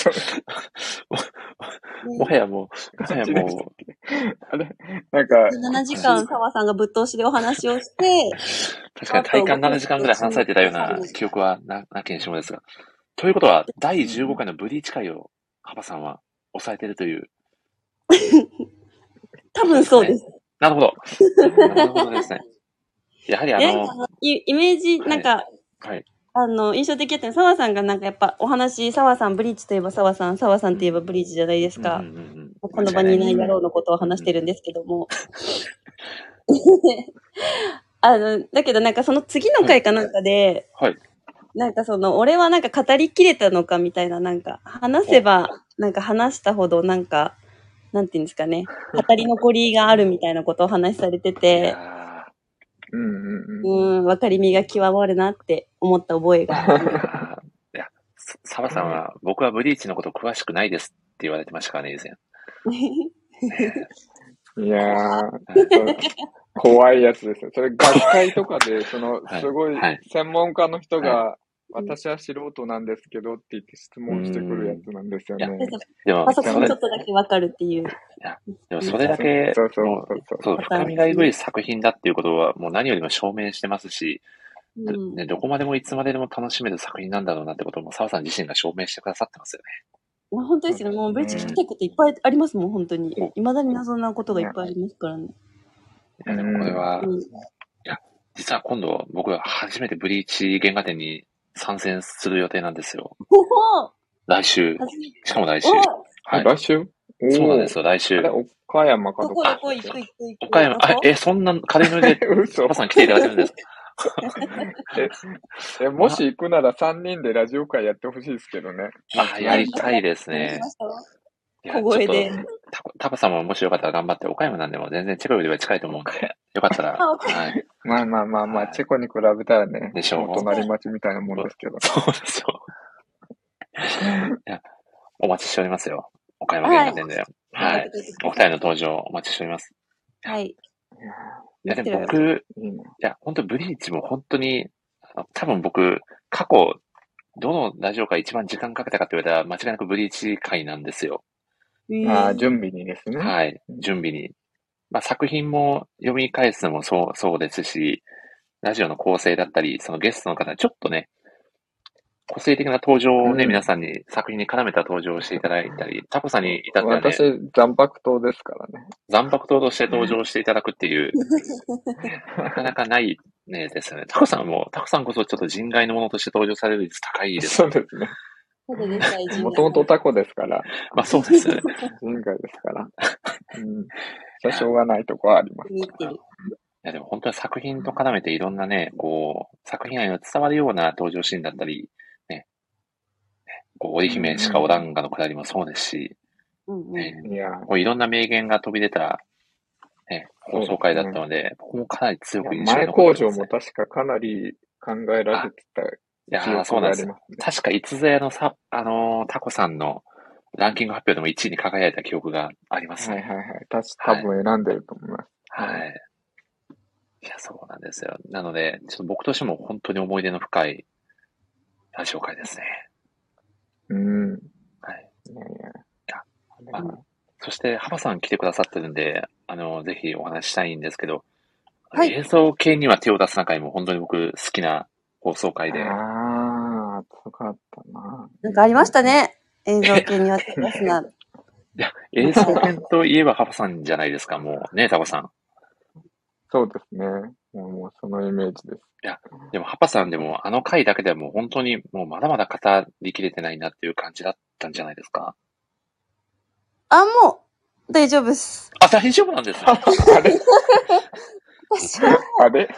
もはやもう、もはやもう、 あれなんか、 ななじかん澤さんがぶっ通しでお話をして、 確かに体感ななじかんぐらい話されてたような記憶はな、なきにしもですが。ということは、だいじゅうごかいのブリーチ会を、ハバさんは抑えてるという。 多分そうです。 なるほど。なるほどですね。やはりあの、 イメージ、なんか、 はい。 あの、印象的だったのは、澤さんがなんかやっぱお話、澤さん、ブリーチといえば澤さん、澤さんといえばブリーチじゃないですか。うんうんうん、この場にいない野郎のことを話してるんですけども。あの、だけどなんかその次の回かなんかで、 はい。はい、 なんかその、俺はなんか語りきれたのかみたいな、なんか、話せば、なんか話したほど、なんか、なんていうんですかね、語り残りがあるみたいなことを話されてて、 うんうんうん、うん、分かりみが極まるなって思った覚えが。 いや、澤さんは、僕はブリーチのこと詳しくないですって言われてましたからね、以前。 いやー、怖いやつですよ。それ学会とかで、その、すごい専門家の人が、はいはい、私は素人なんですけどって言って質問してくるやつなんですよね。 でも、パソコンちょっとだけわかるっていう。いや、でもそれだけ、そうそうそうそう。そう、深みがえぐい作品だっていうことは、もう何よりも証明してますし、うん、ね、どこまでもいつまででも楽しめる作品なんだろうなってことも、澤さん自身が証明してくださってますよね。 まあ、本当ですよね。もうブリーチ聞きたいこといっぱいありますもん、本当に。いまだに謎なことがいっぱいありますからね。 いや、でもこれは、うん、いや、実は今度僕は初めてブリーチ原画展に参戦する予定なんですよ。来週。しかも来週。 はい。来週そうなんですよ、来週。 岡山かどこどこ行く行く行く。 岡山、あ、え、そんな軽いので、皆さん来ていただけるんですかえ、もし行くならさんにんでラジオ会やってほしいですけどね。 あ、やりたいですね。 小声で。 タコ、タコさんももしよかったら頑張って、岡山なんでも全然チェコよりは近いと思うんで、よかったら。はい。 まあまあまあまあ、チェコに比べたらね、でしょう。隣町みたいなもんですけど。 そうですよ。いや、お待ちしておりますよ。岡山原画展で。はい。お二人の登場お待ちしております。 はい。 いや、でも僕、いや、本当ブリーチも本当に、多分僕、過去、どのラジオ会一番時間かけたかって言われたら、間違いなくブリーチ会なんですよ。 ああ、準備にですね。 はい、準備に。まあ、作品も読み返すのもそう、そうですし、ラジオの構成だったり、そのゲストの方、ちょっとね、個性的な登場をね、うん、皆さんに作品に絡めた登場をしていただいたり、タコさんに至ってはね、 私、残白刀ですからね。 残白刀として登場していただくっていう、なかなかないねですよね。タコさんも、タコさんこそちょっと人外のものとして登場される率高いです、 ね。そうですね。もともとタコですから。 まあそうですね。 人外ですから。うん。じゃしょうがないとこはあります。 いやでも本当に作品と絡めていろんなね、こう、作品愛の伝わるような登場シーンだったり、ね、こう、織姫しかおらんがのくだりもそうですし、 うんね、いやこういろんな名言が飛び出た、ね、放送回だったので、ね、ここもかなり強く印象に残ってます、ね。 前工場も確かかなり考えられてた。 いやー、そうなんです。確か、いつぞやのさ、あのー、タコさんのランキング発表でもいちいに輝いた記憶がありますね。 はいはいはい。たし、多分選んでると思います。 はい。はい、いや、そうなんですよ。なので、ちょっと僕としても本当に思い出の深いラジオ会ですね。 うん。 はい。いやいや。まあ、そして、ハバさん来てくださってるんで、あの、ぜひお話したいんですけど、はい、映像系には手を出す中にも本当に僕好きな放送回で。 ああ、熱かったな。 なんかありましたね。映像系には手を出すな。 いや、映像系といえばハバさんじゃないですか、もうね、タコさん。 そうですね。もう、もうそのイメージです。 いや、でもハパさんでもあの回だけではもう本当にもうまだまだ語りきれてないなっていう感じだったんじゃないですか。 あ、もう大丈夫です。 あ、大丈夫なんですね。 あれあれ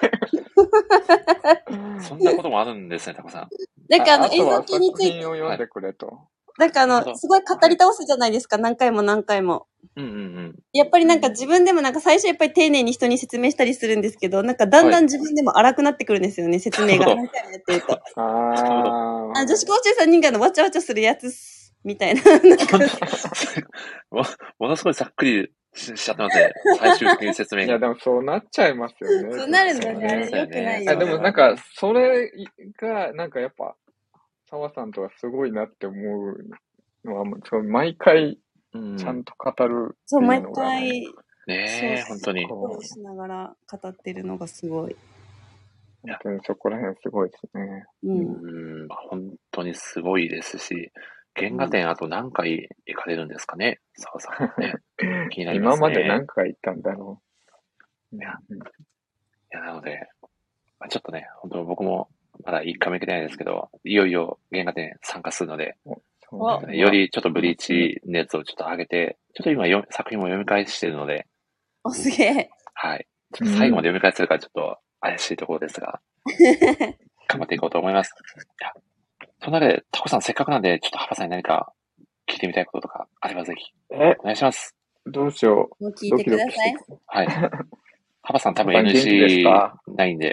そんなこともあるんですね、タコさん。 なんかあの映像系について。 作品を読んでくれと。 なんかあの、すごい語り倒すじゃないですか、何回も何回も。 うんうんうん。 やっぱりなんか自分でもなんか最初やっぱり丁寧に人に説明したりするんですけど、なんかだんだん自分でも荒くなってくるんですよね、はい、説明が。何回もやってると。 ああ女子高中さん人間のわちゃわちゃするやつみたいな。なんかもものすごいざっくりししちゃってますね。最終的に説明いや、でもそうなっちゃいますよね。 そうなるのそうね、あれ良くないよ。 あでもなんか、それが、なんかやっぱ、澤さんとかすごいなって思うのは、そう毎回、ちゃんと語るってそう、毎いうのが、ね。 回、 ねえ、 そう本当に。 そうしながら語ってるのがすごい。 本当にそこら辺すごいですね。 うん。 うん、本当にすごいですし、原画展あと何回行かれるんですかね、澤さんね。気になりますね。 今まで何回行ったんだろう。 いや、いやなので、まあ、ちょっとね、本当僕もまだいっかいも行けてないですけど、いよいよ原画展参加するので、よりちょっとブリーチ熱をちょっと上げて、ちょっと今よ作品も読み返してるので、 お、すげえ。 はい。ちょっと最後まで読み返せるかちょっと怪しいところですが、頑張っていこうと思います。いや、その中で、タコさんせっかくなんで、ちょっとハパさんに何か聞いてみたいこととかあればぜひ、お願いします。 どうしよう。もう聞いてください。 はい。ハパさん多分 エヌジー ないんで。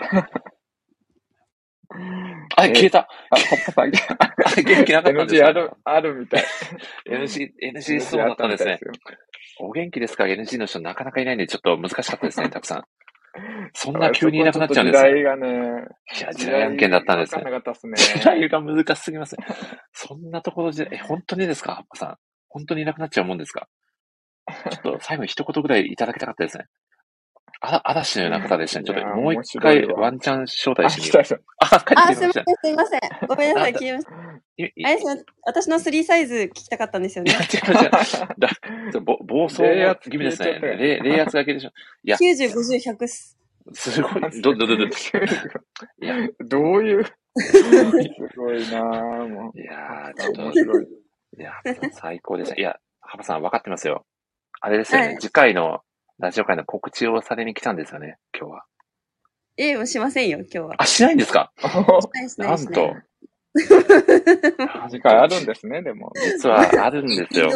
あれ、消えた。 あ、ハパさん、 あれ、元気なかったんですか？ エヌジー ある、あるみたい。 エヌジー、エヌジー そうだったんですね。お元気ですか？ エヌジー の人なかなかいないんで、ちょっと難しかったですね、たくさん。そんな急にいなくなっちゃうんですよ。 時代がね。 いや、時代案件だったんですね。時代が難しすぎますね。そんなところで、え、本当にですか？ハッパさん。本当にいなくなっちゃうもんですか？ちょっと最後に一言ぐらいいただきたかったですね。あ、嵐のような方でしたね。ちょっともう一回ワンチャン招待してみよう。 あ、帰ってきました。あ、すいません、すいません。ごめんなさい、消えました。あれですね、私のスリーサイズ聞きたかったんですよね。 違う違う。暴走気味ですね。冷圧がけでしょ。 いや。きゅうじゅう、ごじゅう、ひゃくっす。 すごい。ど、ど、ど、ど。いや、どういう。すごいなぁ、もう。 いやー、ちょっと面白い。いや、最高です。いや、ハパさん分かってますよ。あれですよね。はい、次回のラジオ会の告知をされに来たんですよね、今日は。 ええ、もうしませんよ、今日は。 あ、しないんですか？ なんと。 次回あるんですね、でも。 実はあるんですよ。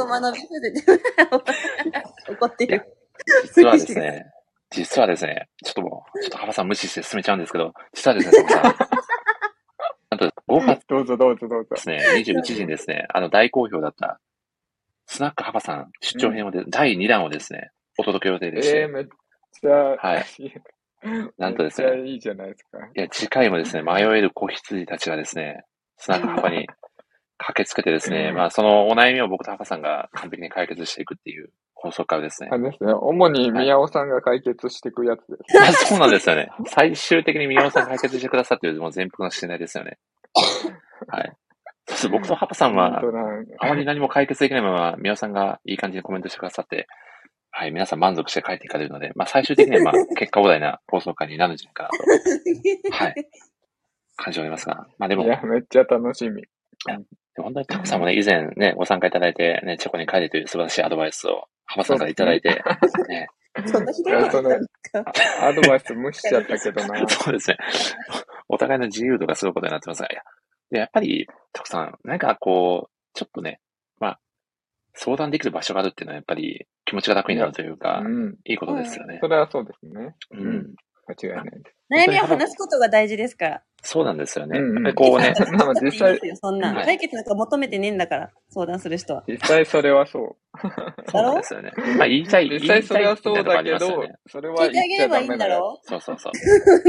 怒ってる。 実はですね、実はですね、ちょっともう、ちょっとハパさん無視して進めちゃうんですけど、実はですね、ハパさん。なんとごがつどうぞどうぞどうぞ。 ですね、にじゅういちじにですね、あの大好評だった、スナックハパさん出張編をで、うん、だいにだんをですね、お届け予定でして。 えー、めっちゃ、 はい。なんとですね、 めっちゃいいじゃないですか。 いや、次回もですね、迷える子羊たちがですね、スナックハパに駆けつけてですね、まあ、そのお悩みを僕とハパさんが完璧に解決していくっていう放送会ですね。 あれですね、主に宮尾さんが解決していくやつです、 ね。はい、そうなんですよね。最終的に宮尾さんが解決してくださっているもう全幅の信頼ですよね。はい。そして僕とハパさんは、あまり何も解決できないまま、宮尾さんがいい感じにコメントしてくださって、はい、皆さん満足して帰っていかれるので、まあ最終的にはまあ結果オーライな放送会になるんじゃないかなと、はい、感じておりますが、まあでも。 いや、めっちゃ楽しみ。 本当にタコさんもね、以前ね、ご参加いただいて、ね、チョコに帰れという素晴らしいアドバイスを、ハパさんからいただいて、ね。 そんなひどいそのアドバイス無視しちゃったけどな。 そうですね。お互いの自由度がすごいことになってますが、いや、でやっぱり、タコさん、なんかこう、ちょっとね、まあ、相談できる場所があるっていうのはやっぱり気持ちが楽になるというか、うん、いいことですよね。 それはそうですね。 うん。 間違いないです。 悩みを話すことが大事ですから。 そうなんですよね。 うん、 やっぱりこうね。 まあ実際、 そんな、はい、解決なんか求めてねえんだから、相談する人は。 実際それはそう。 そうなんですよね。まあ言いたい、 実際それはそうだけど、ね、それは言っちゃダメだよ。 そうそうそう。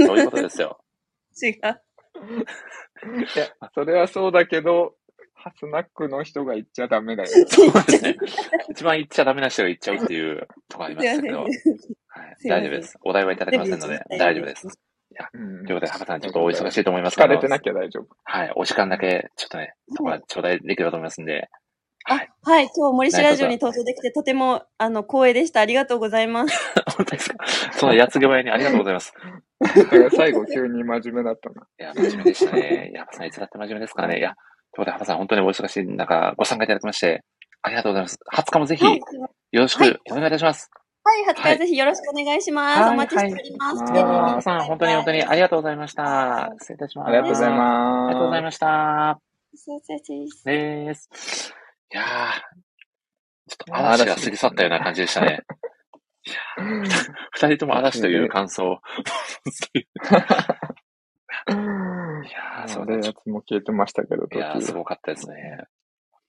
そういうことですよ。 違う。 いや、それはそうだけど、スナックの人が言っちゃダメだよ。 そうですね。一番言っちゃダメな人が言っちゃうっていうところありましたけど、はい、大丈夫です。お題はいただきませんので、大丈夫です。いや、ということで、ハパさん、ちょっとお忙しいと思いますけど。 疲れてなきゃ大丈夫。 はい、お時間だけ、ちょっとね、そこは頂戴できればと思いますんで。 はい。はい、今日森氏ラジオに登場できて、とても、あの、光栄でした。ありがとうございます。 本当ですか？そのやつげ早にありがとうございます。 最後、急に真面目だったな。 いや、真面目でしたね。ハパさん、いつだって真面目ですからね。いや、ということで、ハパさん、本当にお忙しい中、ご参加いただきまして、ありがとうございます。はつかもぜひ、よろしくお願いいたします。 はい、はつかぜひよろしくお願いします。お待ちしております。 ハパさん、本当に本当にありがとうございました。失礼いたします。 ありがとうございます。 ありがとうございました。 そうですです。いやー、ちょっと嵐が過ぎ去ったような感じでしたね。いやー、二人とも嵐という感想。いやー、 そうね。やつも消えてましたけど、 いやー、すごかったですね。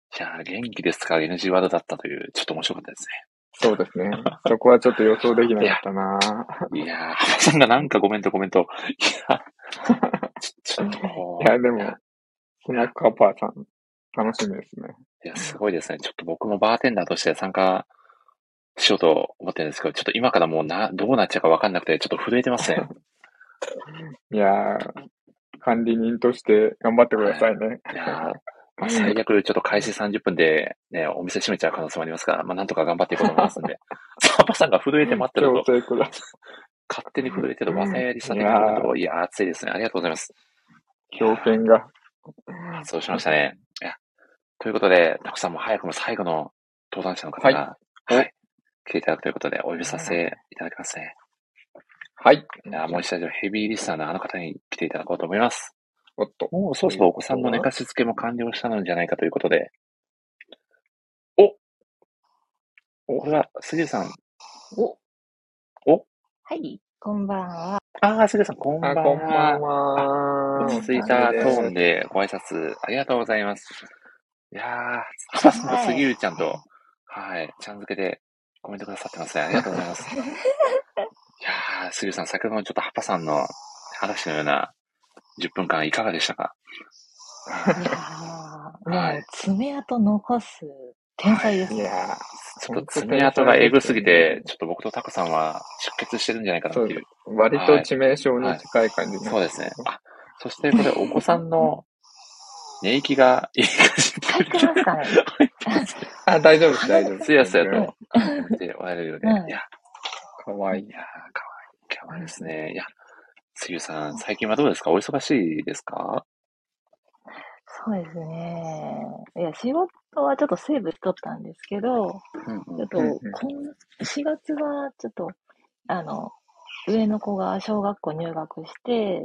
いやー、元気ですか エヌジー ワードだったという、ちょっと面白かったですね。 そうですね。そこはちょっと予想できなかったな。 いやー、ハさんがなんかコメントコメント。いや、ちちょっとこう。 いや、でも、スナックアッパーさん、楽しみですね。 いや、すごいですね。ちょっと僕もバーテンダーとして参加しようと思ってるんですけど、ちょっと今からもうな、どうなっちゃうかわかんなくて、ちょっと震えてますね。 いやー、管理人として頑張ってくださいね。はい、 いやー、まあ、最悪ちょっと開始さんじゅっぷんでね、お店閉めちゃう可能性もありますから、まあなんとか頑張っていこうと思いますんで。サパさんが震えて待ってると、勝手に震えてる和製リサ的なことを、いやー、熱いですね。ありがとうございます。 狂犬が。 そうしましたね。いや、ということで、たくさんも早くも最後の登壇者の方が、はい、はい、来ていただくということで、お呼びさせていただきますね。 はい。 いやもう一度ヘビーリスナーのあの方に来ていただこうと思います。 おっと。 もうそろそろお子さんの寝かしつけも完了したのじゃないかということで。おこれは、杉浦さん。 おおはい、こんばんは。 ああ、杉浦さん、こんばんは。 こんばんは。 落ち着いたトーンでご挨拶ありがとうございます。いやー、パパさんと杉浦ちゃんと、はい、はい、ちゃん付けでコメントくださってますね。ありがとうございます。いやー、杉浦さん、先ほどのちょっとハパさんの話のようなじゅっぷんかんいかがでしたか？ いやー、もう爪痕残す天才ですね。 いやちょっと爪痕がエグすぎて、ちょっと僕とタコさんは出血してるんじゃないかなっていう。 割と致命傷に近い感じ、 はいはい、そうですね。あ、そしてこれお子さんの寝息がいい感じ入ってますかねあ、大丈夫です、大丈夫です。 すやすやと見ておられるようで。いや、 かわいい。 いや、かわいい。かわいいですね。いや、杉浦さん、最近はどうですか？お忙しいですか？ そうですね。いや、仕事はちょっとセーブしとったんですけど、うんうん、ちょっと、今、しがつはちょっと、あの、上の子が小学校入学して、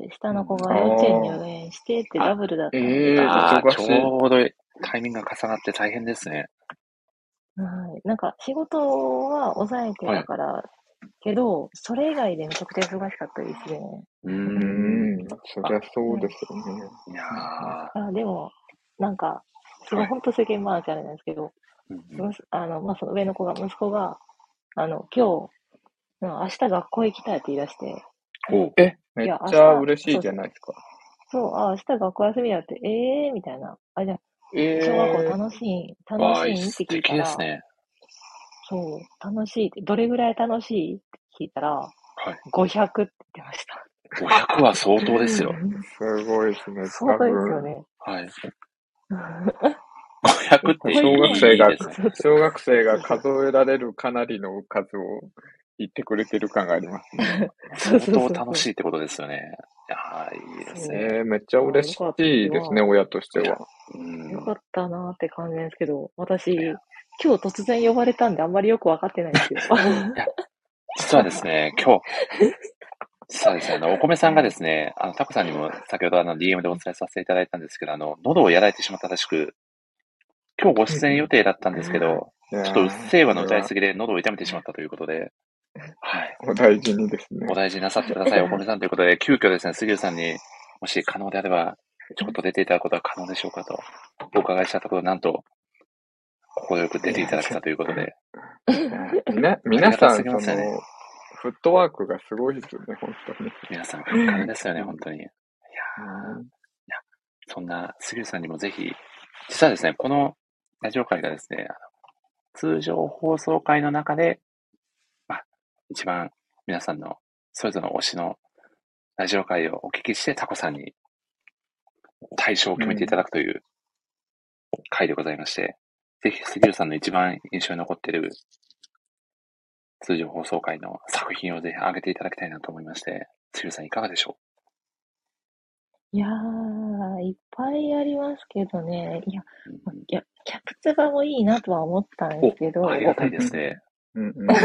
下の子が幼稚園入園してってダブルだったんで、 えー、あちょうどタイミングが重なって大変ですね。 はい。なんか仕事は抑えてたから、はい、けど、それ以外でめちゃくちゃ忙しかったですね。 うーん、そりゃそうですよね。 いやーあでも、なんか、すごい、ほんと世間話あれなんですけど、はい、あの、まあ、その上の子が、息子が、あの、今日、明日学校行きたいって言い出して。 え、めっちゃ嬉しいじゃないですか。 そう、そうあ、明日学校休みだって、ええー、みたいな。あ、じゃあ、えー、小学校楽しい、楽しいって聞いたら、 ですね、 そう、楽しいって、どれぐらい楽しいって聞いたら、はい、ごひゃくって言ってました。 ごひゃくは相当ですよ。 すごいですね。 相当ですよね。 はい。ごひゃくって小学生が、小学生が数えられるかなりの数を言ってくれてる感がありますね。 相当楽しいってことですよね。いやいいですね。 えー、めっちゃ嬉しいですね、親としては。 うん、よかったなって感じですけど、私、今日突然呼ばれたんであんまりよくわかってないんですよ。 いや実はですね、今日、実はですね、あの、お米さんがですね、あの、タコさんにも先ほどあの ディーエム でお伝えさせていただいたんですけど、あの、喉をやられてしまったらしく、今日ご出演予定だったんですけど、ちょっとうっせぇわの歌いすぎで喉を痛めてしまったということで、はい。 お大事にですね。 お大事になさってください、お米さんということで、急遽ですね、杉浦さんにもし可能であれば、ちょっと出ていただくことは可能でしょうかと、お伺いしたところ、なんと、快く出ていただけたということで。 ね、皆さん、その、フットワークがすごいですよね、本当に。 皆さん、フッカルですよね、本当に。いやー、いや、そんな杉浦さんにもぜひ、実はですね、このラジオ会がですね、あの通常放送会の中で、まあ、一番皆さんのそれぞれの推しのラジオ会をお聞きしてタコさんに対象を決めていただくという会でございまして、うん、ぜひ杉浦さんの一番印象に残っている通常放送会の作品をぜひ上げていただきたいなと思いまして、杉浦さんいかがでしょう？いやー、いっぱいありますけどね。いや、うん、いやキャプツバもいいなとは思ったんですけど。 ありがたいですね。うんうん、あ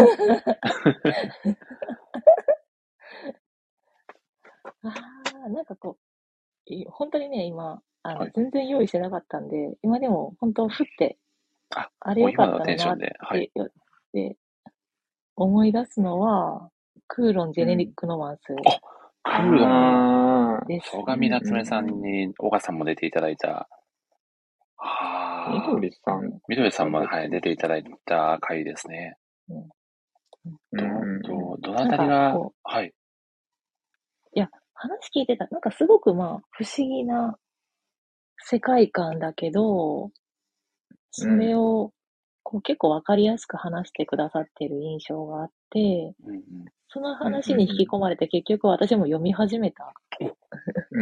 あ、なんかこう、本当にね、今、あの、はい、全然用意してなかったんで、今でも本当、ふって、あ, あれよかったなって、はい、で思い出すのは、クーロンジェネリックノマンス、うん。 あ、クーロンです。曽我夏目さんに、小川さんも出ていただいた。あみどりさん。 みどりさんも、はい、出ていただいた回ですね。 うん。 ど、どのあたりが、はい。 いや、話聞いてた。なんかすごくまあ、不思議な世界観だけど、それをこう結構わかりやすく話してくださってる印象があって、うんうん、その話に引き込まれて結局私も読み始めた。 うん、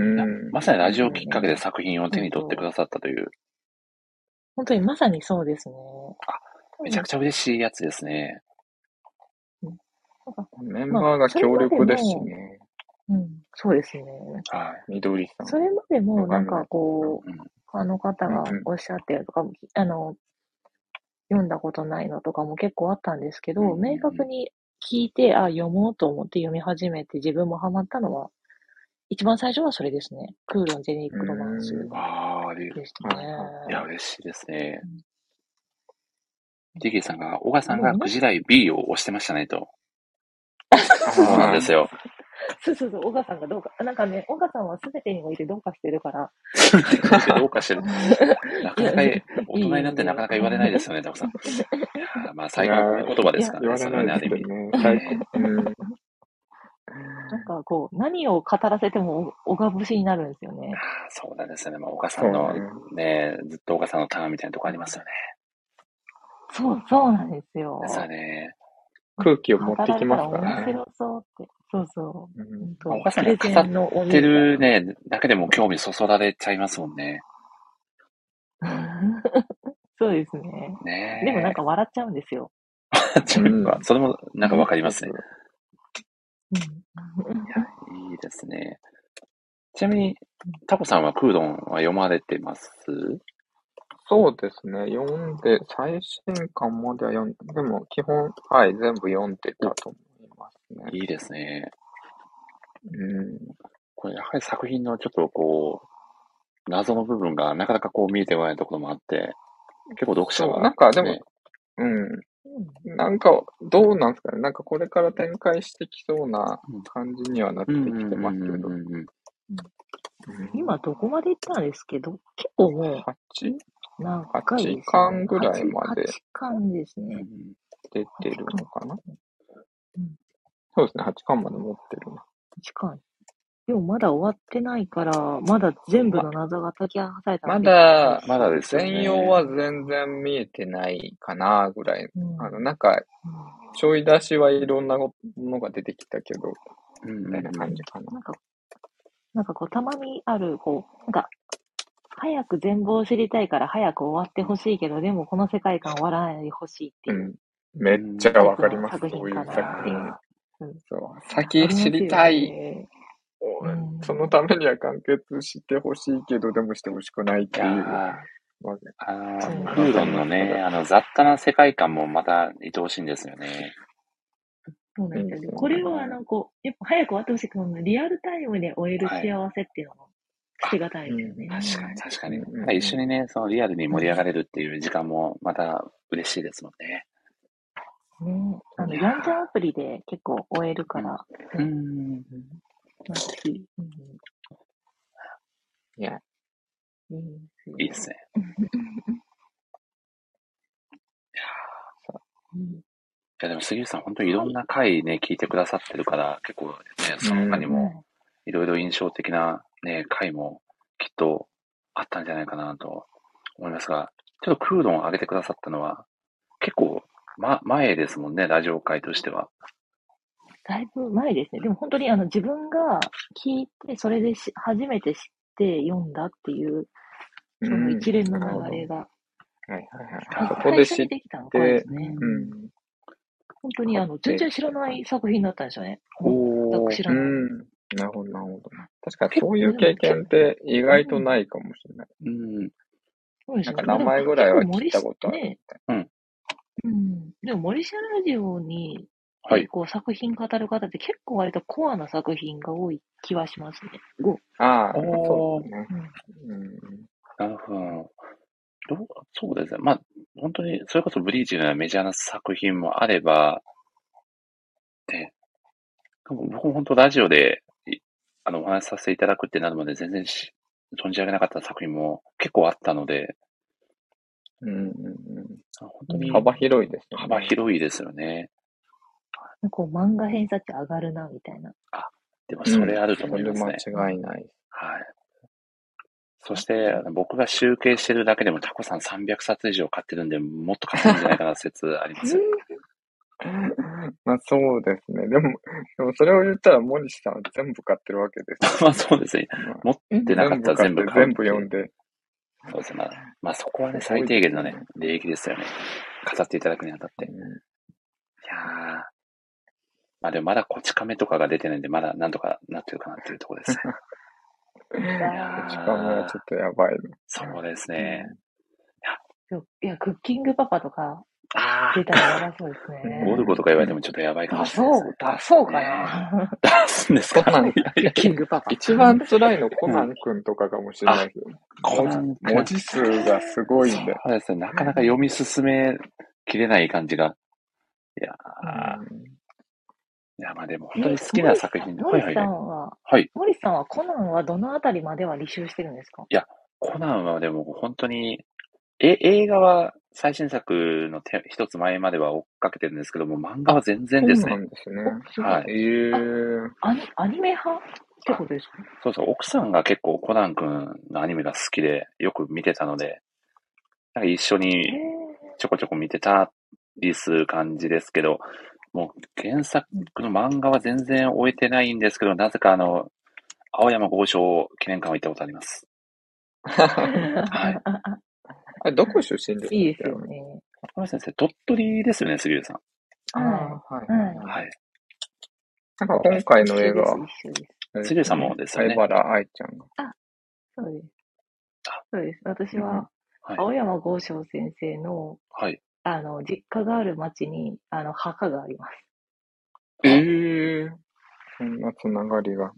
まさにラジオきっかけで作品を手に取ってくださったという。 本当にまさにそうですね。 あ、めちゃくちゃ嬉しいやつですね。 うん、メンバーが強力ですしね。 うん、そうですね。 はい。 みどりさん。 それまでもなんかこう、うん、あの方がおっしゃってるとか、うん、あの、読んだことないのとかも結構あったんですけど、うん、明確に聞いて、あ、読もうと思って読み始めて自分もハマったのは、一番最初はそれですね。クーロン・ジェニック・ロマンスですね。 ああ、いや、嬉しいですね。うん、ディキーさんが、小川さんがクジライ B を押してましたねと。そうなんですよ。 そうそうそう、小川さんがどうか、なんかね、小川さんは全てにおいてどうかしてるから。 全てにおいてどうかしてる。なかなか、大人になってなかなか言われないですよね、タコさん。いやまあ、最高の言葉ですからね、それはね、ある意味。 最高。うんなんかこう、何を語らせても小川節になるんですよね。 そうなんですよね。まあ、岡さんのね、ずっと岡さんのターンみたいなとこありますよね。 そう、そうなんですよ。 ですよね。 空気を持ってきますからね。面白そうって。そうそう。 うん、岡さんが語ってるね、だけでも興味そそられちゃいますもんね。 そうですね。 ねでもなんか笑っちゃうんですよ。 笑っちゃうか。それもなんかわかりますね。いや、いいですね。ちなみに、タコさんはクードンは読まれてます？ そうですね。読んで、最新刊までは読んで、でも基本、はい、全部読んでたと思いますね。 いいですね。 うん。 これやはり作品のちょっとこう、謎の部分がなかなかこう見えてこないところもあって、結構読者は、ね。 なんかでも、うん。なんか、どうなんですかね。なんかこれから展開してきそうな感じにはなってきてますけど。 今どこまで行ったんですけど、結構もう、 はち? 何回ですね。はちかんぐらいまで。 はちかんですね。 出てるのかな、うん、そうですね。はちかんまで持ってるな。はちかん。でもまだ終わってないから、まだ全部の謎が解き明かされたまだ、 まだですね。 全容は全然見えてないかな、ぐらい。うん、あの、なんか、ちょい出しはいろんなものが出てきたけど、みたいな感じかな。 なんか、なんかこう、たまにある、こう、なんか、早く全貌を知りたいから早く終わってほしいけど、でもこの世界観終わらないでほしいっていう。 うん、めっちゃわかります。そういう作品。うん、そう。先知りたい。うん、そのためには完結してほしいけど、でもしてほしくないっていう。 あの、クーロンのね、あの、雑多な世界観もまた愛おしいんですよね。 そうなんですよ。これをあの、こう、やっぱ早く終わってほしいけど、リアルタイムで終える幸せっていうのも捨てがたいですよね。 確かに確かに。うん、一緒にね、そのリアルに盛り上がれるっていう時間もまた嬉しいですもんね。 ね、あの、ヤンジャンアプリで結構終えるから。 うん。うん楽しい。うん、 いや、 いいですね。いやー、いやでも杉内さん、本当にいろんな回ね、聞いてくださってるから、結構ね、その他にも、いろいろ印象的なね、回もきっとあったんじゃないかなと思いますが、ちょっとクードンを上げてくださったのは、結構、ま、前ですもんね、ラジオ回としては。 だいぶ前ですね。でも本当にあの自分が聞いて、それでし初めて知って読んだっていう、その一連の流れが。 はいはいはい。そこで知って、 ですね。うん、本当にあの、全然知らない作品だったんですよね。全く知らない。 うん。なるほど、なるほど。確かにそういう経験って意外とないかもしれない。 うん。 そうですね。 なんか名前ぐらいは聞いたことあるみたいな。 うん。うん。でも、森下ラジオに、結構作品語る方って結構割とコアな作品が多い気はしますね。 ああ、そうですね。 うん。なるほど。どうそうですね。まあ、本当に、それこそブリーチのようなメジャーな作品もあれば、で、僕も本当ラジオで、あの、お話しさせていただくってなるまで全然し存じ上げなかった作品も結構あったので、 うんうんうん。 本当に幅広いですね。幅広いですよね。 こう漫画偏差値上がるな、みたいな。 あ、でもそれあると思いますね。 うん、間違いない。 はい。そして、僕が集計してるだけでもタコさんさんびゃくさつ以上買ってるんで、もっと買ってるんじゃないかな説ありますよ。 まあそうですね。でも、でもそれを言ったら森さんは全部買ってるわけです。 まあそうですね。持ってなかったら全部買う。 全部読んで。 そうですね。まあそこはね、最低限のね、利益ですよね。語っていただくにあたって。うん、いやー。まあでもまだこち亀とかが出てないんで、まだなんとかなってるかなっていうところですね。 いやー、しかもちょっとやばいの。 そうですね。 うん、いや、クッキングパパとか出たらやばそうですね。 ゴルゴとか言われてもちょっとやばいかもしれないですね。 出そうかな。 出すんですか？ コナン、 クッキングパパ。 一番辛いのコナン君とかかもしれないですよ。文字、文字数がすごいんで。 そうですね。なかなか読み進めきれない感じが。いやー。いや、まあでも本当に好きな作品で。 森さんは、はい。森さんはコナンはどのあたりまでは履修してるんですか？ いや、コナンはでも本当に、え、映画は最新作の手一つ前までは追っかけてるんですけども、漫画は全然ですね。 そうなんですね。 はい。 えー、 アニ、アニメ派ってことですか？ そうそう、奥さんが結構コナン君のアニメが好きで、よく見てたので、なんか一緒にちょこちょこ見てたりする感じですけど、もう原作の漫画は全然終えてないんですけど、なぜかあの、青山豪昌記念館は行ったことあります。はい。 あれ、どこ出身ですか？ いいですよね。 この先生、鳥取ですよね、杉浦さん。 ああ、はい。 はい。 なんか今回の映画は、 杉浦さんもですよね。 相原愛ちゃんが。 あ、そうです。そうです。私は、青山豪昌先生の、 はい。 あの、実家がある町に、あの、墓があります。 ええー、そんなつながりが。 はい。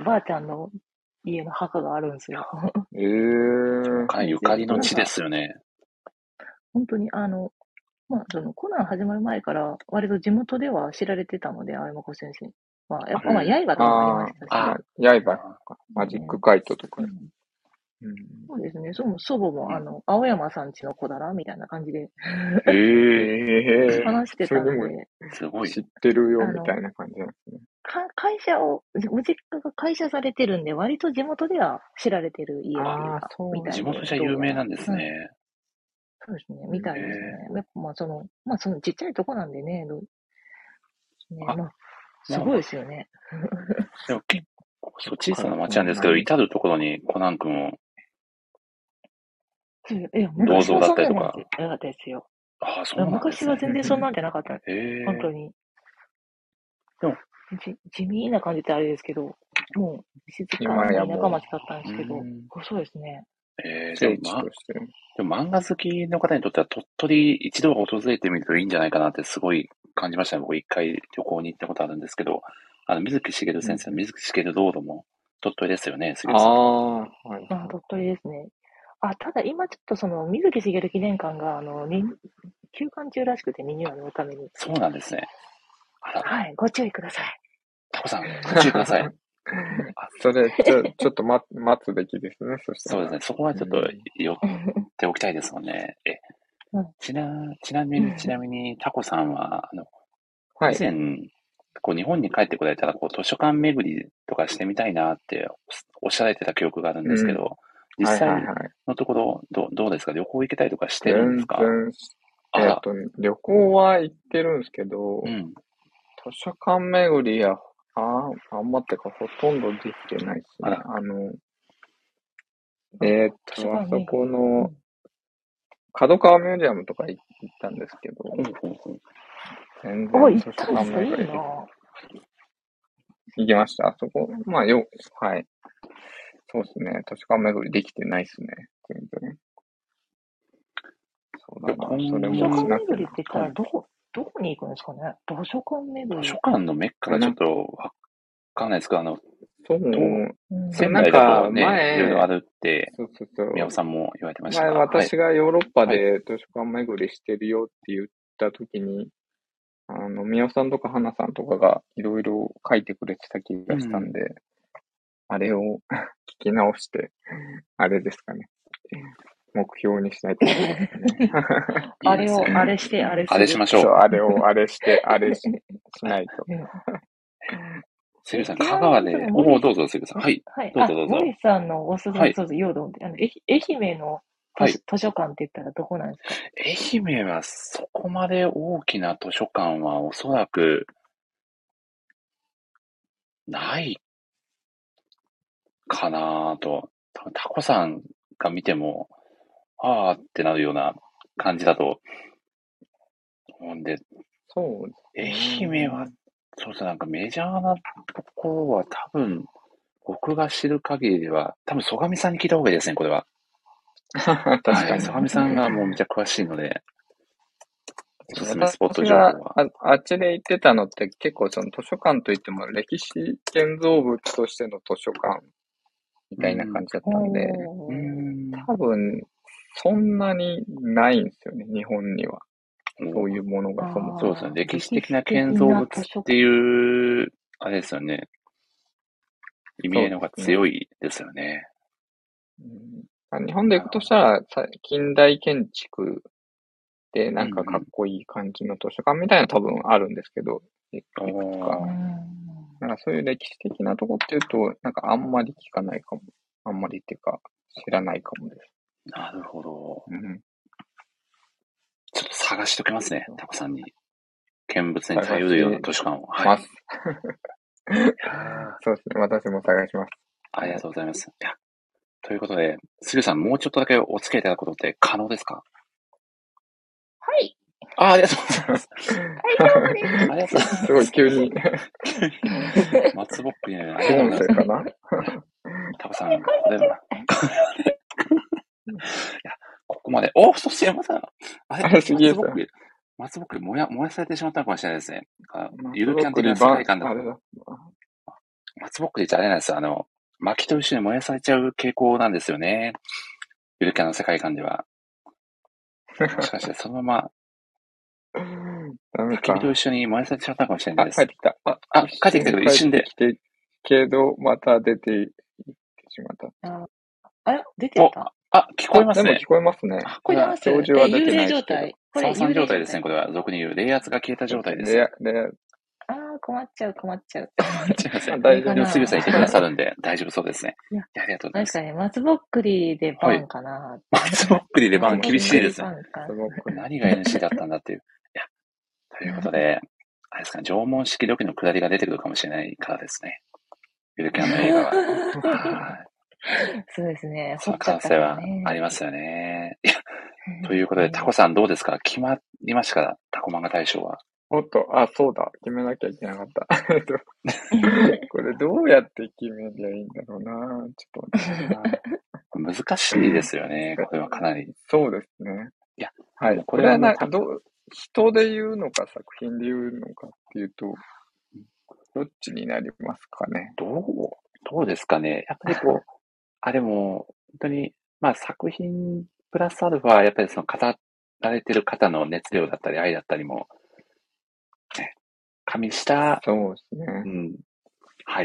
ばあちゃんの家の墓があるんですよ。 ええー。 ゆかりの地ですよね。 本当に、あの、まあ、その、コナン始まる前から、割と地元では知られてたので、青山豪先生。まあ、やっぱ、まあ、刃とかもありましたし。 ああ、刃とか、マジックカイトとか。 うん、そうですね。その祖母も、あの、青山さんちの子だな、みたいな感じで。 へえ。 話してたんで。 すごい。 知ってるよ、みたいな感じなんですね。 か会社を、お実家が会社されてるんで、割と地元では知られてる家っていうか、みたいな。 地元じゃ有名なんですね。 そうですね。みたいですね。やっぱまあ、その、まあ、そのちっちゃいとこなんでね、どねまあ、すごいですよね。 でも結構、そう、小さな町なんですけど、至るところにコナン君を、 いや、昔はそんなんじゃなかったですよ。 ああ、そうなんですね。昔は全然そんなんじゃなかったです。 へ本当に。 でもじ地味な感じってあれですけど、もう静かな田舎町だったんですけど、そうですね。 えー、でも、ま、でも漫画好きの方にとっては鳥取一度は訪れてみるといいんじゃないかなってすごい感じましたね。僕一回旅行に行ったことあるんですけど、あの、水木しげる先生の水木しげるロードも鳥取ですよね、杉浦さん。 ああ、はい。 あ、鳥取ですね。あ、ただ今ちょっとその水木しげる記念館が、あの、休館中らしくてリニューアルのために。 そうなんですね。 はい、ご注意ください。 タコさん、ご注意ください。 あ、それ、ちょ、ちょっと待、待つべきですね、そしたら。そうですね、そこはちょっと寄っておきたいですもんね。え、うん、ちな、ちなみに、ちなみに、タコさんは、あの、以前、はい、こう日本に帰ってこられたら、こう図書館巡りとかしてみたいなっておっしゃられてた記憶があるんですけど、うん、実際のところ、どう、どうですか？旅行行けたりとかしてるんですか？ 全然、えっと、旅行は行ってるんですけど、うん、図書館巡りや、ああ、あんまってか、ほとんどできてないですね。あの、えー、っと、あそこの、角川ミュージアムとか行ったんですけど、全然図書館巡りで。行きました。あそこ、まあ、よ、はい。そうですね。図書館巡りできてないですね。全然。そうだな。それも図書館巡りって言ったら、どこ、どこに行くんですかね？図書館巡り。 図書館のメッカがちょっとわかんないですけど、あの、 そう、 仙台だとね、いろいろあるって、 そうそうそう。 宮尾さんも言われてました。 前、私がヨーロッパで図書館巡りしてるよって言ったときに、あの、宮尾さんとか花さんとかがいろいろ書いてくれてた気がしたんで、うん、あれを聞き直して、あれですかね。 目標にしないといけないですね。 あれを、あれして、あれする。 あれしましょう。 そう、あれを、あれして、あれし、しないと。 セグさん、香川で、おお、どうぞ、セグさん。はい。 はい。 どうぞどうぞ。 森さんのおすすめ、そうです、ようどんって、あの、愛媛の図書館って言ったらどこなんですか？ 愛媛はそこまで大きな図書館はおそらく、ないかなと。多分タコさんが見ても、あーってなるような感じだと思うんで、 そうですね。愛媛は、そうそう、なんかメジャーなところは多分、僕が知る限りでは、多分、曽我さんに聞いた方がいいですね、これは。 確かに。 はい、曽我さんがもうめちゃ詳しいので、おすすめスポット私情報は。 がああっちで行ってたのって結構その図書館といっても歴史建造物としての図書館みたいな感じだったんで、 うん多分そんなにないんですよね、日本には。そういうものがそもそも。 そうですね。歴史的な建造物っていう、あれですよね。意味合いの方が強いですよね。 うん、日本で行くとしたら、近代建築でなんかかっこいい感じの図書館みたいなの多分あるんですけど、いくつか。なんかそういう歴史的なとこっていうと、なんかあんまり聞かないかも。あんまりっていうか、知らないかもです。 なるほど。 うん、 ちょっと探しておきますね、タコさんに。見物に頼るような図書館を。 はい。そうですね、私も探します。 ありがとうございます。いや、ということで、すぐさん、もうちょっとだけお付き合いいただくことって可能ですか？ はい。 あ、ありがとうございます。 大丈夫です。 ありがとうございます。 すごい急に。 松ぼっくりね、ありがとうございます。 かなタコさん、ここでも。いや、ここまで。お、そして山さん。あれ、松ぼっくり。松ぼっくり燃や、燃やされてしまったのかもしれないですね。ゆるキャン的な世界観だと。松ぼっくりってあれなんですよ。あの、薪と一緒に燃やされちゃう傾向なんですよね。ゆるキャンの世界観では。もしかしてそのまま、焚き火と一緒に燃やされちゃったかもしれないです。 あ、帰ってきた。 あ、あ帰ってきたけど一瞬で。 帰ってきて、けど、また出ていってしまった。 あ、あれ出てた？ あ、聞こえますね。 でも聞こえますね。 これは表示は出てない状態。 これ三状態ですね。これは俗に言う冷圧が消えた状態です。 レア、レア。 ああ、困っちゃう、困っちゃう。 困っちゃいますね。大丈夫。すぐさんいてくださるんで、大丈夫そうですね。 いや、 ありがとうございます。 確かに、松ぼっくりでバンかな。 松ぼっくりでバン厳しいですね。何が エヌシー だったんだっていう。いや、ということで、あれですかね、縄文式土器の下りが出てくるかもしれないからですね。ゆるキャンの映画は。 そうですね。 その可能性はありますよね。いや、ということで、タコさんどうですか？決まりましたか？タコ漫画大賞は。 おっと、あ、そうだ。決めなきゃいけなかった。これどうやって決めりゃいいんだろうな。ちょっと待ってな。難しいですよね。これはかなり。 そうですね。 いや、 はい。これはな、どう、人で言うのか作品で言うのかっていうと、どっちになりますかね。 どう、どうですかね。やっぱりこう、あ、でも、本当に、まあ作品プラスアルファ、やっぱりその語られてる方の熱量だったり愛だったりも、ね、加味した、 そうですね。 うん。はい。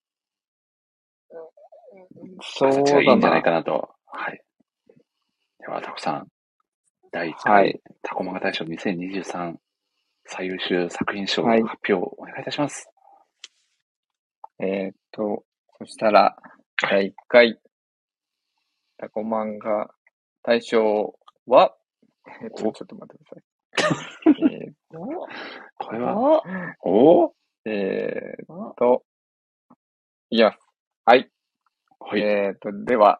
そうだな。 いいんじゃないかなと。はい。では、タコさん、だいいっかい、はい、タコ漫画大賞にせんにじゅうさん最優秀作品賞発表をお願いいたします。 はい、えー、っと、そしたら、だいいっかい、タコ漫画大賞は、えー、っと、ちょっと待ってください。えっと、 これは、おえー、っと、いきます。はい。はい、えー、っと、では、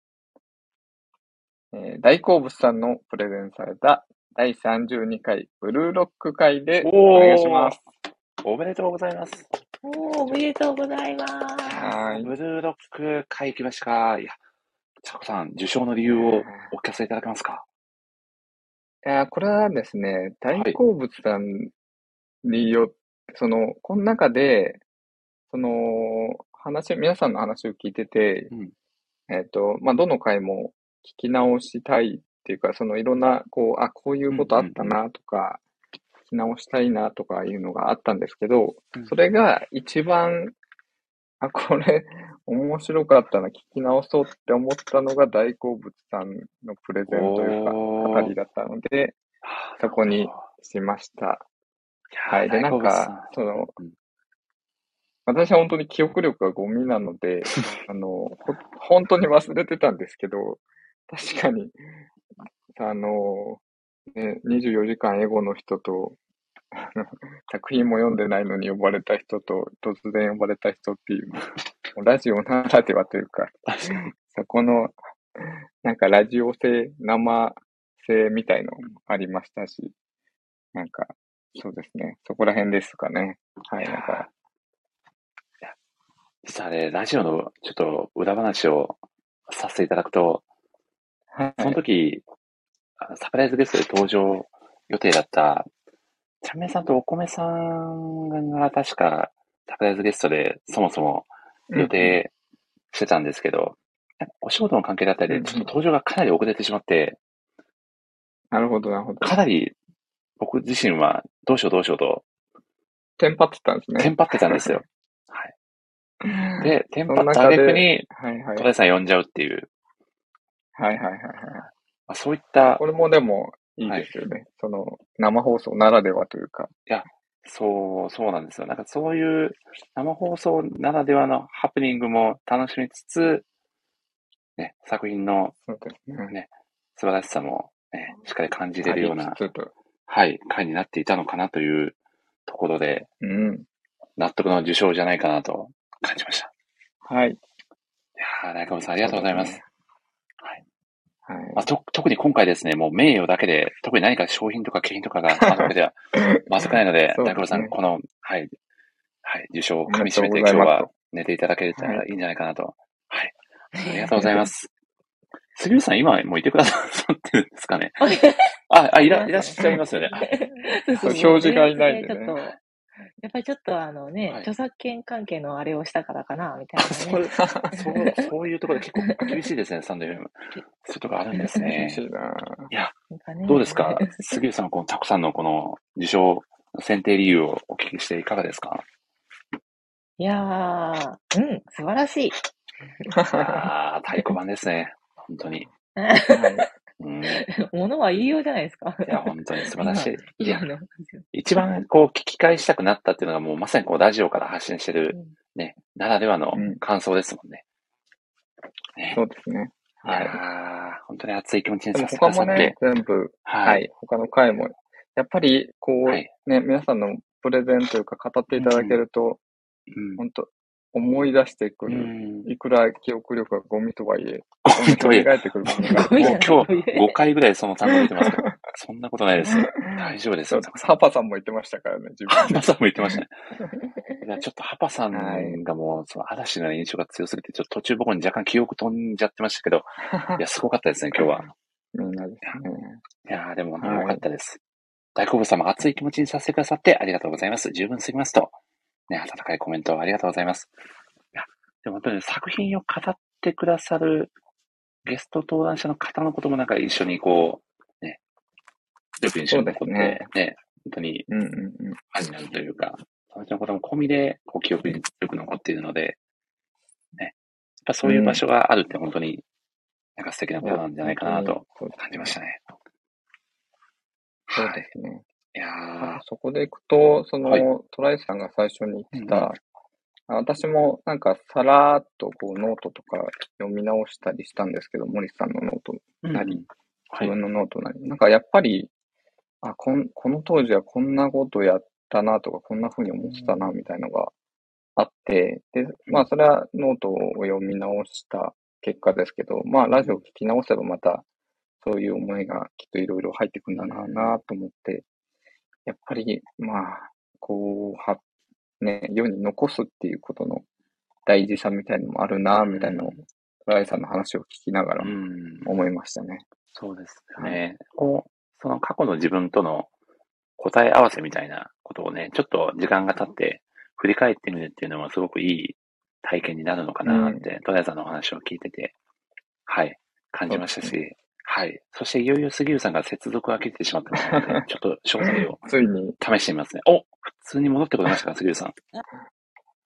えー、大好物さんのプレゼンされただいさんじゅうにかいブルーロック会でお願いします。 おめでとうございます。 おー、おめでとうございます。 はい。ブルーロック会行きましたか。いや、ちゃこさん、受賞の理由をお聞かせいただけますか。 いや、これはですね、大好物さんによって、はい、その、この中で、その、話、皆さんの話を聞いてて、うん、えっと、まあ、どの回も聞き直したいっていうか、そのいろんな、こう、あ、こういうことあったなとか、聞き直したいなとかいうのがあったんですけど、うん、それが一番、あ、これ、 面白かったの聞き直そうって思ったのが大好物さんのプレゼンというか、語りだったので、そこにしました。はい。で、なんか、その、私は本当に記憶力がゴミなので、あの、本当に忘れてたんですけど、確かに、あの、ね、にじゅうよじかんエゴの人と、作品も読んでないのに呼ばれた人と、突然呼ばれた人っていう、ラジオならではというか、そこの、なんかラジオ性、生性みたいのもありましたし、なんか、そうですね、そこら辺ですかね。はい、なんか。 実はね、ラジオのちょっと裏話をさせていただくと、はい、その時、サプライズゲストで登場予定だった、ちゃんめいさんとお米さんが確かサプライズゲストでそもそも予定してたんですけど、うん、お仕事の関係だったりで、ちょっと登場がかなり遅れてしまって、 うん、なるほど、なるほど。 かなり僕自身はどうしようどうしようと、 テンパってたんですね。 テンパってたんですよ。はい。で、テンパった挙句に、戸田さん呼んじゃうっていう。 はいはいはいはい。 まあ、そういった。 これもでもいいですよね。はい、その、生放送ならではというか。 いや、そう、そうなんですよ。なんかそういう生放送ならではのハプニングも楽しみつつ、ね、作品の、ね、ね、素晴らしさも、ね、しっかり感じれるような、はい、回になっていたのかなというところで、 うん、 納得の受賞じゃないかなと感じました。 はい。いやー、中本さんありがとうございます。ね、はい。はいまあ、と特に今回ですね、もう名誉だけで、特に何か商品とか景品とかがあるわけではまずくないので、中本さん、この、はい、はい、受賞を噛み締めて今日は寝ていただけたらいいんじゃないかなと。はい。ありがとうございます。杉内さん、今もういてくださってるんですかね。あ、あいら、いらっしゃいますよね。 そうそう表示がいないんでね。 やっぱりちょっとあのね、はい、著作権関係のあれをしたからかな、みたいな、ねそう。そういうところで結構厳しいですね、サンド エフエム。そういうところあるんですね。 厳しいな。 いや、ね、どうですか杉内さん、このたくさんのこの受賞選定理由をお聞きしていかがですか？ いやー、うん、素晴らしい。いやー、太鼓判ですね。本当に。 うん、ものは言いようじゃないですか。 いや、本当に素晴らしい。いや、一番こう聞き返したくなったっていうのがもうまさにこうラジオから発信してるね、うん、ならではの感想ですもんね。 うんねそうですね。 はい。いやー、本当に熱い気持ちにさせてくださって。 他もね、全部、はい、はい。他の回も、やっぱりこう、はい、ね、皆さんのプレゼンというか語っていただけると、うん、本当思い出してくる、うん、いくら記憶力がゴミとはいえ、 ゴミとはいえ、 考えてくるものが。 もう今日ごかいぐらいその単語言ってますけど、そんなことないですよ。大丈夫ですよ。 ハパさんも言ってましたからね、自分ハパさんも言ってましたね。いやちょっとハパさんがもう、その嵐の印象が強すぎて、ちょっと途中僕に若干記憶飛んじゃってましたけど、いや、すごかったですね、今日は。 みんなですね。 いやー、でも本当に良かったです。大好物様、熱い気持ちにさせてくださってありがとうございます。十分すぎますと。ね、温かいコメントありがとうございます。いや、でも本当に作品を語ってくださるゲスト登壇者の方のこともなんか一緒にこう、ね、よく印象に残って、ね、ね、本当に、ファンになるというか、その人のことも込みで、こう、記憶によく残っているので、ね、やっぱそういう場所があるって本当に、なんか素敵なことなんじゃないかなと感じましたね。 そうですね。はい、 いやーそこでいくと、その、はい、トライさんが最初に言ってた、うん、私もなんかさらーっとこうノートとか読み直したりしたんですけど、森さんのノートなり、うんはい、自分のノートなり、なんかやっぱり、あこん、この当時はこんなことやったなとか、こんな風に思ってたなみたいなのがあって、で、まあそれはノートを読み直した結果ですけど、まあラジオを聞き直せばまたそういう思いがきっといろいろ入ってくんだななと思って、やっぱり、まあ、こう、は、ね、世に残すっていうことの大事さみたいのもあるな、みたいなのを、トライさんの話を聞きながら思いましたね。 そうですね。はい、こう、その過去の自分との答え合わせみたいなことをね、ちょっと時間が経って振り返ってみるっていうのもすごくいい体験になるのかなって、うん、トライさんのお話を聞いてて、はい、感じましたし、はい。そしていよいよ杉浦さんが接続が切ってしまったので、ちょっと詳細をついに試してみますね。お、普通に戻ってこれましたか、杉浦さん。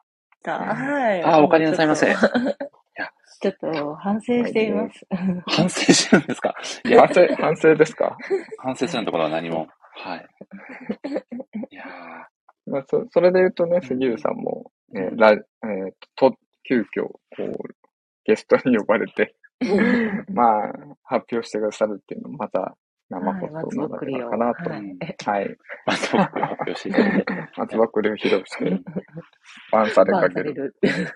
た。はい。 ああ、お帰りなさいませ。いや、ちょっと反省しています。 反省してるんですか？ いや、反省、反省ですか？ 反省するところは何も。はい。いやー。まあ、そ、それで言うとね、杉浦さんも、うん、えー、ラ、えー、と、急遽、こう、ゲストに呼ばれて、まあ、発表してくださるっていうのも、また、生放送ならではかなと。はい。はい。 松ぼっくりを発表していただいて。 松ぼっくりを披露して、バンされかける。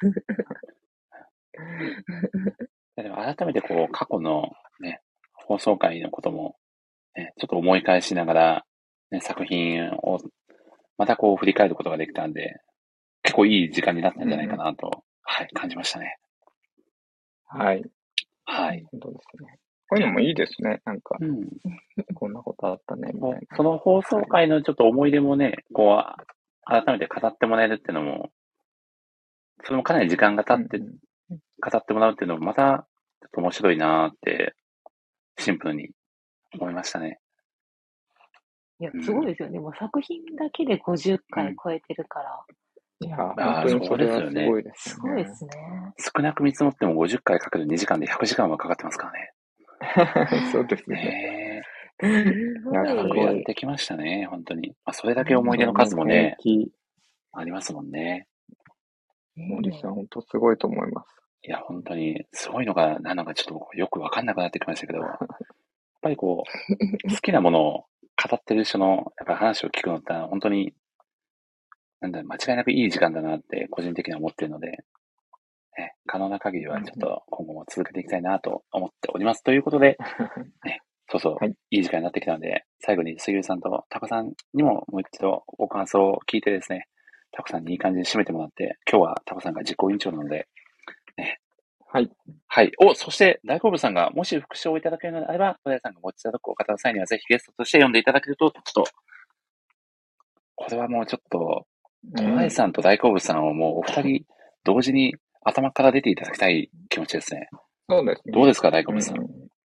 でも改めてこう、過去のね、放送回のことも、ね、ちょっと思い返しながら、ね、作品をまたこう振り返ることができたんで、結構いい時間になったんじゃないかなと、うん、はい、感じましたね。 はい。 はい。 本当ですね。こういうのもいいですね。なんか、うん、こんなことあったね、みたいな。 その放送回のちょっと思い出もね、こう、改めて語ってもらえるっていうのも、それもかなり時間が経って、うんうん、語ってもらうっていうのもまた、ちょっと面白いなーって、シンプルに思いましたね。 いや、すごいですよね。うん、もう作品だけでごじゅっかい超えてるから。 うん、いや、本当にそれはすごいですね。すごいですね。 少なく見積もってもごじゅっかいかけるにじかんでひゃくじかんはかかってますからね。 そうですね。 えー、いや、すごいやってきましたね、本当に。まあ、それだけ思い出の数もね、ありますもんね。 森さん、本当すごいと思います。 いや、本当に、すごいのか何なのかちょっとよくわかんなくなってきましたけど、やっぱりこう、好きなものを語ってる人のやっぱ話を聞くのって本当に、なんだ、間違いなくいい時間だなって個人的には思っているので、ね、可能な限りはちょっと今後も続けていきたいなと思っております。ということで、ね、そうそう、はい、いい時間になってきたので、最後に杉浦さんとタコさんにももう一度ご感想を聞いてですね、タコさんにいい感じに締めてもらって、今日はタコさんが実行委員長なので、ね。 はい。 はい。お、そして大好物さんがもし復唱をいただけるのであれば、小田さんが持ちいただくお方の際にはぜひゲストとして呼んでいただけると、ちょっと、これはもうちょっと、戸田さんと大好物さんをもうお二人同時に頭から出ていただきたい気持ちですね。 そうですね。 どうですか、大好物さん。うん、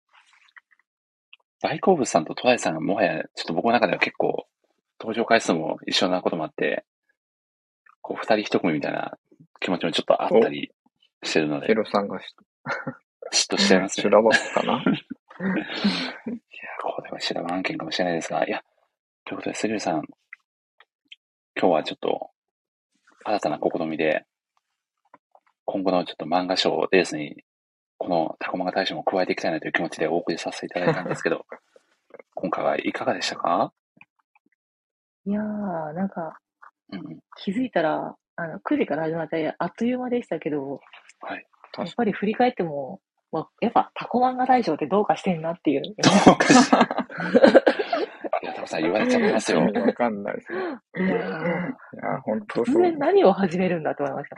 大好物さんと戸田さんがもはや、ちょっと僕の中では結構、登場回数も一緒なこともあって、こう、二人一組みたいな気持ちもちょっとあったりしてるので。 ヒロさんが嫉妬しちゃいますね。 修羅場かな。いや、 これは修羅場案件かもしれないですが、いや、ということで、杉浦さん、今日はちょっと、新たな試みで、今後のちょっと漫画賞レースに、このタコマガ大賞も加えていきたいなという気持ちでお送りさせていただいたんですけど、今回はいかがでしたか？ いやー、なんか、うん、気づいたら、あの、くじから始まってあっという間でしたけど、 はい。 やっぱり振り返っても、まあ、やっぱタコ漫画大賞ってどうかしてんなっていう。 どうかしていや、タコさん言われちゃってますよ。 わかんないですね。いや、いや本当突然何を始めるんだと思いました。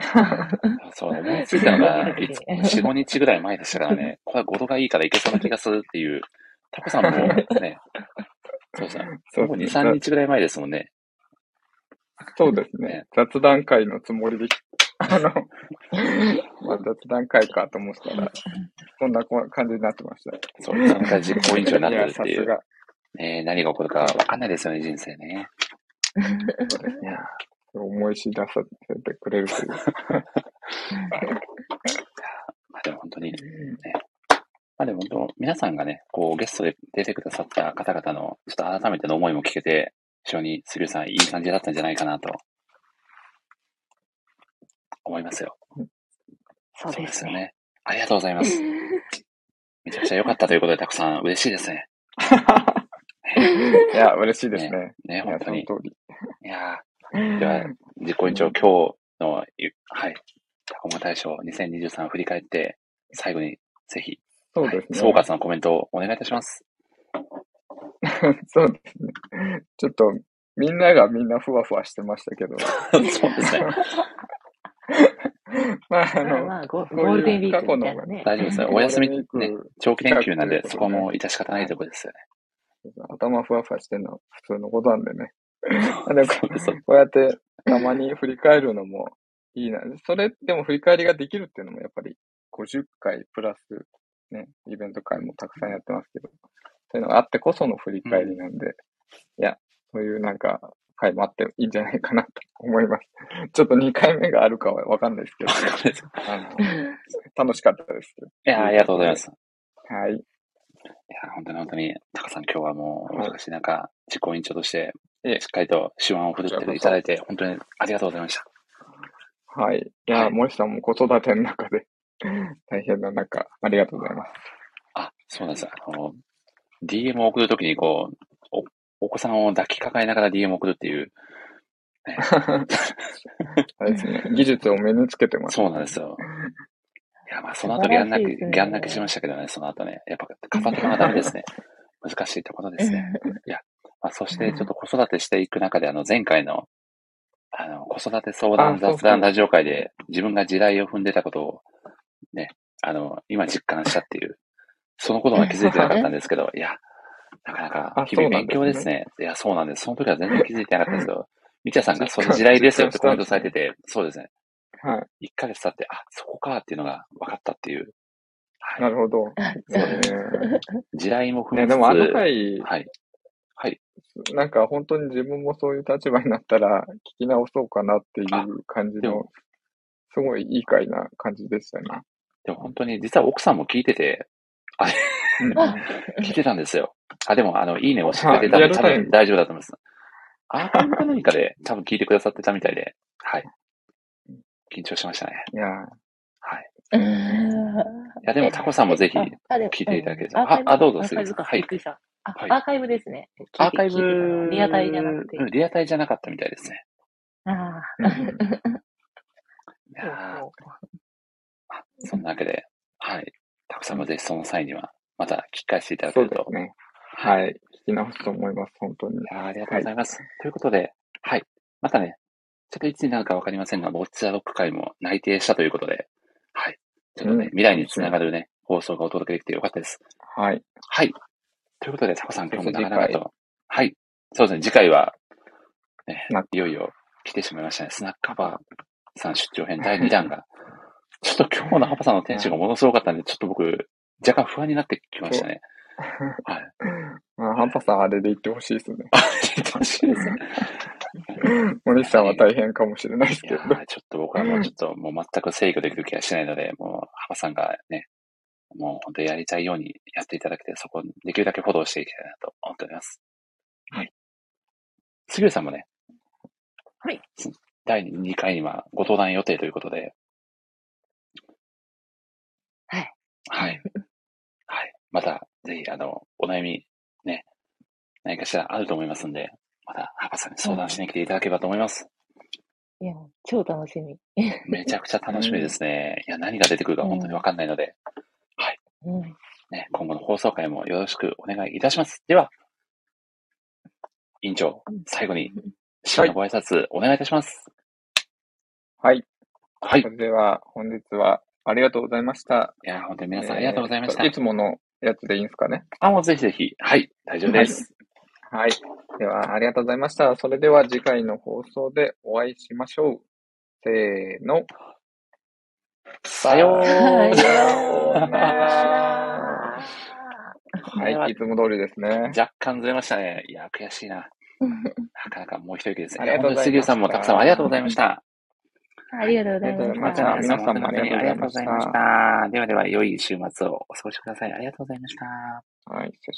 そう、思いついたのが、よん、ごにちぐらい前でしたからね、これは語呂がいいからいけそうな気がするっていう、タコさんもね、そうですね、ほぼに、さんにちぐらい前ですもんね。 そうですね。雑談会のつもりで、あの、まあ、雑談会かと思ったら、こんな感じになってました。 そう、その回実行委員長になってるっていう。いや、さすが。ね、何が起こるかわかんないですよね、人生ね。 そうですね。思い知らさせてくれるという。 まあでも本当に、ね。まあでも本当、皆さんがね、こうゲストで出てくださった方々の、ちょっと改めての思いも聞けて、非常に杉浦さんいい感じだったんじゃないかなと思いますよ。 そうですね。そうですよね。 ありがとうございます。めちゃくちゃ良かったということで、たくさん嬉しいですね。 いや、嬉しいですね。 ね、ね本当に。いやでは、実行委員長、今日の、はい、タコマ大賞にせんにじゅうさんを振り返って、最後にぜひ、 そうですね。 総括のコメントをお願いいたします。 そうですね。ちょっと、みんながみんなふわふわしてましたけど。 そうですね。 まあ、あの、 まあ、ゴールデンウィークみたいなね。 大丈夫ですね。お休み、ね、長期連休なんで、そこも致し方ないところですよね。 頭ふわふわしてるのは普通のことなんでね。でもこうやってたまに振り返るのもいいな。それでも振り返りができるっていうのもやっぱりごじゅっかいプラスね、イベント会もたくさんやってますけど、そういうのがあってこその振り返りなんで、うん、いや、そういうなんか回もあっていいんじゃないかなと思います。ちょっとにかいめがあるかはわかんないですけど、あの楽しかったです。 いや、ありがとうございます。 はい。いや、本当に本当に、タカさん今日はもう、お忙しい中、実行委員長として、しっかりと手腕を振るっていただいて、本当にありがとうございました。 はい。いや、はい、森さんも子育ての中で、大変な中、ありがとうございます。 あ、そうなんです。あの、ディーエム を送るときに、こうお、お子さんを抱きかかえながら ディーエム を送るっていう、ね、 あれですね。技術を身につけてます、 ね。そうなんですよ。いや、まあ、その後ギャン泣き、ギャン泣きしましたけどね、その後ね。やっぱ、片手間がダメですね。難しいってことですね。いや、まあ、そしてちょっと子育てしていく中で、あの、前回の、あの、子育て相談雑談ラジオ会で、自分が地雷を踏んでたことを、ね、あの、今実感したっていう、そのことは気づいてなかったんですけど、いや、なかなか日々勉強ですね。いや、そうなんです。その時は全然気づいてなかったんですけど、みちゃさんがそれ地雷ですよってコメントされてて、そうですね。 はい。 いっかげつ経って、あ、そこかっていうのが分かったっていう。 はい、なるほど。 そうですね。地雷も踏みつつ、 ね、でもあの回、 はい。はい。 なんか本当に自分もそういう立場になったら聞き直そうかなっていう感じの、すごいいい回な感じでしたね。 でも本当に、実は奥さんも聞いてて、あれ、聞いてたんですよ。あ、でも、あの、いいねをしてくれてたんで、多分大丈夫だと思います。アーカイブか何かで多分聞いてくださってたみたいで、はい。緊張しましたね。 いやー。 はい。いや、でもタコさんもぜひ聞いていただけると。あ、あ、どうぞ、すみません。はい。 アーカイブですね。 アーカイブ、 リアタイじゃなくて。 リアタイじゃなかったみたいですね。 ああ。 いやそんなわけで、はい。タコさんもぜひその際には、また聞き返していただけると。 そうですね。はい。聞き直すと思います、本当に。いやありがとうございます。はい、ということで、はい。またね、ちょっといつになるかわかりませんが、ボッチャロック会も内定したということで、はい。ちょっとね、うん、未来につながるね、放送がお届けできてよかったです。 はい。 はい。ということで、タコさん今日も長々と、はい。そうですね、次回は、ね、いよいよ来てしまいましたね。スナックハバーさん出張編だいにだんが。ちょっと今日のハバさんのテンションがものすごかったんで、ちょっと僕、若干不安になってきましたね。はい。 まあ、ハンパさんあれで言ってほしいですね。 あれで言ってほしいですね。 森さんは大変かもしれないですけど。 ちょっと僕はもうちょっともう全く制御できる気がしないので、もうハバさんがね、もう本当にやりたいようにやっていただけて、そこをできるだけフォローしていきたいなと思っております。はい。杉浦さんもね、 はい。 だいにかいにはご登壇予定ということで、 はい。 はい。はい。また、ぜひ、あの、お悩み、ね、何かしらあると思いますんで、また、ハバさんに相談しに来ていただければと思います。 いや、超楽しみ。 めちゃくちゃ楽しみですね。いや、何が出てくるか本当にわかんないので、うん、はい、 うん。 ね。今後の放送回もよろしくお願いいたします。では、委員長、最後に、締めのご挨拶、お願いいたします。 はい。 はい。 それでは、本日は、ありがとうございました。 いや、本当に皆さんありがとうございました。 えー、いつものやつでいいんですかね。 あ、もうぜひぜひ。はい、大丈夫です。 はい。はい、では、ありがとうございました。それでは次回の放送でお会いしましょう。せーの。 さようなら。はい、いつも通りですね。 若干ずれましたね。いや、悔しいな。なかなかもう一息ですね。 ありがとうございました。 杉浦さんもたくさんありがとうございました。 ありがとうございました。 皆さんもありがとうございました。 ではでは、良い週末をお過ごしください。ありがとうございました。 はい。